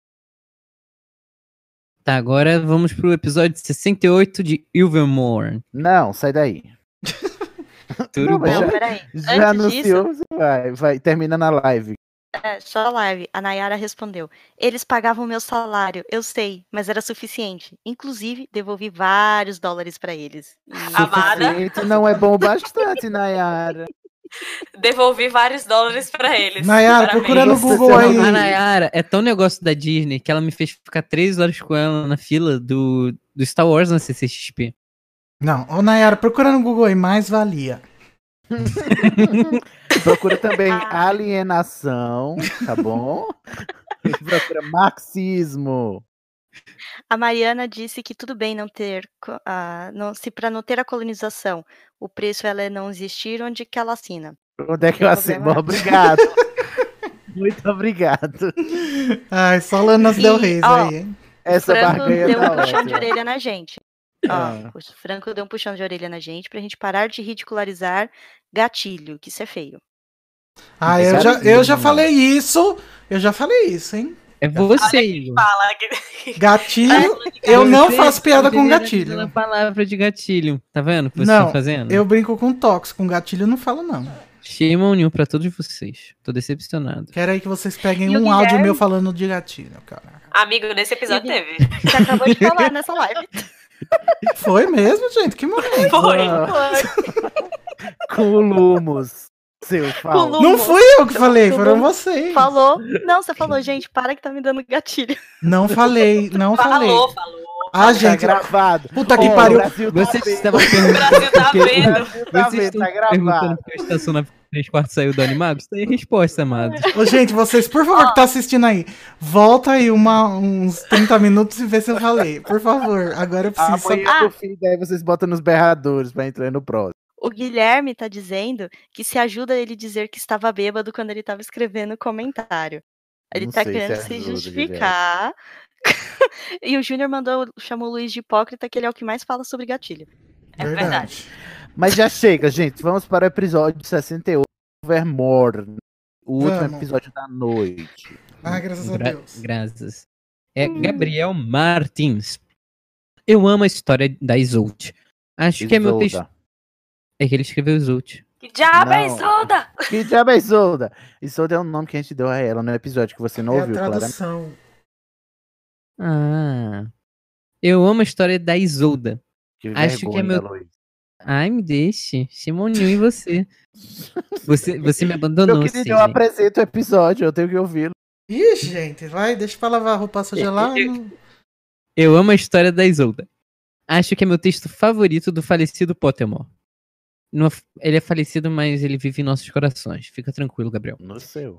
Tá, agora vamos pro episódio sessenta e oito de Ilvermorny. Não, sai daí. Tudo Não, mas bom? Não, peraí. Já Antes anunciou, disso, vai, vai, termina na live. é, só a live. A Nayara respondeu: eles pagavam meu salário, eu sei, mas era suficiente. Inclusive, devolvi vários dólares pra eles. E- Amada. Suficiente não é bom o bastante, Nayara. Devolvi vários dólares pra eles. Nayara, Parabéns. procura no Você Google não- aí. A Nayara é tão negócio da Disney que ela me fez ficar três horas com ela na fila do, do Star Wars na C C X P. Não, ô Nayara, procura no Google aí, mais valia. Procura também alienação, tá bom? Procura marxismo. A Mariana disse que tudo bem não ter, co- ah, não, se para não ter a colonização, o preço ela é não existir, onde que ela assina? Onde é que eu Tem assino? problema? Obrigado. Muito obrigado. Ai, só Lanas E, Del Reis ó, aí, hein? Essa Franco barganha deu tá um puxão de ótima. orelha na gente. Ó, Ah. o Franco deu um puxão de orelha na gente pra gente parar de ridicularizar gatilho, que isso é feio. Ah, eu já, eu já falei isso. Eu já falei isso, hein? É você, Igor. Fala que- Gatilho, eu não Você faço piada com deveria gatilho. usar a palavra de gatilho. Tá vendo o que vocês Não, estão fazendo? Eu brinco com tox, com gatilho eu não falo, não. Shame on you pra todos vocês. Tô decepcionado. Quero aí que vocês peguem E o um áudio Guilherme? meu falando de gatilho, cara. Amigo, nesse episódio E- teve. Você acabou de falar nessa live. Foi mesmo, gente? Que momento? Foi, foi. Com o Lumos. Seu falso. Não fui eu que falei, foram vocês. Falou? Não, você falou, gente, para que tá me dando gatilho. Não falei, não falei. Falou, falou. Ah, Tá gente, gravado. puta que Ó, pariu. o Brasil tá Vocês vendo. estavam O perguntando Brasil tá por que- vendo. Tá Vocês vendo, estão tá perguntando gravado. por que a estação nove três quartos saiu do Animagos? Tá aí a resposta, amados. Ô, gente, vocês, por favor, que tá assistindo aí, volta aí uma, uns trinta minutos e vê se eu falei. Por favor, agora eu preciso saber. Amanhã do fim, daí vocês botam nos berradores pra entrar no próximo. O Guilherme tá dizendo que se ajuda ele dizer que estava bêbado quando ele tava escrevendo o comentário. Ele Não tá sei querendo se se ajuda, justificar. E o Júnior mandou, chamou o Luiz de hipócrita, que ele é o que mais fala sobre gatilho. É verdade. Mas já chega, gente. Vamos para o episódio sessenta e oito, Evermore. O último Vamos. episódio da noite. Ah, graças a Gra- Deus. Graças. É Gabriel Martins. Eu amo a história da Isolde. Acho que é meu texto. Isolda. É que ele escreveu Isolde. Que diabo é Não. Isolda? Que diabo é Isolda? Isolda é o nome que a gente deu a ela no episódio que você não É a ouviu, claramente. tradução. Ah. Eu amo a história da Isolda. Que Acho que é vergonha, meu- Luiz. Ai, me deixe. Simoninho em você. Você, você me abandonou, Eu queria sim. eu apresento o episódio, eu tenho que ouvi-lo. Ih, gente, vai, deixa pra lavar a roupa suja lá. Eu- no- Eu amo a história da Isolda. Acho que é meu texto favorito do falecido Pottermore. Não- ele é falecido, mas ele vive em nossos corações. Fica tranquilo, Gabriel. No seu.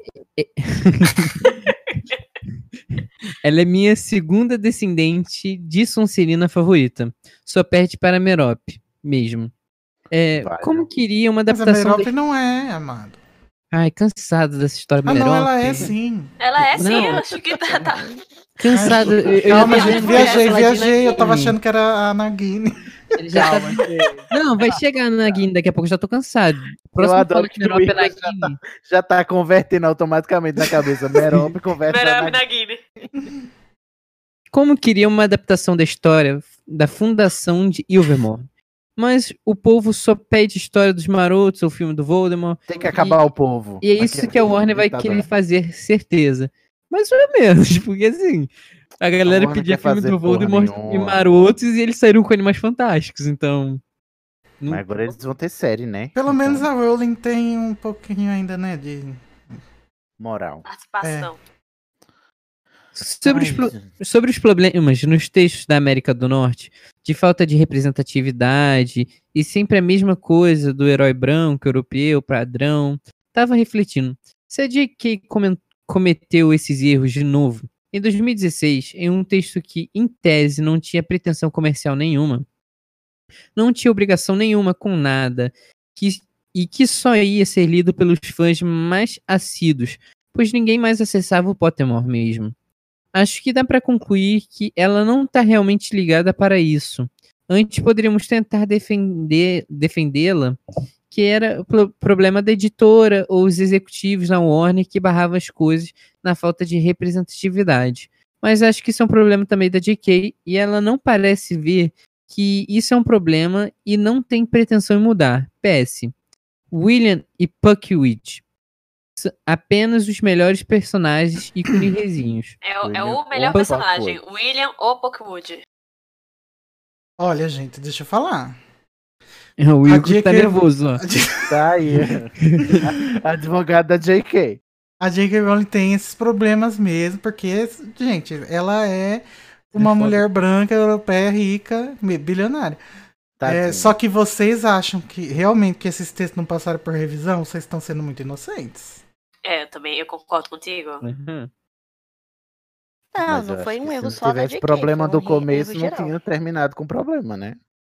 Ela é minha segunda descendente de Sonserina favorita. Só perde para Merope, mesmo. É, Vai, como não. queria uma Mas a adaptação... Merope da- não é, amado. Ai, cansado dessa história Ah, Merope. não, ela é sim. Ela é sim, Não. eu acho que tá. tá. Cansado. Eu, eu Calma, já gente, vi- viajei, ela de viajei. Eu tava Nagini. achando que era a Nagini. ele já tá- Não, vai chegar na Nagini daqui a pouco, eu já tô cansado. Próximo adoro fala que que Merope é o Igor já Nagini. Já tá convertendo automaticamente na cabeça. Merope converte Merope na... Nagini. Como queria uma adaptação da história da fundação de Ilvermore. Mas o povo só pede história dos marotos, o filme do Voldemort. Tem que acabar o povo. E é isso Aqui, que a Warner vai ditador. querer fazer, certeza. Mais ou menos, porque assim, a galera Warner pedia quer filme fazer do porra Voldemort e nenhuma. marotos e eles saíram com Animais Fantásticos, então... Mas agora eles vão ter série, né? Pelo Então, menos a Rowling tem um pouquinho ainda, né, de... Moral. Participação. Sobre os, Ai, pro- gente. sobre os problemas nos textos da América do Norte, de falta de representatividade e sempre a mesma coisa do herói branco, europeu, padrão, tava refletindo. Se a J K comen- cometeu esses erros de novo, em dois mil e dezesseis, em um texto que, em tese, não tinha pretensão comercial nenhuma, não tinha obrigação nenhuma com nada, que, e que só ia ser lido pelos fãs mais assíduos, pois ninguém mais acessava o Pottermore mesmo. Acho que dá pra concluir que ela não tá realmente ligada para isso. Antes poderíamos tentar defender, defendê-la, que era o pro- problema da editora ou os executivos na Warner que barravam as coisas na falta de representatividade. Mas acho que isso é um problema também da J K e ela não parece ver que isso é um problema e não tem pretensão em mudar. P S. William e Puckwood. S- Apenas os melhores personagens e cunirrezinhos. É, o- é William o melhor ou personagem. Buckwood? William ou Pockwood. Olha, gente, deixa eu falar. O A Igor J K tá nervoso, ó. Tá aí. Advogado da J K. A J K Rowling tem esses problemas mesmo, porque, gente, ela é uma foda. mulher branca, europeia, rica, mi- bilionária. É, Tadinha. só que vocês acham que realmente que esses textos não passaram por revisão? Vocês estão sendo muito inocentes. É, eu também, eu concordo contigo. Uhum. Não, Mas eu não acho foi que um se erro não só da tivesse J K. problema foi um do ri- começo, erro não geral. tinha terminado com problema, né?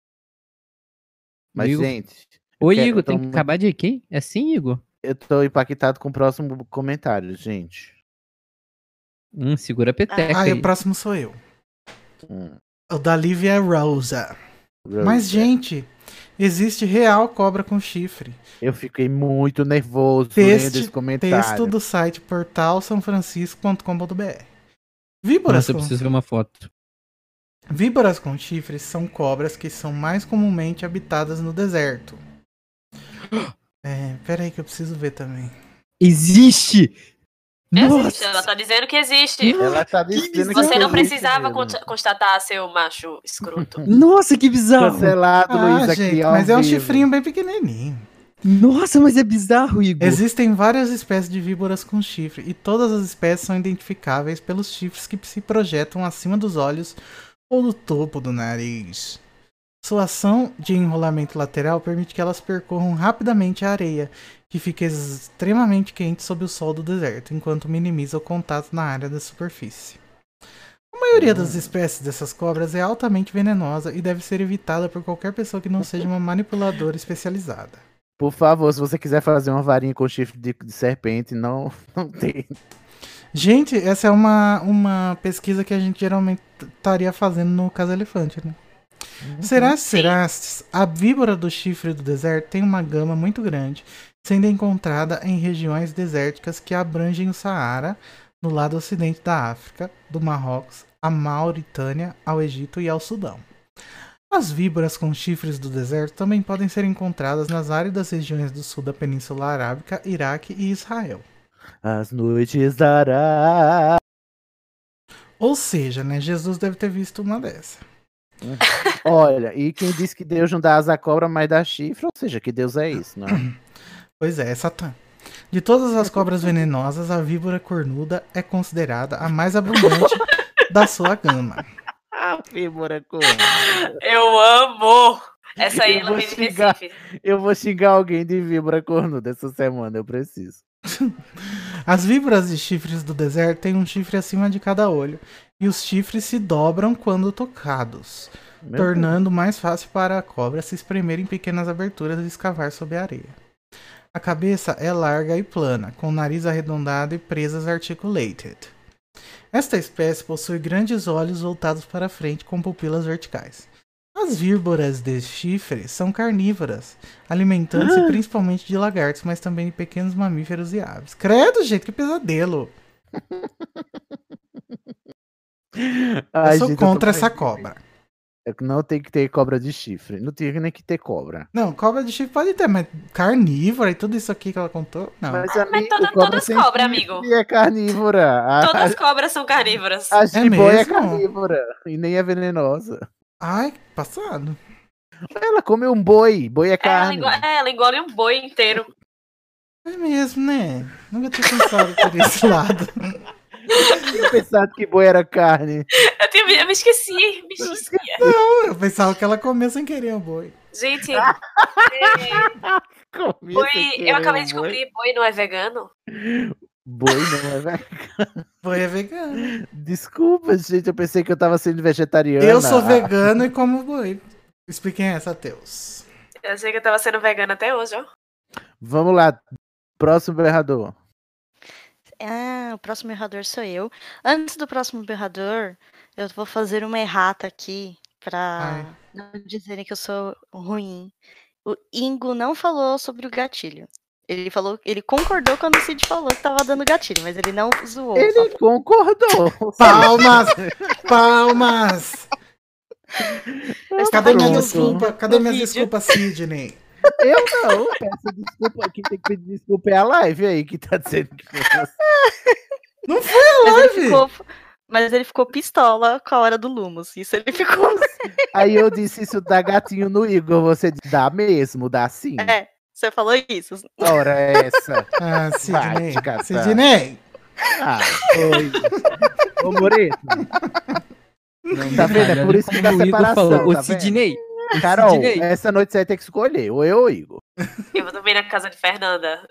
Mas, Igor- gente, eu Oi, quero- Igor, eu tô tem que muito- acabar de quem? É assim, Igor? eu tô impactado com o próximo comentário, gente. Hum, segura a peteca Ah, e aí. o próximo sou eu. Hum, O da Lívia Rosa. Rose. Mas, gente, existe real cobra com chifre. Eu fiquei muito nervoso lendo Texto, esse comentário. texto do site portal são francisco ponto com ponto b r. Víboras, Nossa, eu com, preciso ver uma foto. víboras com chifres são cobras que são mais comumente habitadas no deserto. É, peraí que eu preciso ver também. Existe! Existe, ela tá dizendo que existe. Ela tá dizendo que Você não existe precisava mesmo. consta- constatar seu macho escroto. Nossa, que bizarro. Cancelado, Ah, Luiz, gente, aqui ao mas é um vivo. chifrinho bem pequenininho. Nossa, mas é bizarro, Igor. Existem várias espécies de víboras com chifre, e todas as espécies são identificáveis pelos chifres que se projetam acima dos olhos ou do topo do nariz. Sua ação de enrolamento lateral permite que elas percorram rapidamente a areia, que fica extremamente quente sob o sol do deserto, enquanto minimiza o contato na área da superfície. A maioria das espécies dessas cobras é altamente venenosa e deve ser evitada por qualquer pessoa que não seja uma manipuladora especializada. Por favor, se você quiser fazer uma varinha com chifre de, de serpente, não, não tem. Gente, essa é uma, uma pesquisa que a gente geralmente estaria fazendo no Caso Elefante, né? Será, será, a víbora do chifre do deserto tem uma gama muito grande, sendo encontrada em regiões desérticas que abrangem o Saara, no lado ocidente da África, do Marrocos, a Mauritânia, ao Egito e ao Sudão. As víboras com chifres do deserto também podem ser encontradas nas áridas regiões do sul da Península Arábica, Iraque e Israel. As noites dará. Ou seja, né, Jesus deve ter visto uma dessa. Olha, e quem diz que Deus não dá asa à cobra, mas dá chifre, ou seja, que Deus é isso, não é? Pois é, é Satã. De todas as cobras venenosas, a víbora cornuda é considerada a mais abundante da sua gama. A víbora cornuda. Eu amo! Essa aí Eu ela vou vem de xingar- Recife. Eu vou xingar alguém de víbora cornuda essa semana, eu preciso. As víboras de chifres do deserto têm um chifre acima de cada olho, e os chifres se dobram quando tocados, Meu tornando mais fácil para a cobra se espremer em pequenas aberturas e escavar sob a areia. A cabeça é larga e plana, com o nariz arredondado e presas articulated. Esta espécie possui grandes olhos voltados para frente com pupilas verticais. As víboras de chifre são carnívoras, alimentando-se principalmente de lagartos, mas também de pequenos mamíferos e aves. Credo, gente, que pesadelo! Ai, Eu sou gente, tô contra essa morrendo. cobra. É que não tem que ter cobra de chifre. Não tinha nem que ter cobra. Não, cobra de chifre pode ter, mas carnívora e tudo isso aqui que ela contou? Não. Mas, amigo, toda- cobra todas sem cobra, chifre amigo. é carnívora. A, Todas as cobras são carnívoras. a jiboia é mesmo? carnívora. E nem é venenosa. Ai, passado. Ela come um boi. Boi é Ela, carne. engole, é, ela engole um boi inteiro. É mesmo, né? Nunca tinha pensado por esse lado. Eu tinha pensado que boi era carne. Eu, tinha, eu me esqueci, me esqueci. Não, eu pensava que ela comia sem querer o boi. Gente, Comia boi, sem eu querer acabei um de boi. descobrir, boi não é vegano? Boi não é velho. Boi é vegano. Desculpa, gente. Eu pensei que eu tava sendo vegetariana. Eu sou Ah, vegano e como boi. Expliquem essa, Ateus. Eu sei que eu tava sendo vegana até hoje, ó. Vamos lá. Próximo berrador. Ah, o próximo errador sou eu. Antes do próximo berrador, eu vou fazer uma errata aqui pra Ai. não dizerem que eu sou ruim. O Ingo não falou sobre o gatilho. Ele falou, ele concordou quando o Cid falou que tava dando gatilho, mas ele não zoou. Ele concordou. Palmas! Palmas! Eu Cadê estava minha aqui desculpa? ouvindo Cadê no minha vídeo. desculpa, Sidney? Eu não. Peço desculpa. Quem tem que pedir desculpa é a live aí que tá dizendo que foi você. Não foi a Mas ele live! ficou, mas ele ficou pistola com a hora do Lumos. Isso ele ficou. Aí eu disse isso dá gatinho no Igor. Você disse, dá mesmo, dá sim. É, você falou isso. Ora é essa. Ah, Sidney. Vai te catar. Sidney! Ah, foi. Ô, Moreto. Tá vendo? É por isso que dá Como o Igor separação, falou. Ô, tá vendo? Sidney, Carol, Sidney. essa noite você vai ter que escolher, ou eu ou Igor. Eu vou dormir na casa de Fernanda.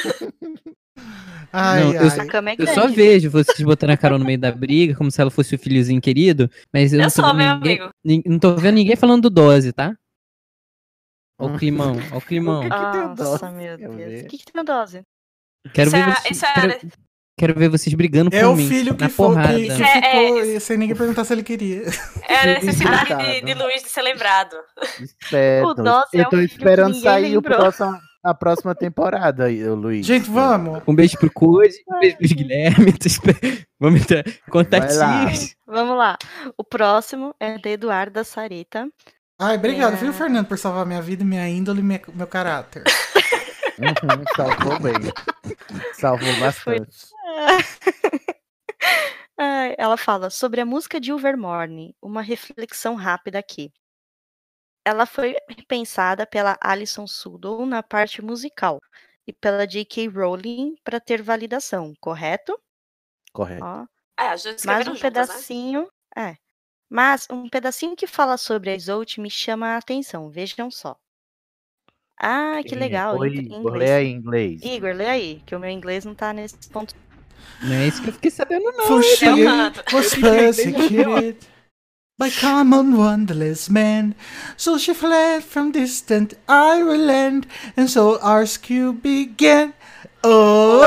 Ai, Não, eu ai. só- A cama é Eu grande. só vejo vocês botando a Carol no meio da briga, como se ela fosse o filhozinho querido, mas eu, Eu não tô sou, vendo meu ninguém, amigo. nin- não tô vendo ninguém falando do dose, tá? Ó o climão, ó o climão. que tem Nossa, dose? meu Quero Deus. ver. O que, que tem dose? Quero Isso ver, é- vocês, isso é- quero, quero ver vocês brigando É por o mim, filho que, na foi, porrada. que, que Isso é- ficou é- sem ninguém perguntar se ele queria. É a necessidade de, Complicado. de Luiz de ser lembrado. Espero. O Dose é eu um tô filho que esperando ninguém sair o lembrou. próximo, a próxima temporada, aí, ô, Luiz. Gente, vamos! Um beijo pro Code, um beijo pro Guilherme. tô esper- Vamos entrar. Contatinhos. Vamos lá. O próximo é da Eduarda Sarita. Ai, obrigado, É. viu, Fernando, por salvar minha vida, minha índole e minha- meu caráter. Uhum, salvou bem. Salvou bastante. Ai, ela fala sobre a música de Ilvermorny, uma reflexão rápida aqui. Ela foi pensada pela Alison Sudol na parte musical e pela J K. Rowling para ter validação, correto? Correto. Ó. É, as duas Mas escreveram um juntas, né? pedacinho, é. Mas um pedacinho que fala sobre a Isolde me chama a atenção, vejam só. Ah, que Quem é? legal, Oi, em Igor, inglês. lê aí em inglês. Igor, lê aí, que o meu inglês não tá nesse ponto. Não é isso que eu fiquei sabendo, não. For hein? she Eu canto. was persecuted by common wondrous men, so she fled from distant Ireland, and so our skew began. Oh,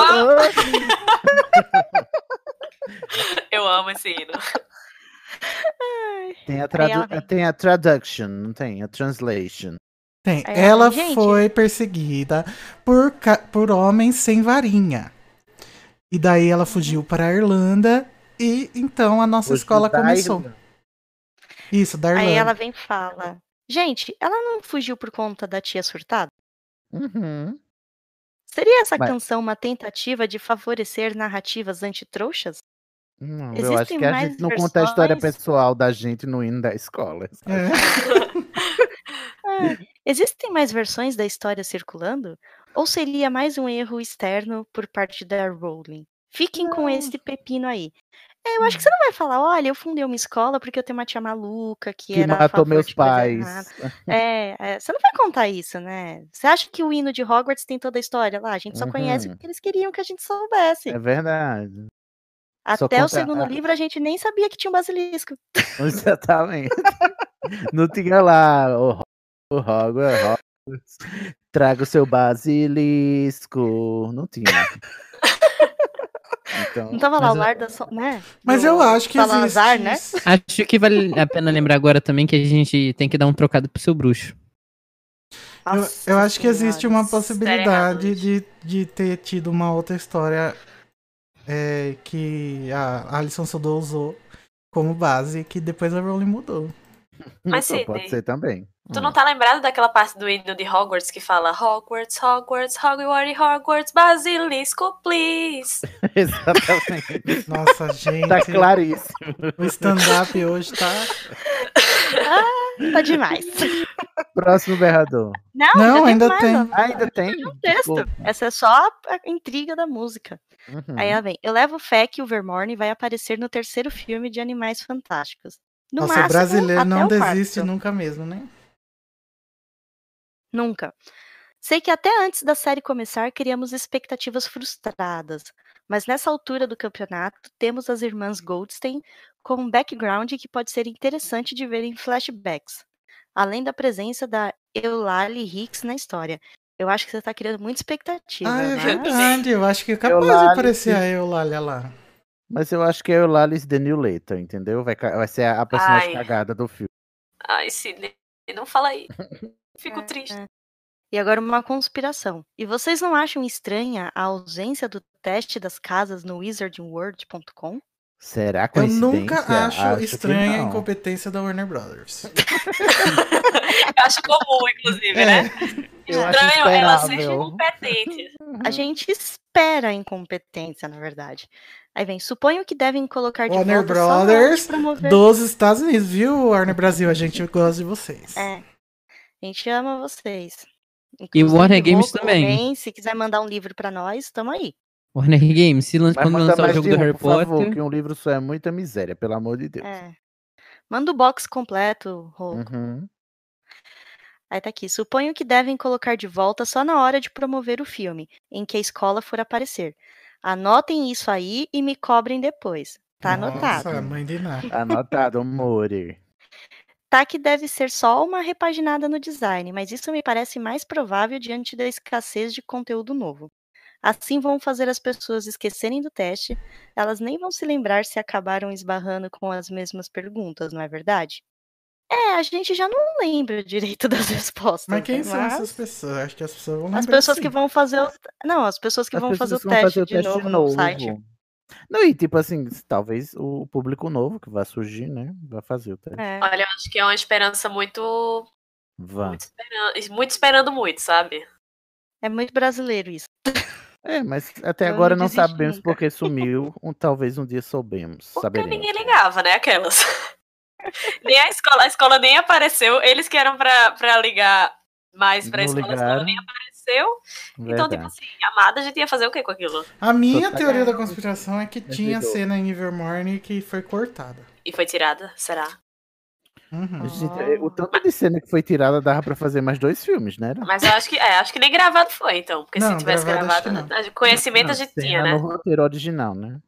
Eu amo esse hino. Tem a, Aí tradu- ela vem. tem a traduction, não tem? A translation. tem. Aí ela Ela vem, gente. foi perseguida por, ca- por homens sem varinha. E daí ela fugiu para a Irlanda e então a nossa Hoje escola da começou. Irlanda. Isso, da Aí Irlanda. ela vem e fala. Gente, ela não fugiu por conta da tia surtada? Uhum. Seria essa Mas- canção uma tentativa de favorecer narrativas antitrouxas? Não, eu acho Existem que a mais gente não conta a história versões? pessoal da gente no hino da escola. sabe? É. Ah, existem mais versões da história circulando? Ou seria mais um erro externo por parte da Rowling? Fiquem com esse pepino aí. É, eu acho que você não vai falar, olha, eu fundei uma escola porque eu tenho uma tia maluca que, Que era a matou favor meus de coisa pais. errada. É, é, você não vai contar isso, né? Você acha que o hino de Hogwarts tem toda a história lá? A gente só conhece Uhum. porque eles queriam que a gente soubesse. É verdade. Só Até o conta- segundo ah. livro a gente nem sabia que tinha um basilisco. Exatamente. Não tinha lá o, Ho- o Hogwarts, Hogwarts, traga o seu basilisco. Não tinha. Então, Não tava lá Mas o eu- lar da so... né? Mas Do eu acho que Salazar, né? existe. Acho que vale a pena lembrar agora também que a gente tem que dar um trocado pro seu bruxo. Eu, Nossa eu acho que existe Senhora. uma possibilidade errado, de, de ter tido uma outra história é, que a Alison Sudol usou como base, que depois a Rowling mudou. Mas, então, Sidney, pode ser também. tu não tá lembrado daquela parte do hino de Hogwarts que fala Hogwarts, Hogwarts, Hogwarts, Hogwarts, Basilisco, please. Exatamente. Nossa, gente. Tá claríssimo. O stand-up hoje tá. Ah, tá demais. Próximo berrador. Não, Não, ainda ainda tem mais, tem. ó. Ainda tem? Um texto. Desculpa. Essa é só a a intriga da música. Uhum. Aí ela vem. Eu levo fé que o Vermorny vai aparecer no terceiro filme de Animais Fantásticos. No Nossa, máximo, o brasileiro até não o quarto. desiste nunca mesmo, né? Nunca. Sei que até antes da série começar criamos expectativas frustradas, mas nessa altura do campeonato temos as irmãs Goldstein com um background que pode ser interessante de ver em flashbacks, além da presença da Eulalie Hicks na história. Eu acho que você tá criando muita expectativa, Ah, é mas... verdade. Eu acho que é capaz de Eulalie, aparecer sim. a Eulália lá. Mas eu acho que é o Eulalie The New Letter, entendeu? Vai, ca- vai ser a, a personagem Ai. cagada do filme. Ai, Sidney, não fala aí. Fico triste. É. E agora uma conspiração. E vocês não acham estranha a ausência do teste das casas no wizarding world ponto com? Será Eu coincidência? nunca acho, Acho que estranha a não. incompetência da Warner Brothers. Eu acho comum, inclusive, É. né? Eu acho Estranho ela ser esperável. incompetente. A gente espera a incompetência, na verdade. Aí vem, suponho que devem colocar de Warner volta só na hora de Brothers promover... dos Estados Unidos, viu, Warner Brasil? A gente gosta de vocês. É, a gente ama vocês. E o Warner Games Roku, também. Ren, se quiser mandar um livro pra nós, tamo aí. Warner Games, se lan- Mas quando manda lançar o mais jogo de do um, Harry por favor, Potter. que um livro só é muita miséria, pelo amor de Deus. É. Manda o box completo, Roku. Uhum. Aí tá aqui. Suponho que devem colocar de volta só na hora de promover o filme, em que a escola for aparecer. Anotem isso aí e me cobrem depois. Tá anotado. Nossa, mãe de nada. Anotado, Mori. Tá que deve ser só uma repaginada no design, mas isso me parece mais provável diante da escassez de conteúdo novo. Assim vão fazer as pessoas esquecerem do teste, elas nem vão se lembrar se acabaram esbarrando com as mesmas perguntas, não é verdade? É, a gente já não lembra direito das respostas. Mas quem né? são Mas essas pessoas? Acho que as pessoas vão As lembrar pessoas sim. que vão fazer o... Não, as pessoas que As vão pessoas fazer o vão teste fazer o de teste novo, novo. no site. Não, e tipo assim, talvez o público novo que vai surgir, né? Vai fazer o teste. É. Olha, eu acho que é uma esperança muito. Vá. Muito esperando muito, esperando muito, sabe? É muito brasileiro isso. É, mas até Eu agora não não desisto sabemos nunca. porque sumiu. Um, talvez um dia soubemos. Porque Saberemos. ninguém ligava, né? Aquelas. Nem a escola, a escola nem apareceu. Eles que eram pra, pra ligar mais pra Não escola, a escola ligaram. nem apareceu. Então, tipo Verdade. assim, amada, a gente ia fazer o que com aquilo? A minha Só teoria da pagaram. conspiração é que tinha Ajudou. cena em Evermorning que foi cortada. E foi tirada? Será? Uhum. Gente, é, o tanto de cena que foi tirada dava pra fazer mais dois filmes, né? Mas eu acho que é, acho que nem gravado foi, então. Porque Não, se tivesse gravado acho gravado, que não. conhecimento Não, a gente cena tinha, né? no roteiro original, né?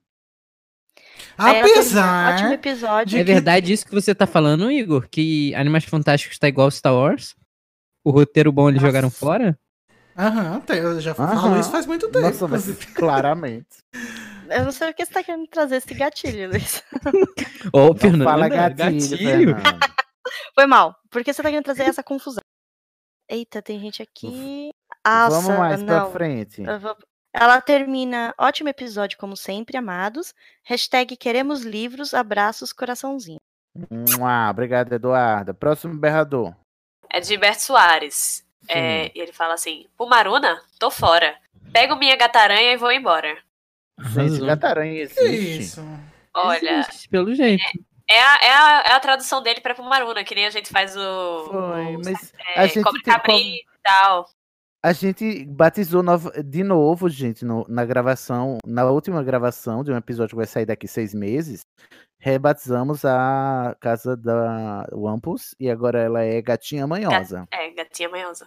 Aí ela termina, Apesar ótimo episódio. de É que- verdade isso que você tá falando, Igor? Que Animais Fantásticos tá igual Star Wars? O roteiro bom eles Nossa. jogaram fora? Aham, tem- eu já falo Aham. isso faz muito tempo. Nossa, mas inclusive. claramente. Eu não sei o que você tá querendo trazer esse gatilho, Luiz. Ô, Não Fernanda, fala gatilho, Fernanda. Foi mal. Por que você tá querendo trazer essa confusão? Eita, tem gente aqui. Alça, Vamos mais pra não. frente. Eu vou- Ela termina, ótimo episódio como sempre, amados. Hashtag queremos livros, abraços, coraçãozinho. Ah, obrigado, Eduarda. Próximo berrador. É de Berto Soares. É, Sim. e ele fala assim: Pumaruna, tô fora. Pego minha gataranha e vou embora. Gente, Arrasou. Gataranha Que existe. isso? Olha, Existe, pelo jeito. é a, é, a, é a tradução dele pra Pumaruna, que nem a gente faz o. Foi, o mas é, a gente Cobra tem Cabrito como- e tal. A gente batizou nova- de novo, gente, no- na gravação, na última gravação de um episódio que vai sair daqui seis meses, rebatizamos a casa da Wampus e agora ela é Gatinha Manhosa. É, gatinha manhosa.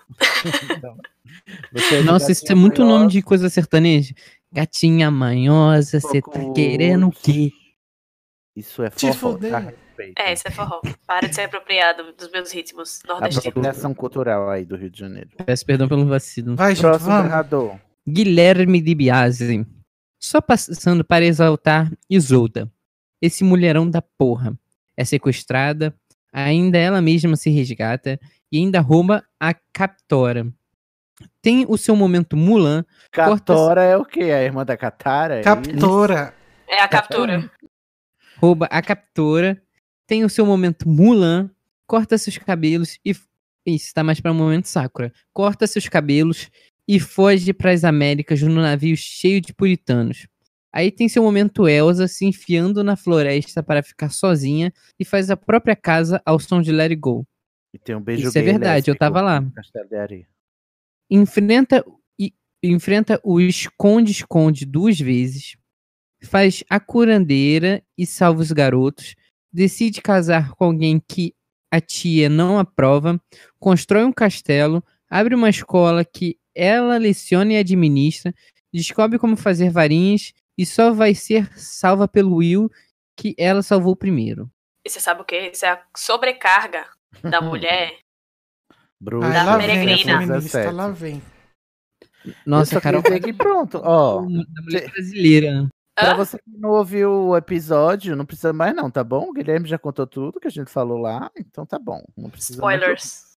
Você é de Nossa, isso é Gatinha muito nome Manhosa, de coisa sertaneja. Gatinha manhosa, você tá pouco- querendo o quê? Isso é Te forró, fudei. tá? Respeito. É, isso é forró. Para de ser apropriado dos meus ritmos nordestinos. Apropriação cultural aí do Rio de Janeiro. Peço perdão pelo vacilo. Vai, gente, Próximo vamos. narrador. Guilherme de Biasi. Só passando para exaltar Isolda. Esse mulherão da porra. É sequestrada, ainda ela mesma se resgata e ainda rouba a Captora. Tem o seu momento Mulan. Catora é o quê? A irmã da Katara? É Captora. É a captura. Rouba a Captora. Tem o seu momento Mulan. Corta seus cabelos e... Isso, tá mais para o momento Sakura. Corta seus cabelos e foge para as Américas no navio cheio de puritanos. Aí tem seu momento Elsa se enfiando na floresta para ficar sozinha e faz a própria casa ao som de Let It Go. E tem um beijo Isso é gay verdade, eu lésbico tava lá. no Castelo de Areia. Enfrenta, e, enfrenta o esconde-esconde duas vezes, faz a curandeira e salva os garotos, decide casar com alguém que a tia não aprova, constrói um castelo, abre uma escola que ela leciona e administra, descobre como fazer varinhas e só vai ser salva pelo Will, que ela salvou primeiro. E você sabe o que? Isso é a sobrecarga da mulher. Bruxa, Ai, Da lá vem a peregrina. feminista, lá vem. Nossa, eu só Carol, queria dizer que pronto, ó. da mulher brasileira. Pra Hã? você que não ouviu o episódio, não precisa mais não, tá bom? O Guilherme já contou tudo que a gente falou lá, então tá bom. Não precisa mais de Spoilers.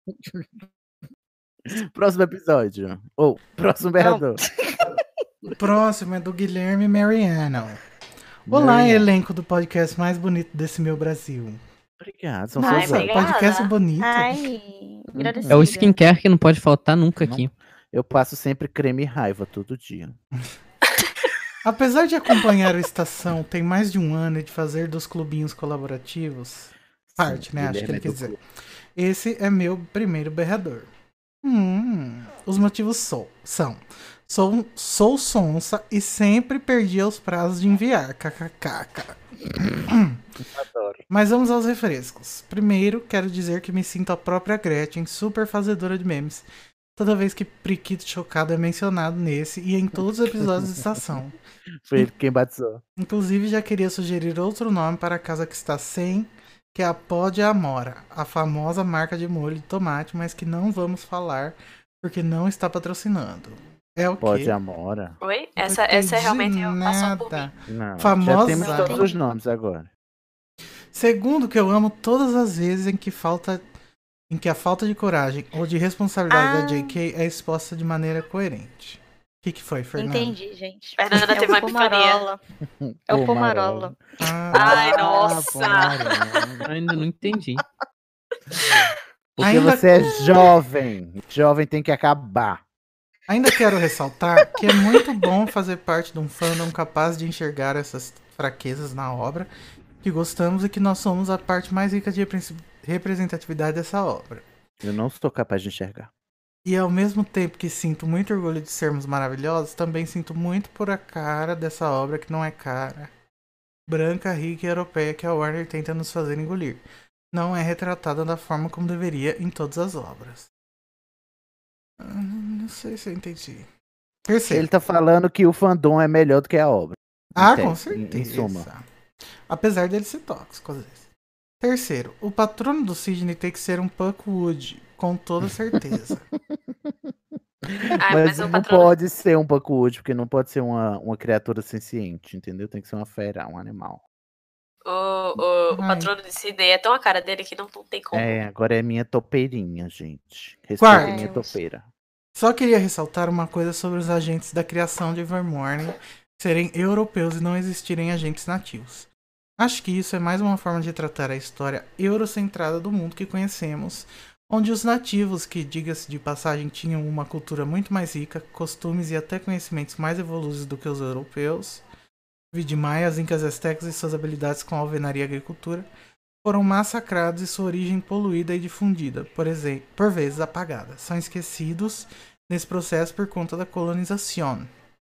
ouvir. Próximo episódio. Ou, próximo berrador. O próximo é do Guilherme Mariano. Olá, Mariano. elenco do podcast mais bonito desse meu Brasil. Obrigado, são Ai, seus obrigada. olhos. Podcast bonito. Ai, agradecida. É o skincare que não pode faltar nunca aqui. Eu passo sempre creme e raiva todo dia. Apesar de acompanhar a estação tem mais de um ano e de fazer dos clubinhos colaborativos, parte, né? Acho que Guilherme ele é quer do dizer. clube. Esse é meu primeiro berrador. Hum, os motivos sou, são: sou, sou sonsa e sempre perdi os prazos de enviar. Kkkk. Adoro. Mas vamos aos refrescos. Primeiro, quero dizer que me sinto a própria Gretchen, super fazedora de memes. Toda vez que Priquito Chocado é mencionado nesse e em todos os episódios de estação. Foi ele quem batizou. Inclusive, já queria sugerir outro nome para a casa que está sem, que é a Pó de Amora, a famosa marca de molho de tomate, mas que não vamos falar porque não está patrocinando. É o Pode quê? Amora. Oi? Não Essa, essa é entendi realmente passou por mim. nada. Não, Famosa. já temos todos os nomes agora. Segundo, que eu amo todas as vezes em que falta, em que a falta de coragem ou de responsabilidade Ah. da J K é exposta de maneira coerente. O que, que foi, Fernanda? Entendi, gente. Fernanda É teve uma o epifania. Pomarola. É o Pomarola. Ah, Ai, Ah, nossa. Pomarola. Ainda não entendi. Porque Ainda- você é jovem. Jovem tem que acabar. Ainda quero ressaltar que é muito bom fazer parte de um fandom capaz de enxergar essas fraquezas na obra que gostamos e que nós somos a parte mais rica de repre- representatividade dessa obra. Eu não sou capaz de enxergar. E ao mesmo tempo que sinto muito orgulho de sermos maravilhosos, também sinto muito por a cara dessa obra que não é cara, branca, rica e europeia que a Warner tenta nos fazer engolir. Não é retratada da forma como deveria em todas as obras. Ah, Não sei se eu entendi. Terceiro. Ele tá falando que o fandom é melhor do que a obra. Ah, Em com tese, em- certeza. Em suma. Apesar dele ser tóxico às vezes. Terceiro, o patrono do Sidney tem que ser um Puckwood, com toda certeza. Ai, Mas mas o não patrono. pode ser um pouco útil, porque não pode ser uma, uma criatura senciente, entendeu? Tem que ser uma fera, um animal. O, o, o Ai. patrono de Sidney é tão a cara dele que não, não tem como. É, agora é minha topeirinha, gente. Respeita Quarto. minha topeira. Só queria ressaltar uma coisa sobre os agentes da criação de Evermorning serem europeus e não existirem agentes nativos. Acho que isso é mais uma forma de tratar a história eurocentrada do mundo que conhecemos, onde os nativos, que, diga-se de passagem, tinham uma cultura muito mais rica, costumes e até conhecimentos mais evoluídos do que os europeus, vide maias, incas, aztecas e suas habilidades com alvenaria e agricultura, foram massacrados e sua origem poluída e difundida, por exemplo, por vezes apagada. São esquecidos nesse processo por conta da colonização.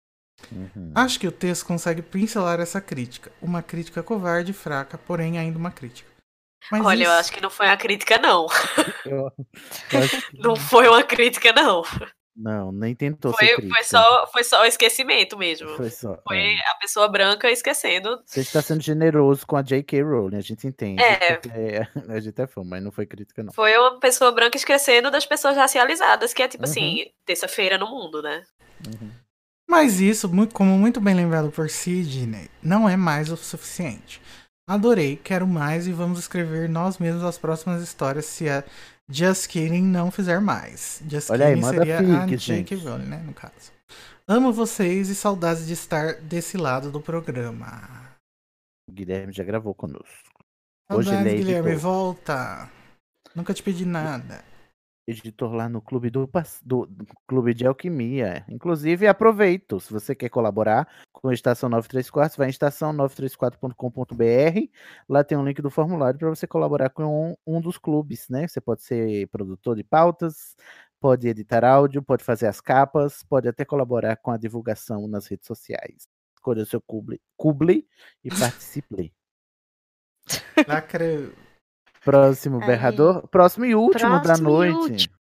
Uhum. Acho que o texto consegue pincelar essa crítica. Uma crítica covarde e fraca, porém ainda uma crítica. Mas Olha, eu isso- acho que não foi uma crítica, não. Eu- eu acho que- Não foi uma crítica, não. Não, nem tentou Foi, ser foi, crítica. só, foi só o esquecimento mesmo. Foi só. Foi é. a pessoa branca esquecendo. Você está sendo generoso com a J K. Rowling, a gente entende. É. porque a gente é fã, mas não foi crítica, não. Foi uma pessoa branca esquecendo das pessoas racializadas, que é tipo Uhum. assim, terça-feira no mundo, né? Uhum. Mas isso, muito- como muito bem lembrado por Sidney, não é mais o suficiente. Adorei, quero mais e vamos escrever nós mesmos as próximas histórias se a Just Kidding não fizer mais. Just Olha aí, Kidding manda seria a fic, J K. gente. Rowling, né, no caso. Amo vocês e saudades de estar desse lado do programa. O Guilherme já gravou conosco. Hoje ele Saudades, é Guilherme, editor. volta. Nunca te pedi nada. Editor lá no clube do, Pas- do, do Clube de Alquimia. Inclusive, aproveito. Se você quer colaborar com a Estação nove três quatro, vai em estação nove três quatro ponto com ponto b r. Lá tem um link do formulário para você colaborar com um, um dos clubes, né? Você pode ser produtor de pautas, pode editar áudio, pode fazer as capas, pode até colaborar com a divulgação nas redes sociais. Escolha o seu cuble, cuble e participe. Lacra... Próximo Aí. berrador. Próximo e último da Próximo e noite. último.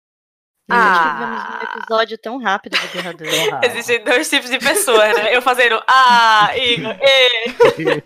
Ah. Tivemos um episódio tão rápido do Berrador. Existem dois tipos de pessoas, né? Eu fazendo, ah, Igor, ê.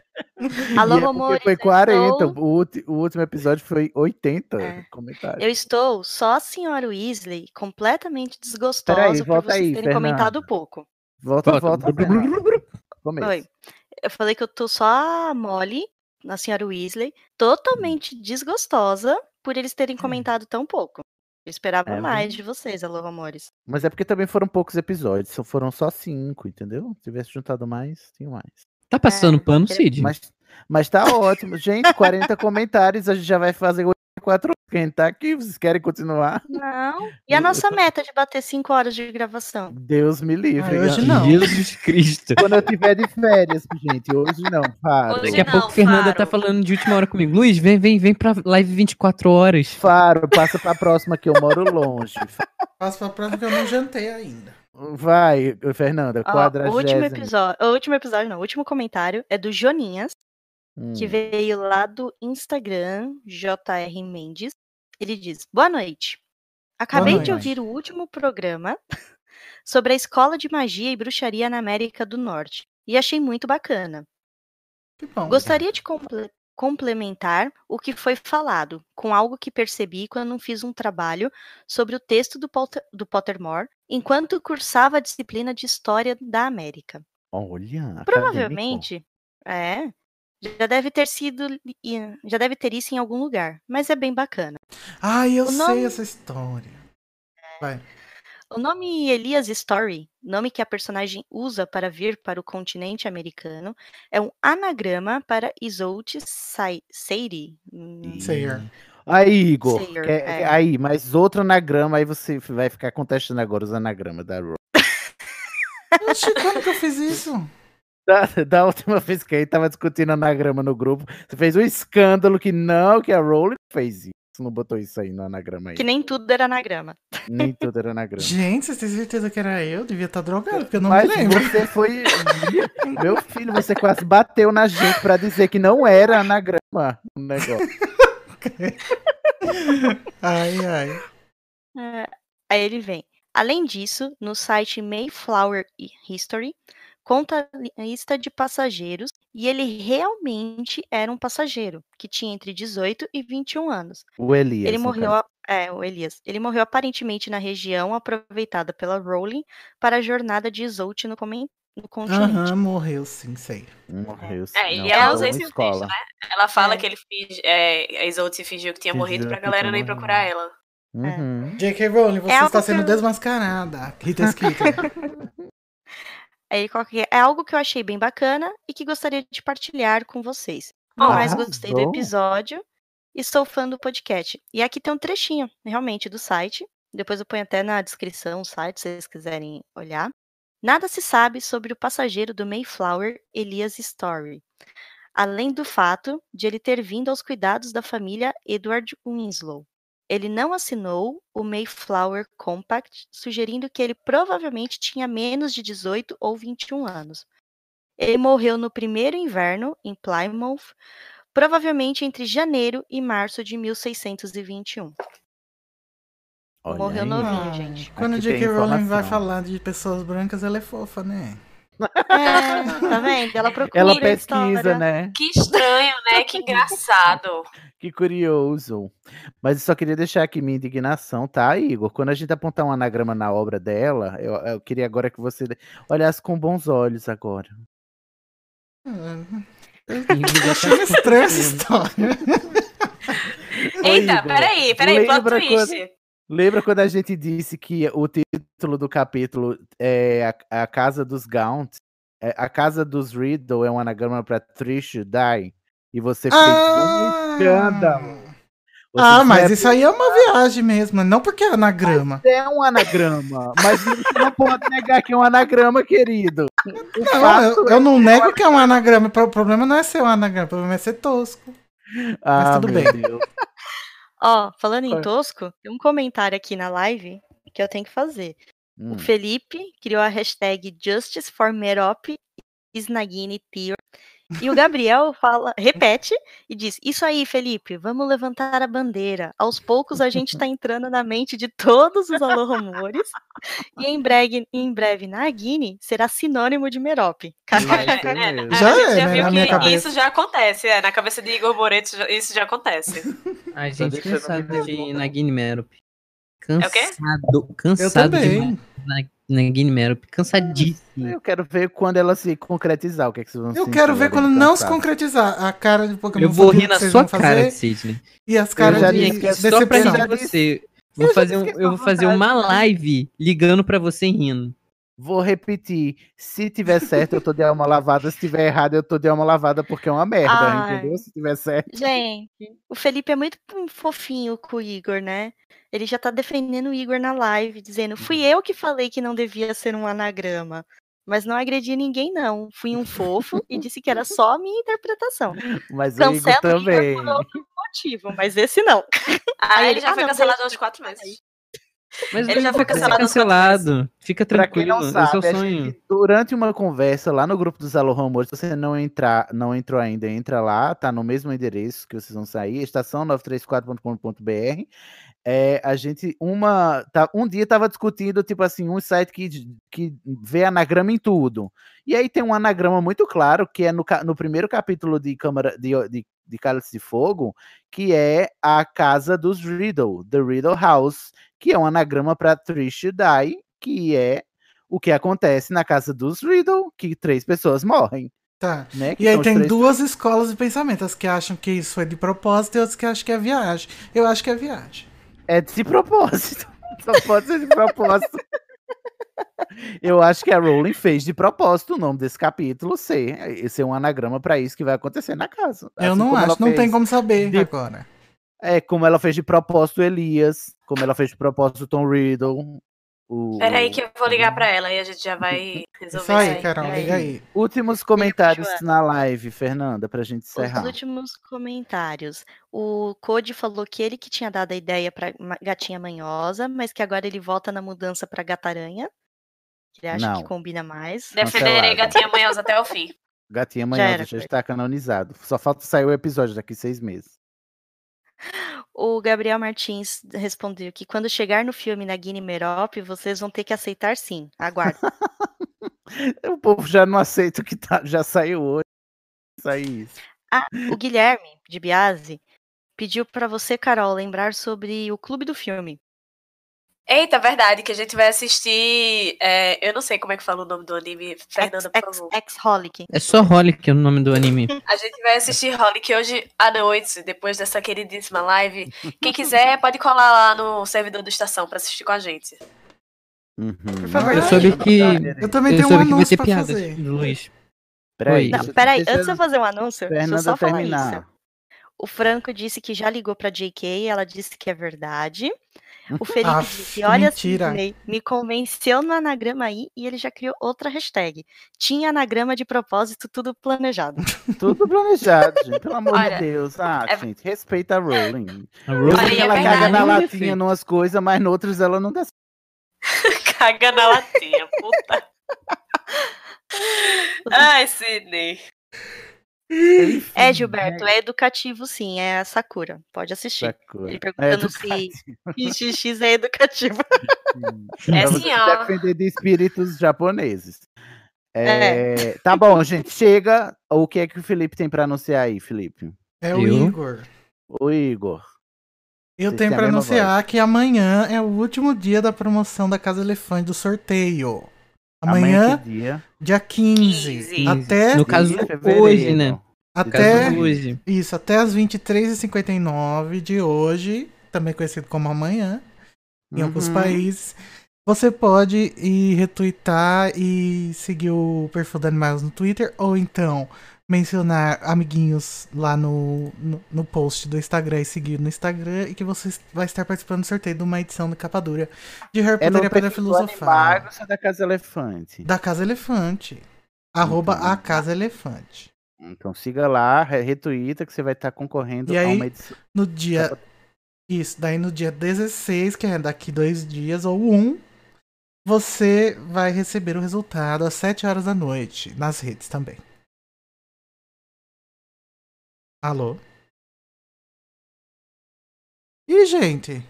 Alô, E é porque Romores, foi eu quarenta, estou- o, ulti- o último episódio foi oitenta É. comentários. Eu estou só a senhora Weasley, completamente desgostosa Peraí, por volta vocês aí, terem comentado Fernanda. pouco. Volta, Volta. volta. Fernanda. Começo. Oi. Eu falei que eu tô só a Molly, a senhora Weasley, totalmente desgostosa por eles terem comentado tão pouco. Eu esperava É, mais mas- de vocês, alô, amores. Mas é porque também foram poucos episódios, só foram só cinco, entendeu? Se tivesse juntado mais, tinha mais. Tá passando É, pano, ele- Cid? Mas, mas tá ótimo. Gente, quarenta comentários, a gente já vai fazer oitenta e quatro. Quem tá aqui, vocês querem continuar? Não. E a nossa meta de bater cinco horas de gravação? Deus me livre. Ah, hoje não. Jesus Cristo. Quando eu tiver de férias, gente, hoje não, Faro. Hoje Daqui a não, pouco Fernanda Faro. tá falando de última hora comigo. Luiz, vem, vem, vem pra live vinte e quatro horas. Faro, passa pra próxima que eu moro longe. Passo pra próxima que eu não jantei ainda. Vai, Fernanda, Ó, o quadragésimo. último episódio, o último episódio não, o último comentário é do Joninhas, Hum. que veio lá do Instagram, J R Mendes. Ele diz: Boa noite. Acabei de noite. ouvir o último programa sobre a escola de magia e bruxaria na América do Norte e achei muito bacana. Que bom. Gostaria de comple- complementar o que foi falado com algo que percebi quando fiz um trabalho sobre o texto do, Potter- do Pottermore enquanto cursava a disciplina de História da América. Olha, acadêmico. Provavelmente, é, já deve ter sido, i- já deve ter isso em algum lugar, mas é bem bacana. Ai, eu O sei nome- essa história. Vai. O nome Elias Story, nome que a personagem usa para vir para o continente americano, é um anagrama para Isolde Sai- Seiri. Hum, Sayer. Aí, Igor, Sayer, quer- é. quer- aí, mas outro anagrama, aí você vai ficar contestando agora os anagramas da Rowling. Oxi, quando que eu fiz isso? Da, da última vez que a gente tava discutindo anagrama no grupo, você fez um escândalo que não, que a Rowling fez isso. Você não botou isso aí no anagrama aí. Que nem tudo era anagrama. Nem tudo era anagrama. Gente, vocês têm certeza que era eu? Devia estar drogado, porque eu não Mas me lembro. você foi. Meu filho, você quase bateu na gente pra dizer que não era anagrama o negócio. Ai, ai. É, aí ele vem. Além disso, no site Mayflower History, conta a lista de passageiros e ele realmente era um passageiro que tinha entre dezoito e vinte e um anos. O Elias. Ele no morreu, caso. é, o Elias. Ele morreu aparentemente na região aproveitada pela Rowling para a jornada de Isolde no, comen- no continente. Aham, morreu sim, sei. Morreu. É, não, e ela foi usa uma esse texto, escola. né? Ela fala É. que ele finge, é, a Isolde fingiu que tinha Fingiu morrido pra que galera tinha nem morrido. procurar ela. Uhum. J K. Rowling, você É algo está que sendo eu- desmascarada. Rita Skeeter. Aí, qual que é? É algo que eu achei bem bacana e que gostaria de partilhar com vocês. No Oh, mais, gostei do arrasou. episódio e sou fã do podcast. E aqui tem um trechinho, realmente, do site. Depois eu ponho até na descrição o site, se vocês quiserem olhar. Nada se sabe sobre o passageiro do Mayflower, Elias Story, além do fato de ele ter vindo aos cuidados da família Edward Winslow. Ele não assinou o Mayflower Compact, sugerindo que ele provavelmente tinha menos de dezoito ou vinte e um anos. Ele morreu no primeiro inverno, em Plymouth, provavelmente entre janeiro e março de mil seiscentos e vinte e um. Olha Morreu aí. novinho, Ah, gente. Quando a Aqui J K. tem Rowling vai informação. falar de pessoas brancas, ela é fofa, né? É, tá vendo? Ela procura Ela a pesquisa, história. né? Que estranho, né? Que engraçado. Que curioso. Mas eu só queria deixar aqui minha indignação, tá, Igor? Quando a gente apontar um anagrama na obra dela, eu, eu queria agora que você olhasse com bons olhos agora. Eu achei estranha essa história. Eita, Igor, peraí, peraí, plot lembra twist. quando- Lembra quando a gente disse que o título do capítulo é a, a Casa dos Gaunt? É, a Casa dos Riddle é um anagrama para Trish Die? E você fez um escândalo. Você Ah, disse, mas "É isso aí é uma viagem mesmo, não porque é anagrama. É um anagrama, mas você não pode negar que é um anagrama, querido. O Não, fato eu, é eu não que nego que é um anagrama. O problema não é ser um anagrama, o problema é ser tosco. Ah, tudo meu bem. Deus. Ó, falando em Qual é? tosco, tem um comentário aqui na live que eu tenho que fazer. Hum. O Felipe criou a hashtag Justice for Merop Snagini Theory. E o Gabriel fala, repete e diz: Isso aí, Felipe, vamos levantar a bandeira. Aos poucos a gente tá entrando na mente de todos os alô-rumores. E em breve, em breve Nagini será sinônimo de Merop. Vai ser É, mesmo. a Já gente é, já né, viu na minha que cabeça. isso já acontece, é, na cabeça de Igor Moretti já- isso já acontece. Ai, Tô gente, deixando cansado me de nervoso. Nagini Merop. É o quê? Cansado, Eu cansado também. de Nagini Merop. Cansadíssimo. Eu quero ver quando ela se concretizar. O que, é que vocês vão Eu sentir quero ver agora quando de não se cansaço. concretizar. A cara de Pokémon Eu vou Fusion rir na que vocês sua vão cara, fazer Sidney. e as Eu caras já de disse que é Só pra decepção. já rir disse- você. eu Vou já fazer, disse um, que é eu vou sua fazer vontade. uma live ligando pra você rindo. Vou repetir. Se tiver certo, eu tô de alma lavada. Se tiver errado, eu tô de alma lavada porque é uma merda, Ai. entendeu? Se tiver certo. Gente, o Felipe é muito fofinho com o Igor, né? Ele já tá defendendo o Igor na live, dizendo: Fui eu que falei que não devia ser um anagrama. Mas não agredi ninguém, não. Fui um fofo e disse que era só a minha interpretação. Mas o Igor Cancela o Igor também. por outro motivo, mas esse não. Ah, Aí ele já "Ah, foi não, cancelado deixa, aos quatro deixa meses. Mas Ele já foi vai ser cancelado às quatro cancelado. Fica Pra quem tranquilo. não É o seu sabe, a sonho. gente, durante uma conversa lá no grupo dos Alô Rumores, se você não entrar, não entrou ainda, entra lá, tá no mesmo endereço que vocês vão sair, estação nove três quatro ponto com ponto b r. É, a gente, uma, tá, um dia tava discutindo, tipo assim, um site que, que vê anagrama em tudo. E aí tem um anagrama muito claro, que é no, ca- no primeiro capítulo de Câmara de, de, de Cálice de Fogo, que é a casa dos Riddle, The Riddle House, que é um anagrama para Trish Die, que é o que acontece na casa dos Riddle, que três pessoas morrem. Tá. Né? Que E aí são os tem três- duas escolas de pensamento, as que acham que isso foi de propósito e outras que acham que é viagem. Eu acho que é viagem. É de propósito. Só pode ser de propósito. Eu acho que a Rowling fez de propósito o nome desse capítulo ser, ser um anagrama para isso que vai acontecer na casa. Eu Assim não como ela acho, não tem fez como saber de- agora. É, como ela fez de propósito o Elias, como ela fez de propósito o Tom Riddle. O, Peraí que eu vou ligar pra ela e a gente já vai resolver Isso aí, isso aí. Carol, Peraí. liga aí. Últimos comentários Joana. na live, Fernanda, pra gente Os encerrar. últimos comentários. O Code falou que ele que tinha dado a ideia pra ma- gatinha manhosa, mas que agora ele volta na mudança pra gataranha. Que ele acha que Não. combina mais. Defenderei Cancelado. Gatinha Manhosa até o fim. Gatinha Já Manhosa era, já Code. está canonizado. Só falta sair o episódio daqui seis meses. O Gabriel Martins respondeu que quando chegar no filme na Guiné Merop, vocês vão ter que aceitar sim. Aguarde. O povo já não aceita o que tá, já saiu hoje. Saiu isso. Ah, o Guilherme, de Biase, pediu pra você, Carol, lembrar sobre o Clube do Filme. Eita, verdade, que a gente vai assistir. é, eu não sei como é que fala o nome do anime, Fernanda, por favor. Ex-Holic. É só Holic é o nome do anime. A gente vai assistir Holic hoje à noite, depois dessa queridíssima live. Quem quiser pode colar lá no servidor do Estação pra assistir com a gente. Uhum. Por favor, Eu soube que. Eu também eu tenho um soube que vai anúncio ter pra piadas fazer. do Luiz. Peraí. Oi. Não, deixa- peraí, deixa antes de eu fazer um anúncio, deixa eu Fernanda só falar terminar. isso. O Franco disse que já ligou pra J K, ela disse que é verdade. O Felipe Aff, disse, olha, mentira. Sidney, me convenceu no anagrama aí e ele já criou outra hashtag. Tinha anagrama de propósito, tudo planejado. Tudo planejado, gente. Pelo amor Olha, de Deus. Ah, é- gente, respeita a Rowling. A Eu Rowling sei Olha, que é ela verdade. caga na Não latinha defende. numas coisas, mas noutras ela não dá. Caga na latinha, puta. Ai, Sidney. Enfim, É, Gilberto, é educativo sim, é a Sakura. Pode assistir. Sakura. Ele É perguntando se educativo. X X é educativo. É Pra sim, você ó. defender de espíritos japoneses. É, Tá bom, gente. Chega. O que é que o Felipe tem pra anunciar aí, Felipe? É o Eu? Igor. O Igor. Eu Vocês tenho têm a pra mesma anunciar que amanhã é o último dia da promoção da Casa Elefante do sorteio. Amanhã Amanhã, que dia? dia quinze. quinze. Até, No caso, de fevereiro. hoje, né? No até, caso, hoje. isso, até as vinte e três e cinquenta e nove de hoje, também conhecido como amanhã, em alguns Uhum. países. Você pode ir retweetar e seguir o perfil da Animagos no Twitter, ou então mencionar amiguinhos lá no, no, no post do Instagram e seguir no Instagram, e que você vai estar participando do sorteio de uma edição do Capa Dura de Harry É Potter no e a Pedra perfil do Filosofal. Animagos ou da Casa Elefante? Da Casa Elefante. Arroba Então. a Casa Elefante. Então siga lá, re- retuita que você vai estar concorrendo E a aí, uma edição. no dia. Isso, daí no dia dezesseis, que é daqui dois dias, ou um, você vai receber o resultado às sete horas da noite, nas redes também. Alô? Ih, gente.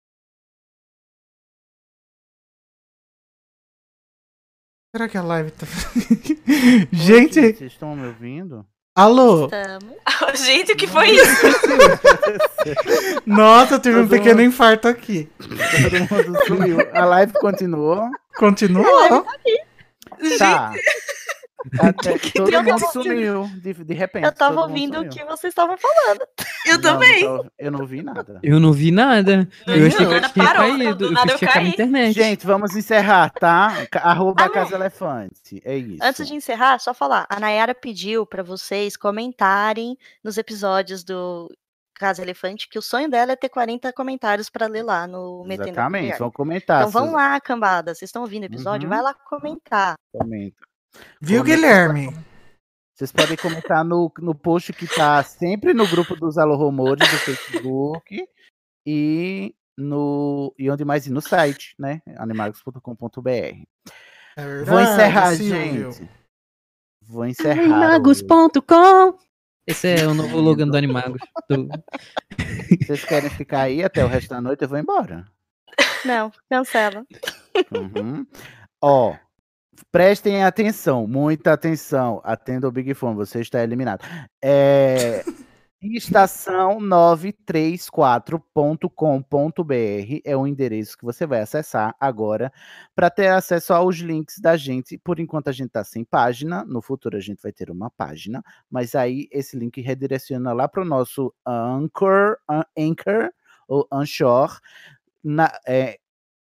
Será que a live tá. Gente! Vocês estão me ouvindo? Alô? Estamos. Gente, o que foi isso? Nossa, eu tive um Todo pequeno mundo- infarto aqui. Todo mundo sumiu. A live continuou. Continua? Tá. Até todo eu mundo tava sumiu. De, de repente. Eu tava todo mundo ouvindo o sumiu. que vocês estavam falando. Eu Não, também. não tô- eu não vi nada. Eu não vi nada. Não, eu achei do que nada eu tinha parou, caído. do Eu nada pensei eu que ia ficar na caí. internet. Gente, vamos encerrar, tá? Ca- Arroba Ah, não. Casa Elefante. É isso. Antes de encerrar, só falar. A Nayara pediu pra vocês comentarem nos episódios do Casa Elefante que o sonho dela é ter quarenta comentários pra ler lá no Metendo a Exatamente, Colher. vão comentar. Então vão seus- lá, cambada. Vocês estão ouvindo o episódio? Uhum. Vai lá comentar. Comenta. Viu, Comenta. Guilherme? Vocês podem comentar no, no post que tá sempre no grupo dos Alô Rumores do Facebook e no e onde mais? No site, né? animagos ponto com ponto b r. É verdade, Vou encerrar, Silvio. gente. Vou encerrar. Animagos hoje. ponto com. Esse é o novo slogan do Animagos. Do... Vocês querem ficar aí até o resto da noite? Eu vou embora. Não, cancela. Uhum. Ó, prestem atenção, muita atenção. Atenda o Big Fone, você está eliminado. É, estação novecentos e trinta e quatro ponto com ponto b r é o endereço que você vai acessar agora para ter acesso aos links da gente. Por enquanto a gente está sem página, no futuro a gente vai ter uma página, mas aí esse link redireciona lá para o nosso Anchor, An- Anchor ou Anchor. Na, é,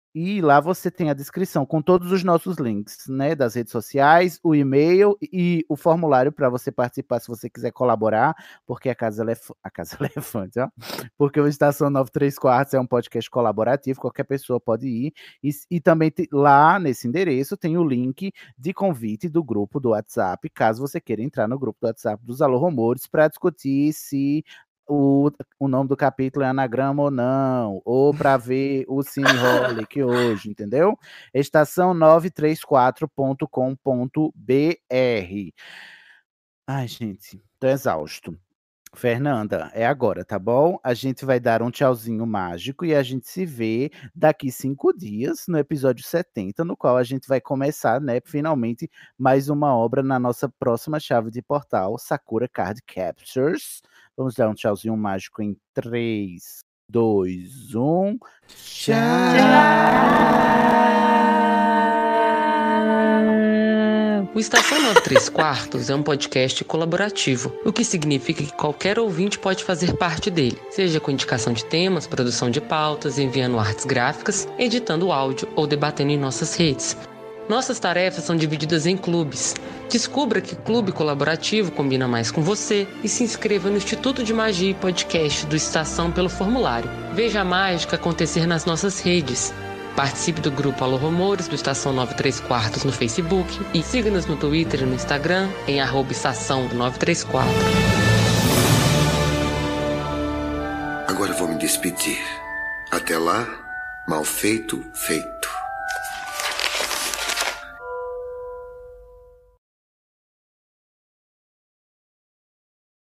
E lá você tem a descrição com todos os nossos links, né? Das redes sociais, o e-mail e o formulário para você participar se você quiser colaborar, porque a Casa Elef... a Casa Elefante, ó. Porque o Estação nove três quartos é um podcast colaborativo, qualquer pessoa pode ir. E, e também te... lá nesse endereço tem o link de convite do grupo do WhatsApp, caso você queira entrar no grupo do WhatsApp dos Alô Rumores para discutir se O, o nome do capítulo é anagrama ou não, ou para ver o Cineholic hoje, entendeu? estação nove três quatro ponto com ponto b r. Ai, gente, tô exausto. Fernanda, é agora, tá bom? A gente vai dar um tchauzinho mágico e a gente se vê daqui cinco dias, no episódio setenta, no qual a gente vai começar, né, finalmente, mais uma obra na nossa próxima chave de portal, Sakura Card Captors. Vamos dar um tchauzinho mágico em três, dois, um. Tchau! O Estação nove três quartos é um podcast colaborativo, o que significa que qualquer ouvinte pode fazer parte dele, seja com indicação de temas, produção de pautas, enviando artes gráficas, editando áudio ou debatendo em nossas redes. Nossas tarefas são divididas em clubes. Descubra que clube colaborativo combina mais com você e se inscreva no Instituto de Magia e Podcast do Estação pelo formulário. Veja a mágica acontecer nas nossas redes. Participe do grupo Alô Rumores do Estação nove três quartos no Facebook e siga-nos no Twitter e no Instagram em arroba estação nove três quatro. Agora vou me despedir. Até lá, mal feito, feito.